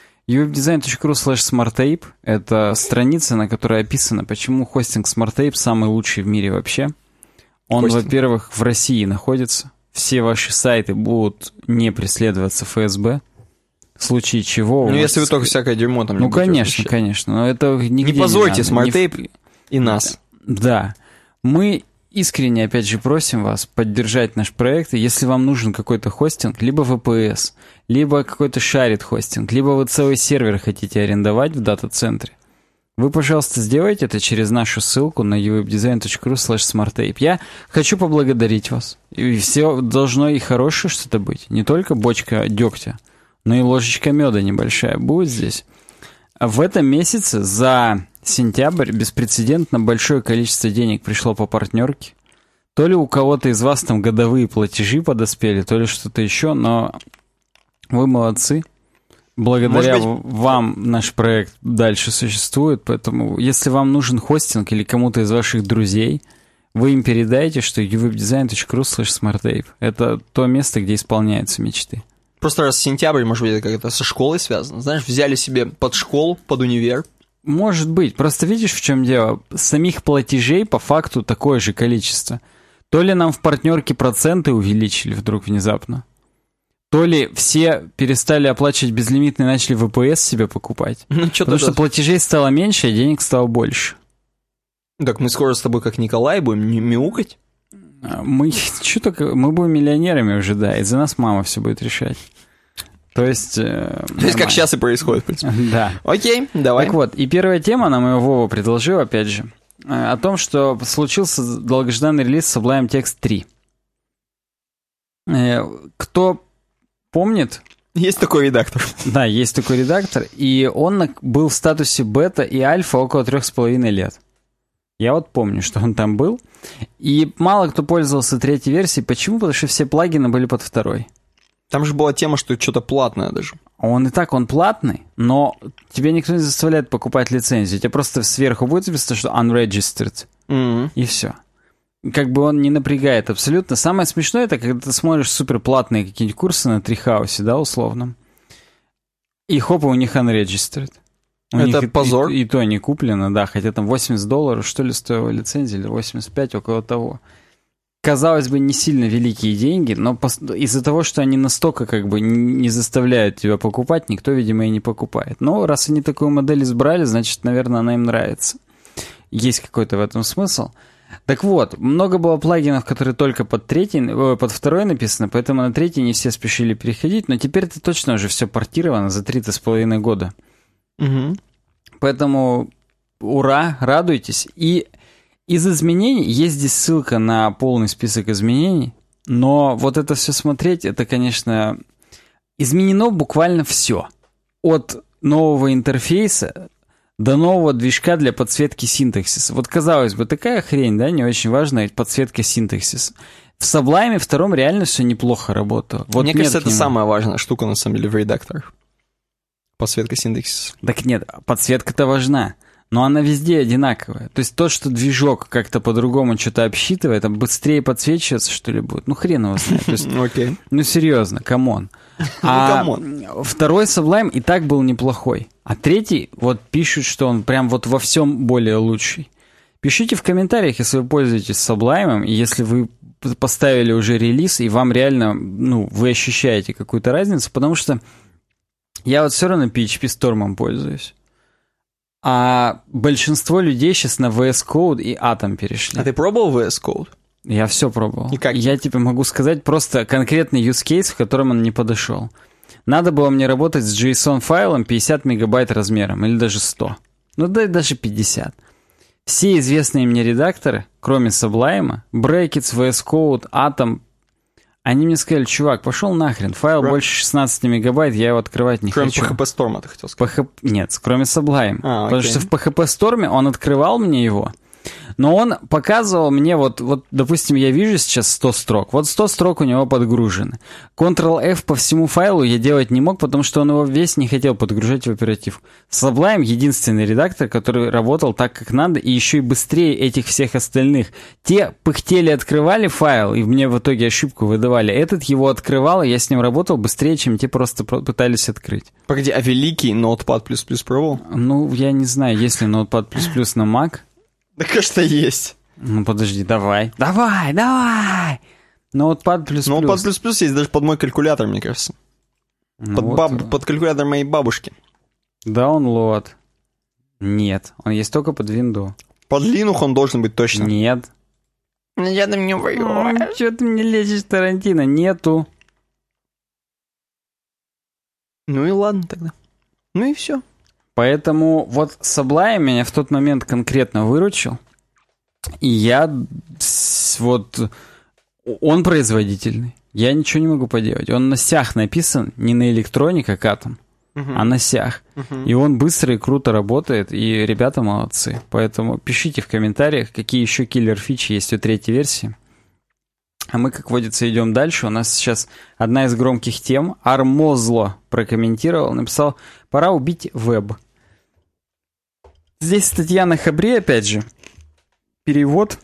uwebdesign.ru/smartape — это страница, на которой описано, почему хостинг SmartApe самый лучший в мире вообще. Он, во-первых, в России находится. Все ваши сайты будут не преследоваться ФСБ. В случае чего... Ну, если вы только всякое дерьмо там не будете конечно, конечно. Но это нигде не позорьте не надо. SmartApe и нас. Да. Мы искренне, опять же, просим вас поддержать наш проект. И если вам нужен какой-то хостинг, либо VPS, либо какой-то шарит хостинг, либо вы целый сервер хотите арендовать в дата-центре, вы, пожалуйста, сделайте это через нашу ссылку на uwebdesign.ru/smartape. Я хочу поблагодарить вас. И все должно и хорошее что-то быть. Не только бочка дегтя, но и ложечка меда небольшая будет здесь. В этом месяце за сентябрь беспрецедентно большое количество денег пришло по партнерке. То ли у кого-то из вас там годовые платежи подоспели, то ли что-то еще, но вы молодцы. Благодаря вам наш проект дальше существует, поэтому если вам нужен хостинг или кому-то из ваших друзей, вы им передайте, что uwebdesign.ru/smartape — это то место, где исполняются мечты. Просто раз сентябрь, может быть, это как-то со школой связано. Знаешь, взяли себе под школу, под универ. Может быть. Просто видишь, в чем дело? Самих платежей по факту такое же количество. То ли нам в партнерке проценты увеличили вдруг внезапно, то ли все перестали оплачивать безлимитно и начали VPS себе покупать. Ну, потому что платежей стало меньше, а денег стало больше. Так мы скоро с тобой как Николай будем мяукать. Мы будем миллионерами уже, да, и за нас мама все будет решать. То есть как сейчас и происходит. Да. Окей, давай. Так вот, и первая тема, нам ее Вова предложил, опять же, о том, что случился долгожданный релиз Sublime Text 3. Кто помнит... Есть такой редактор. Да, есть такой редактор, и он был в статусе бета и альфа около 3,5 лет. Я вот помню, что он там был. И мало кто пользовался третьей версией. Почему? Потому что все плагины были под второй. Там же была тема, что что-то платное даже. Он платный, но тебя никто не заставляет покупать лицензию. Тебе просто сверху будет написано, что unregistered. И все. Как бы он не напрягает абсолютно. Самое смешное, это когда ты смотришь суперплатные какие-нибудь курсы на Трихаусе, да, условно. И хоп, у них unregistered. Это позор. И то не куплено, да, хотя там $80, что ли, стоила лицензия, или 85, около того. Казалось бы, не сильно великие деньги, но из-за того, что они настолько как бы не заставляют тебя покупать, никто, видимо, и не покупает. Но раз они такую модель избрали, значит, наверное, она им нравится. Есть какой-то в этом смысл. Так вот, много было плагинов, которые только под второй написаны, поэтому на третий не все спешили переходить, но теперь это точно уже все портировано за 3,5 года. Угу. Поэтому ура, радуйтесь. И из изменений есть здесь ссылка на полный список изменений, но вот это все смотреть, это, конечно, изменено буквально все. От нового интерфейса до нового движка для подсветки синтаксиса. Вот, казалось бы, такая хрень, да, не очень важная подсветка синтаксиса. В Sublime 2 реально все неплохо работало. Вот мне кажется, это самая важная штука, на самом деле, в редакторах. Подсветка синтаксиса. Так нет, подсветка-то важна, но она везде одинаковая. То есть то, что движок как-то по-другому что-то обсчитывает, там быстрее подсвечиваться, что ли, будет. Ну, хрен его знает. То есть, ну, серьезно, камон. А второй Sublime и так был неплохой. А третий, вот пишут, что он прям вот во всем более лучший. Пишите в комментариях, если вы пользуетесь Sublime, и если вы поставили уже релиз, и вам реально, ну, вы ощущаете какую-то разницу, потому что я вот все равно PHP Storm пользуюсь. А большинство людей сейчас на VS Code и Atom перешли. А ты пробовал VS Code? Я все пробовал. И как? Я тебе могу сказать просто конкретный use case, в котором он не подошел. Надо было мне работать с JSON-файлом 50 мегабайт размером, или даже 100. Ну да, даже 50. Все известные мне редакторы, кроме Sublime, Brackets, VS Code, Atom, они мне сказали: чувак, пошел нахрен, файл больше 16 мегабайт, я его открывать не хочу. Кроме PHP Storm, ты хотел сказать? Нет, кроме Sublime. Потому окей. что в PHP Storm он открывал мне его, но он показывал мне, вот, допустим, я вижу сейчас 100 строк. Вот 100 строк у него подгружены. Ctrl-F по всему файлу я делать не мог, потому что он его весь не хотел подгружать в оперативку. Sublime — единственный редактор, который работал так, как надо, и еще и быстрее этих всех остальных. Те пыхтели, открывали файл, и мне в итоге ошибку выдавали. Этот его открывал, и я с ним работал быстрее, чем те просто пытались открыть. Погоди, а великий Notepad++ пробовал? Ну, я не знаю, есть ли Notepad++ на Mac. Да, кажется, есть. Ну, подожди, давай. Давай! Notepad++. Notepad++ есть даже под мой калькулятор, мне кажется. Ну, Под калькулятор моей бабушки. Download. Нет, он есть только под Windows. Под Linux он должен быть точно. Нет. Я там не воюю. Чё ты мне лезешь, Тарантино? Нету. Ну и ладно тогда. Ну и все. Поэтому вот Sublime меня в тот момент конкретно выручил. И я вот... Он производительный. Я ничего не могу поделать. Он на сях написан, не на электроне, как Atom, а на сях. И он быстро и круто работает, и ребята молодцы. Поэтому пишите в комментариях, какие еще киллер-фичи есть у третьей версии. А мы, как водится, идем дальше. У нас сейчас одна из громких тем. Армозло прокомментировал, написал: пора убить веб. Здесь статья на Хабре, опять же. Перевод.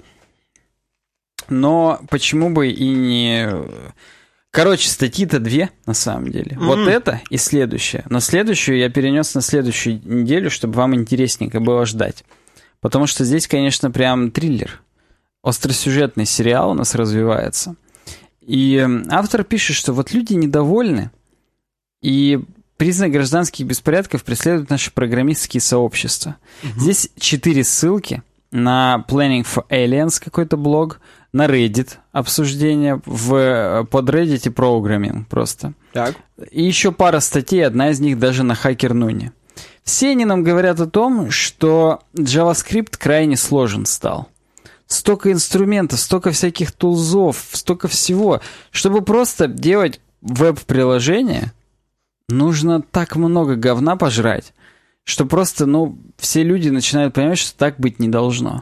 Но почему бы и не... Короче, статьи-то две, на самом деле. Вот это и следующая. Но следующую я перенес на следующую неделю, чтобы вам интересненько было ждать. Потому что здесь, конечно, прям триллер. Остросюжетный сериал у нас развивается. И автор пишет, что вот люди недовольны, и признак гражданских беспорядков преследуют наши программистские сообщества. Здесь 4 ссылки на Planning for Aliens, какой-то блог, на Reddit обсуждение, в подреддите Programming просто. Так. И еще пара статей, одна из них даже на HackerNoon. Все они нам говорят о том, что JavaScript крайне сложен стал. Столько инструментов, столько всяких тулзов, столько всего. Чтобы просто делать веб-приложение, нужно так много говна пожрать, что просто, все люди начинают понимать, что так быть не должно.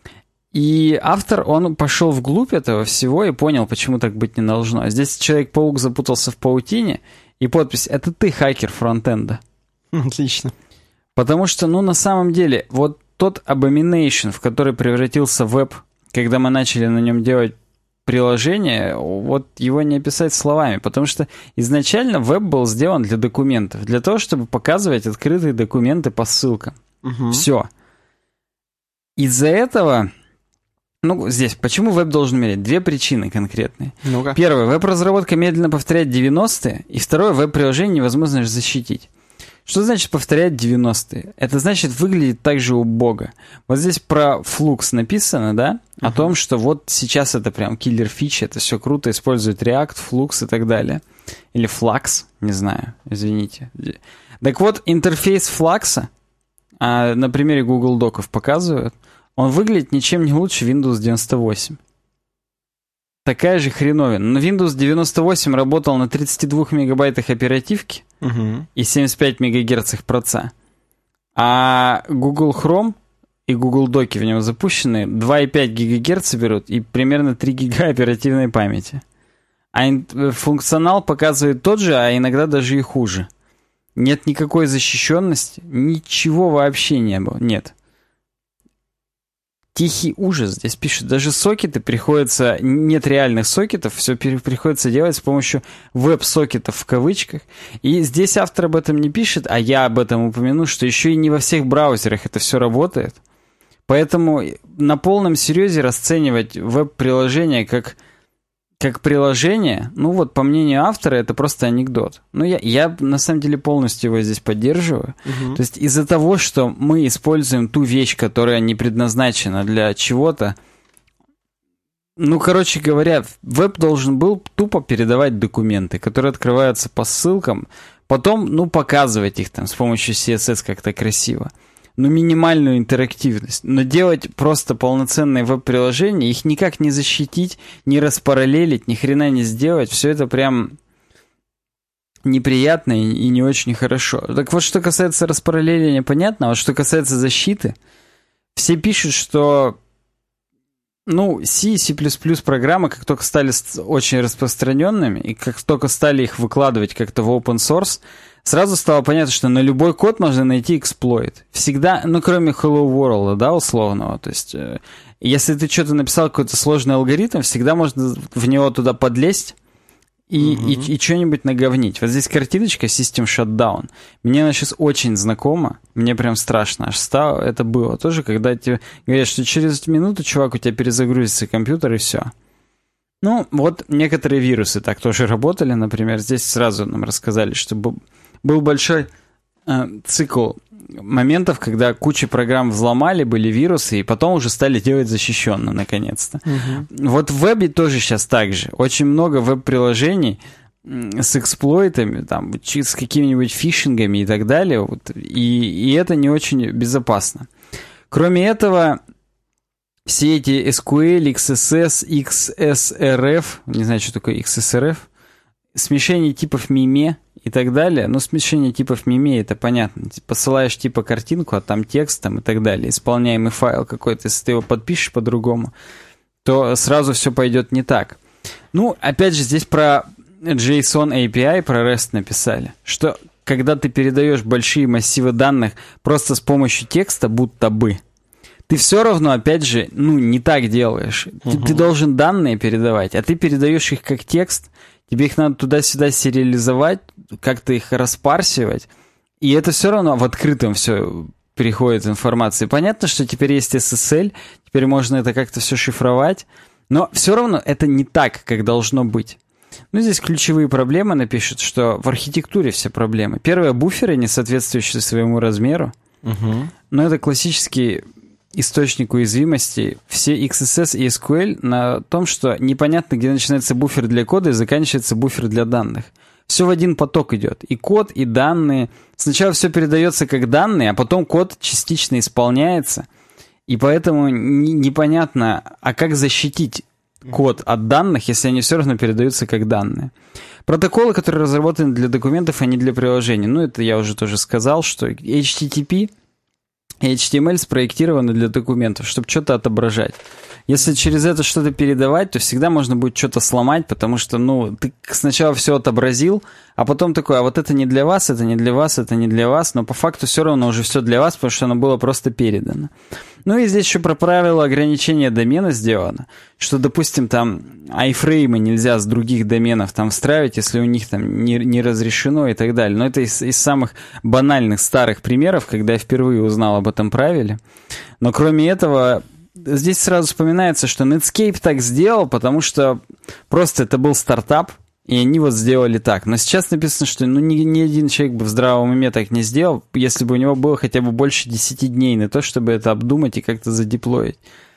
И автор, он пошел вглубь этого всего и понял, почему так быть не должно. Здесь Человек-паук запутался в паутине, и подпись: «Это ты, хакер фронтенда». Отлично. Потому что, на самом деле, вот тот abomination, в который превратился веб, когда мы начали на нем делать приложение, вот его не описать словами, потому что изначально веб был сделан для документов, для того, чтобы показывать открытые документы по ссылкам. Все. Из-за этого... здесь, почему веб должен умереть? 2 причины конкретные. Ну-ка. Первое, веб-разработка медленно повторяет 90-е, и второе, веб-приложение невозможно защитить. Что значит повторять 90-е? Это значит выглядит так же убого. Вот здесь про Flux написано, да? О том, что вот сейчас это прям киллер-фича, это все круто, использует React, Flux и так далее. Или Flux, не знаю, извините. Так вот, интерфейс Flux, на примере Google Доков показывают, он выглядит ничем не лучше Windows 98. Такая же хреновина. Но Windows 98 работал на 32 мегабайтах оперативки и 75 мегагерцах проца. А Google Chrome и Google Доки в него запущены 2,5 гигагерца берут и примерно 3 гига оперативной памяти. А функционал показывает тот же, а иногда даже и хуже. Нет никакой защищенности, ничего вообще не было. Нет. тихий ужас. Здесь пишут, даже сокеты приходится, нет реальных сокетов, все приходится делать с помощью веб-сокетов в кавычках. И здесь автор об этом не пишет, а я об этом упомяну, что еще и не во всех браузерах это все работает. Поэтому на полном серьезе расценивать веб-приложение как приложение, ну вот, по мнению автора, это просто анекдот. Ну, я на самом деле полностью его здесь поддерживаю. То есть из-за того, что мы используем ту вещь, которая не предназначена для чего-то, ну, короче говоря, веб должен был тупо передавать документы, которые открываются по ссылкам, потом, ну, показывать их там с помощью CSS как-то красиво. Ну, минимальную интерактивность. Но делать просто полноценные веб-приложения, их никак не защитить, не распараллелить, ни хрена не сделать. Все это прям неприятно и не очень хорошо. Так вот, что касается распараллеления, понятно. А вот что касается защиты, все пишут, что ну, C, C++ программы, как только стали очень распространенными, и как только стали их выкладывать как-то в open source, сразу стало понятно, что на любой код можно найти эксплойт. Всегда, ну, кроме Hello World, да, условного. То есть, если ты что-то написал, какой-то сложный алгоритм, всегда можно в него туда подлезть и что-нибудь наговнить. Вот здесь картиночка System Shutdown. Мне она сейчас очень знакома. Мне прям страшно аж стало. Это было тоже, когда тебе говорят, что через минуту, чувак, у тебя перезагрузится компьютер и все. Ну, вот некоторые вирусы так тоже работали, например. Здесь сразу нам рассказали, что был большой цикл моментов, когда куча программ взломали, были вирусы, и потом уже стали делать защищенно, наконец-то. Вот в вебе тоже сейчас так же. Очень много веб-приложений с эксплойтами, там, с какими-нибудь фишингами и так далее, вот, и это не очень безопасно. Кроме этого, все эти SQL, XSS, XSRF, не знаю, что такое XSRF, смешение типов миме и так далее. Ну, смешение типов миме, это понятно. Ты посылаешь типа картинку, а там текст там, и так далее. Исполняемый файл какой-то. Если ты его подпишешь по-другому, то сразу все пойдет не так. Ну, опять же, здесь про JSON API, про REST написали, что когда ты передаешь большие массивы данных просто с помощью текста, будто бы, ты все равно, опять же, ну, не так делаешь. Ты должен данные передавать, а ты передаешь их как текст. Тебе их надо туда-сюда сериализовать, как-то их распарсивать. И это все равно в открытом все переходит информация. Понятно, что теперь есть SSL, теперь можно это как-то все шифровать. Но все равно это не так, как должно быть. Ну, здесь ключевые проблемы напишут, что в архитектуре все проблемы. Первое, буферы, не соответствующие своему размеру. Но это классический источник уязвимости. Все XSS и SQL на том, что непонятно, где начинается буфер для кода и заканчивается буфер для данных. Все в один поток идет. И код, и данные. Сначала все передается как данные, а потом код частично исполняется. И поэтому непонятно, а как защитить код от данных, если они все равно передаются как данные. Протоколы, которые разработаны для документов, а не для приложений. Ну, это я уже тоже сказал, что HTTP и HTML спроектированы для документов, чтобы что-то отображать. Если через это что-то передавать, то всегда можно будет что-то сломать, потому что, ну, ты сначала все отобразил, а потом такой, а вот это не для вас, это не для вас, это не для вас, но по факту все равно уже все для вас, потому что оно было просто передано. Ну и здесь еще про правила ограничения домена сделано, что, допустим, там айфреймы нельзя с других доменов там встраивать, если у них там не разрешено и так далее. Но это из самых банальных старых примеров, когда я впервые узнал об этом правиле. Но кроме этого, здесь сразу вспоминается, что Netscape так сделал, потому что просто это был стартап, и они вот сделали так. Но сейчас написано, что ну, ни один человек бы в здравом уме так не сделал, если бы у него было хотя бы больше 10 дней на то, чтобы это обдумать и как-то задеплоить.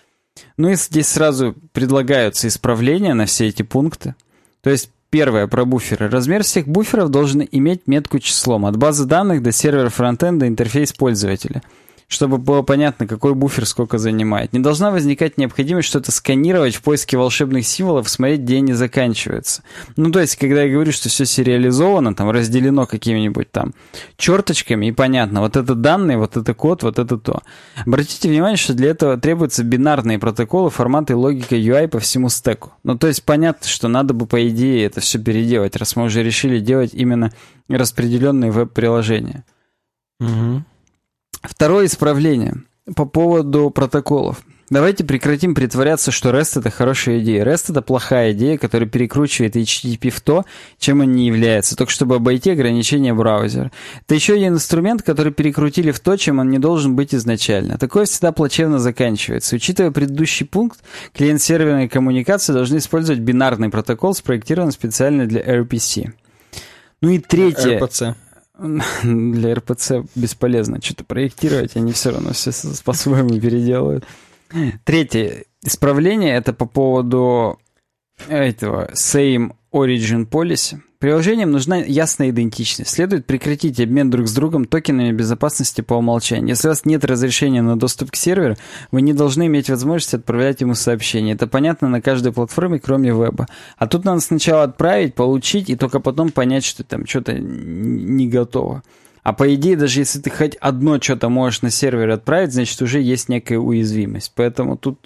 Ну и здесь сразу предлагаются исправления на все эти пункты. То есть первое про буферы. Размер всех буферов должен иметь метку числом от базы данных до сервера фронтенда интерфейс пользователя, чтобы было понятно, какой буфер сколько занимает. Не должна возникать необходимость что-то сканировать в поиске волшебных символов, смотреть, где они заканчиваются. Ну, то есть, когда я говорю, что все сериализовано, там, разделено какими-нибудь там черточками, и понятно, вот это данные, вот это код, вот это то. Обратите внимание, что для этого требуются бинарные протоколы, форматы и логика UI по всему стеку. Ну, то есть, понятно, что надо бы, по идее, это все переделать, раз мы уже решили делать именно распределенные веб-приложения. Угу. Второе исправление по поводу протоколов. Давайте прекратим притворяться, что REST — это хорошая идея. REST — это плохая идея, которая перекручивает HTTP в то, чем он не является, только чтобы обойти ограничения браузера. Это еще один инструмент, который перекрутили в то, чем он не должен быть изначально. Такое всегда плачевно заканчивается. Учитывая предыдущий пункт, клиент-серверные коммуникации должны использовать бинарный протокол, спроектированный специально для RPC. Ну и третье... RPC. Для РПЦ бесполезно что-то проектировать, они все равно все по-своему переделывают. Третье исправление — это по поводу этого Same Origin Policy. Приложениям нужна ясная идентичность. Следует прекратить обмен друг с другом токенами безопасности по умолчанию. Если у вас нет разрешения на доступ к серверу, вы не должны иметь возможность отправлять ему сообщения. Это понятно на каждой платформе, кроме веба. А тут надо сначала отправить, получить, и только потом понять, что там что-то не готово. А по идее, даже если ты хоть одно что-то можешь на сервер отправить, значит, уже есть некая уязвимость. Поэтому тут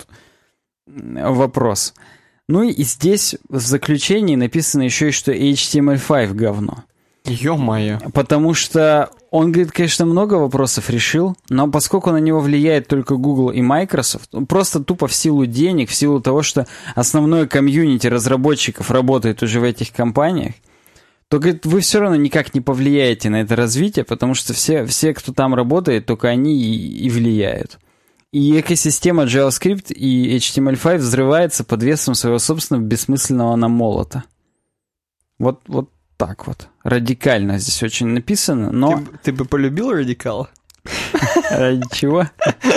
вопрос. Ну и здесь в заключении написано еще и, что HTML5 говно. Ё-моё. Потому что он, говорит, конечно, много вопросов решил, но поскольку на него влияет только Google и Microsoft, просто тупо в силу денег, в силу того, что основное комьюнити разработчиков работает уже в этих компаниях, то, говорит, вы все равно никак не повлияете на это развитие, потому что все кто там работает, только они и влияют. И экосистема JavaScript и HTML5 взрывается под весом своего собственного бессмысленного намолота. Вот так вот. Радикально здесь очень написано, но... Ты бы полюбил радикала? Ради чего?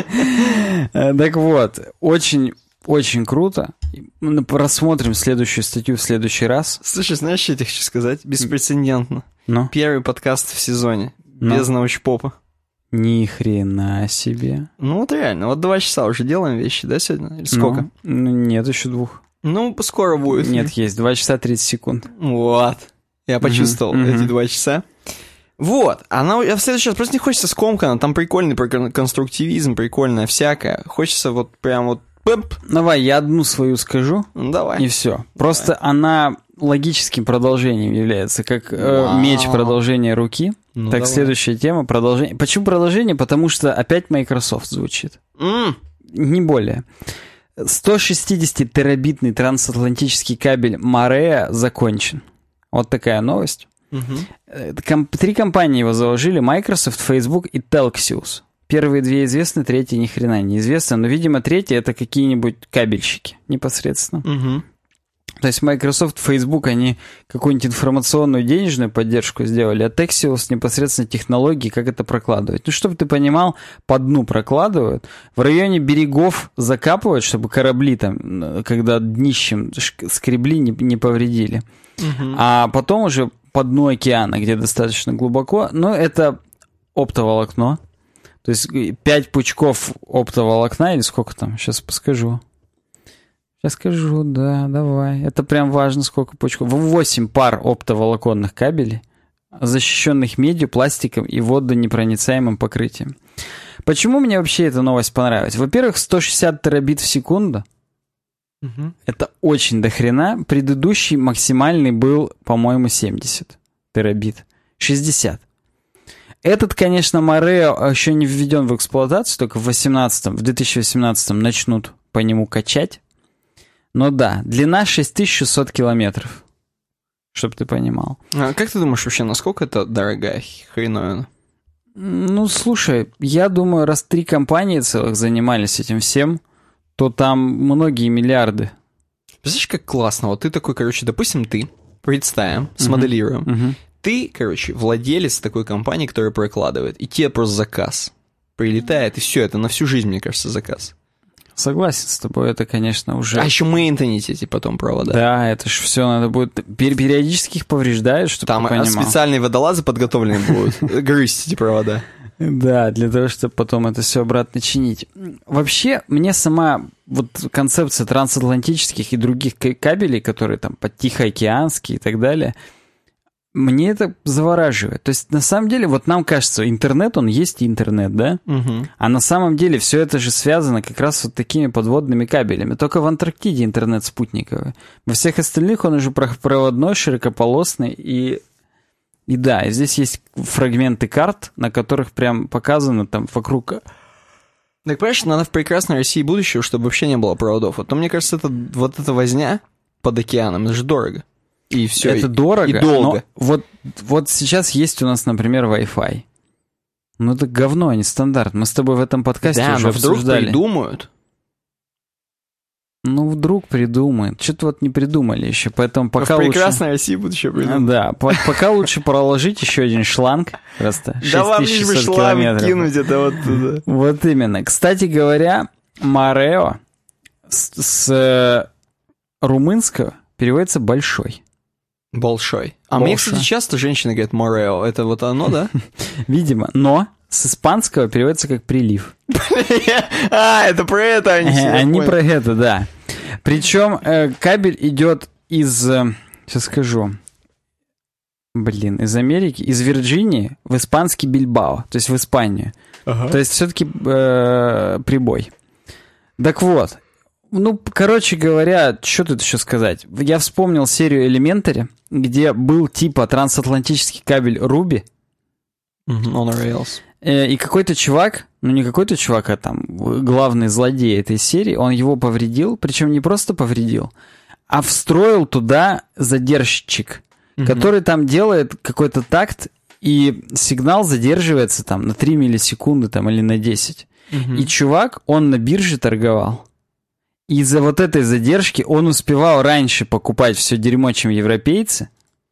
Так вот, очень круто. Мы рассмотрим следующую статью в следующий раз. Слушай, знаешь, что я тебе хочу сказать? Беспрецедентно. Ну? Первый подкаст в сезоне. Без научпопа. Ни хрена себе. Ну вот реально, вот 2 часа уже делаем вещи, да, сегодня? Или сколько? Ну, нет, еще 2. Ну, скоро будет. Нет, есть 2 часа 30 секунд. Вот. Я почувствовал эти 2 часа. Вот. А в следующий раз просто не хочется скомканно. Там прикольный конструктивизм, прикольное всякое. Хочется вот прям вот... Давай, я одну свою скажу. Ну, давай. И все. Просто она логическим продолжением является, как меч продолжения руки. Ну, так, давай. Следующая тема — продолжение. Почему продолжение? Потому что опять Microsoft звучит. Не более. 160-терабитный трансатлантический кабель Marea закончен. Вот такая новость. 3 компании его заложили: Microsoft, Facebook и Telxius. Первые 2 известны, третья ни хрена не известна, но, видимо, третья — это какие-нибудь кабельщики непосредственно. То есть Microsoft, Facebook, они какую-нибудь информационную денежную поддержку сделали, а Texius непосредственно технологии, как это прокладывать. Ну, чтобы ты понимал, по дну прокладывают, в районе берегов закапывают, чтобы корабли там, когда днищем скребли, не повредили. А потом уже по дну океана, где достаточно глубоко, но это оптоволокно. То есть 5 пучков оптоволокна, или сколько там, сейчас подскажу. Сейчас скажу, да, давай. Это прям важно, сколько пучков. 8 пар оптоволоконных кабелей, защищенных медью, пластиком и водонепроницаемым покрытием. Почему мне вообще эта новость понравилась? Во-первых, 160 терабит в секунду. Это очень дохрена. Предыдущий максимальный был, по-моему, 70 терабит. 60. Этот, конечно, Marea еще не введен в эксплуатацию, только в 2018 начнут по нему качать. Но да, длина 6600 километров, чтобы ты понимал. А как ты думаешь вообще, насколько это дорогая хреновина? Ну, слушай, я думаю, раз 3 компании целых занимались этим всем, то там многие миллиарды. Представляешь, как классно? Вот ты такой, короче, допустим, ты, представим, смоделируем. Ты, короче, владелец такой компании, которая прокладывает, и тебе просто заказ прилетает, и все, это на всю жизнь, мне кажется, заказ. Согласен с тобой, это, конечно, уже... А еще мейнтенить эти потом провода. Да, это же все надо будет... Периодически их повреждают, чтобы там ты понимал. Там специальные водолазы подготовленные будут грызть эти провода. Да, для того, чтобы потом это все обратно чинить. Вообще, мне сама вот концепция трансатлантических и других кабелей, которые там под Тихоокеанские и так далее, мне это завораживает. То есть, на самом деле, вот нам кажется, интернет, он есть интернет, да? А на самом деле все это же связано как раз вот такими подводными кабелями. Только в Антарктиде интернет спутниковый. Во всех остальных он уже проводной, широкополосный. И да, и здесь есть фрагменты карт, на которых прям показано там вокруг Так, понимаешь, надо в прекрасной России будущего, чтобы вообще не было проводов. Вот, то, мне кажется, вот эта возня под океаном, это же дорого. И все. Это дорого, и долго. Но вот сейчас есть у нас, например, Wi-Fi. Ну это говно, а не стандарт. Мы с тобой в этом подкасте да, уже но вдруг обсуждали. придумают. Ну, вдруг придумают. Что-то вот не придумали еще, поэтому пока в лучше... прекрасной России будущее придумают. Да, пока лучше проложить еще один шланг. Просто 6600 да вам лишь бы шланг километров. кинуть это вот туда. Вот именно. Кстати говоря, Морео с румынского переводится «большой». Большой. А мне, кстати, часто женщины говорят «морео». Это вот оно, да? Видимо. Но с испанского переводится как «прилив». Это про это они все. Они про это, да. Причем кабель идет из... Сейчас скажу. Из Америки, из Вирджинии в испанский Бильбао. То есть в Испанию. То есть все-таки прибой. Так вот. Ну, короче говоря, что тут еще сказать? Я вспомнил серию Elementary, где был типа трансатлантический кабель Ruby. On rails. И какой-то чувак, ну не какой-то чувак, а там главный злодей этой серии, он его повредил, причем не просто повредил, а встроил туда задержчик, который там делает какой-то такт, и сигнал задерживается там на 3 миллисекунды там, или на 10. И чувак, он на бирже торговал. Из-за вот этой задержки он успевал раньше покупать все дерьмо, чем европейцы,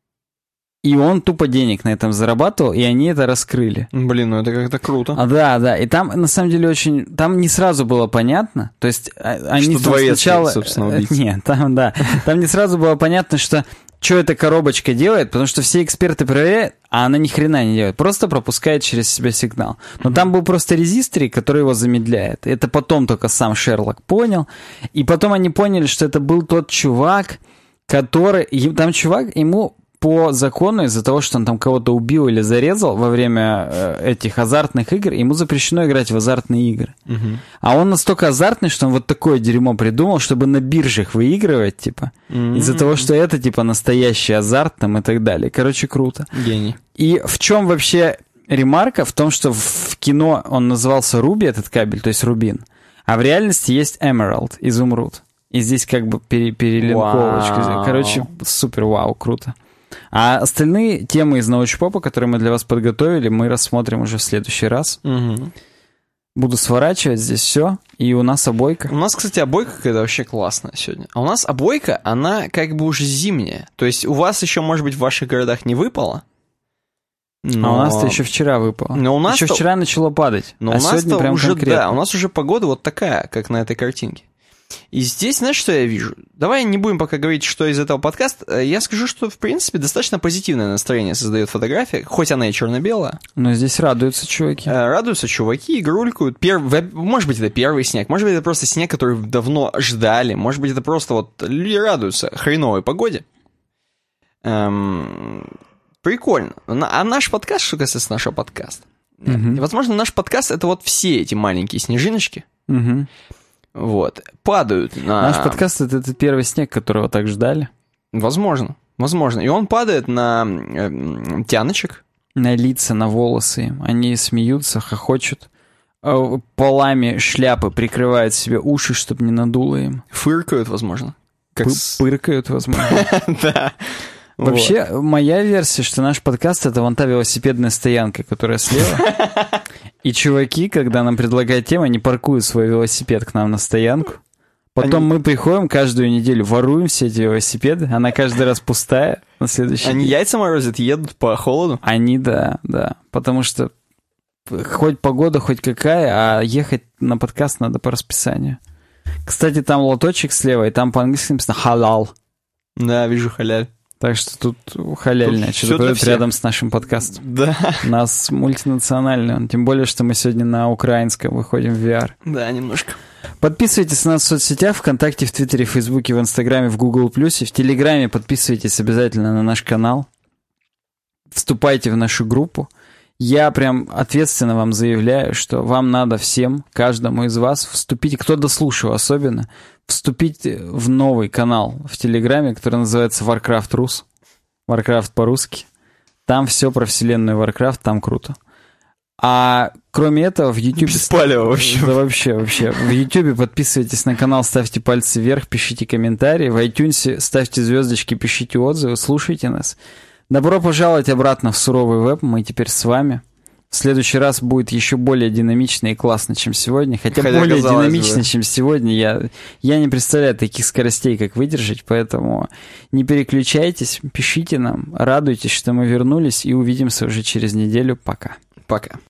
и он тупо денег на этом зарабатывал, и они это раскрыли. Блин, ну это как-то круто. Да. И там, на самом деле, очень... Там не сразу было понятно. То есть, они что дворецкий, сначала... собственно, убийца. Нет, там не сразу было понятно, что эта коробочка делает, потому что все эксперты проверяют, а она ни хрена не делает. Просто пропускает через себя сигнал. Но там был просто резистор, который его замедляет. Это потом только сам Шерлок понял. И потом они поняли, что это был тот чувак, который... Там чувак, ему... По закону, из-за того, что он там кого-то убил или зарезал во время этих азартных игр, ему запрещено играть в азартные игры. А он настолько азартный, что он вот такое дерьмо придумал, чтобы на биржах выигрывать, типа, из-за того, что это, типа, настоящий азарт там и так далее. Короче, круто. Гений. И в чем вообще ремарка? В том, что в кино он назывался Руби, этот кабель, то есть рубин, а в реальности есть Emerald, изумруд. И здесь как бы перелинковочка. Короче, супер, вау, круто. А остальные темы из научпопа, которые мы для вас подготовили, мы рассмотрим уже в следующий раз. Буду сворачивать здесь все. И у нас обойка. У нас, кстати, обойка какая-то вообще классная сегодня. А у нас обойка, она как бы уже зимняя. То есть у вас еще, может быть, в ваших городах не выпало. Но... А у нас-то еще вчера выпало. Но у нас еще вчера начало падать. Но у нас сегодня прям уже, конкретно. да, у нас уже погода вот такая, как на этой картинке. И здесь, знаешь, что я вижу? Давай не будем пока говорить, что из этого подкаста. Я скажу, что, в принципе, достаточно позитивное настроение создает фотография, хоть она и черно-белая. Но здесь радуются чуваки. Радуются чуваки, игрулькают. Может быть, это первый снег, может быть, это просто снег, который давно ждали, может быть, это просто вот люди радуются хреновой погоде. Прикольно. А наш подкаст, что касается нашего подкаста? Возможно, наш подкаст — это вот все эти маленькие снежиночки. Вот, падают на... Наш подкаст — это первый снег, которого так ждали. Возможно. И он падает на тяночек. На лица, на волосы. Они смеются, хохочут. Полами шляпы прикрывают себе уши, чтобы не надуло им. Фыркают, возможно. Пыркают, возможно. Да. Вообще, моя версия, что наш подкаст — это вон та велосипедная стоянка, которая слева. И чуваки, когда нам предлагают тему, они паркуют свой велосипед к нам на стоянку. Потом мы приходим каждую неделю, воруем все эти велосипеды, она каждый раз пустая на следующий день. Они яйца морозят, едут по холоду? Они, да. Потому что хоть погода, хоть какая, а ехать на подкаст надо по расписанию. Кстати, там лоточек слева, и там по-английски написано «халал». Да, вижу халяль. Так что тут халяльное, что-то будет рядом с нашим подкастом. Да. У нас мультинациональный он. Тем более, что мы сегодня на украинском выходим в VR. Да, немножко. Подписывайтесь на нас в соцсетях, ВКонтакте, в Твиттере, в Фейсбуке, в Инстаграме, в Гугл+, в Телеграме. Подписывайтесь обязательно на наш канал. Вступайте в нашу группу. Я прям ответственно вам заявляю, что вам надо всем, каждому из вас вступить, кто дослушал особенно, вступить в новый канал в Телеграме, который называется Warcraft Rus. Warcraft по-русски. Там все про вселенную Warcraft, там круто. А кроме этого, в YouTube... Беспалево вообще. Да вообще. В YouTube подписывайтесь на канал, ставьте пальцы вверх, пишите комментарии. В iTunes ставьте звездочки, пишите отзывы, слушайте нас. Добро пожаловать обратно в суровый веб. Мы теперь с вами. В следующий раз будет еще более динамично и классно, чем сегодня. Хотя более динамично, чем сегодня. Я не представляю таких скоростей, как выдержать. Поэтому не переключайтесь, пишите нам, радуйтесь, что мы вернулись. И увидимся уже через неделю. Пока. Пока.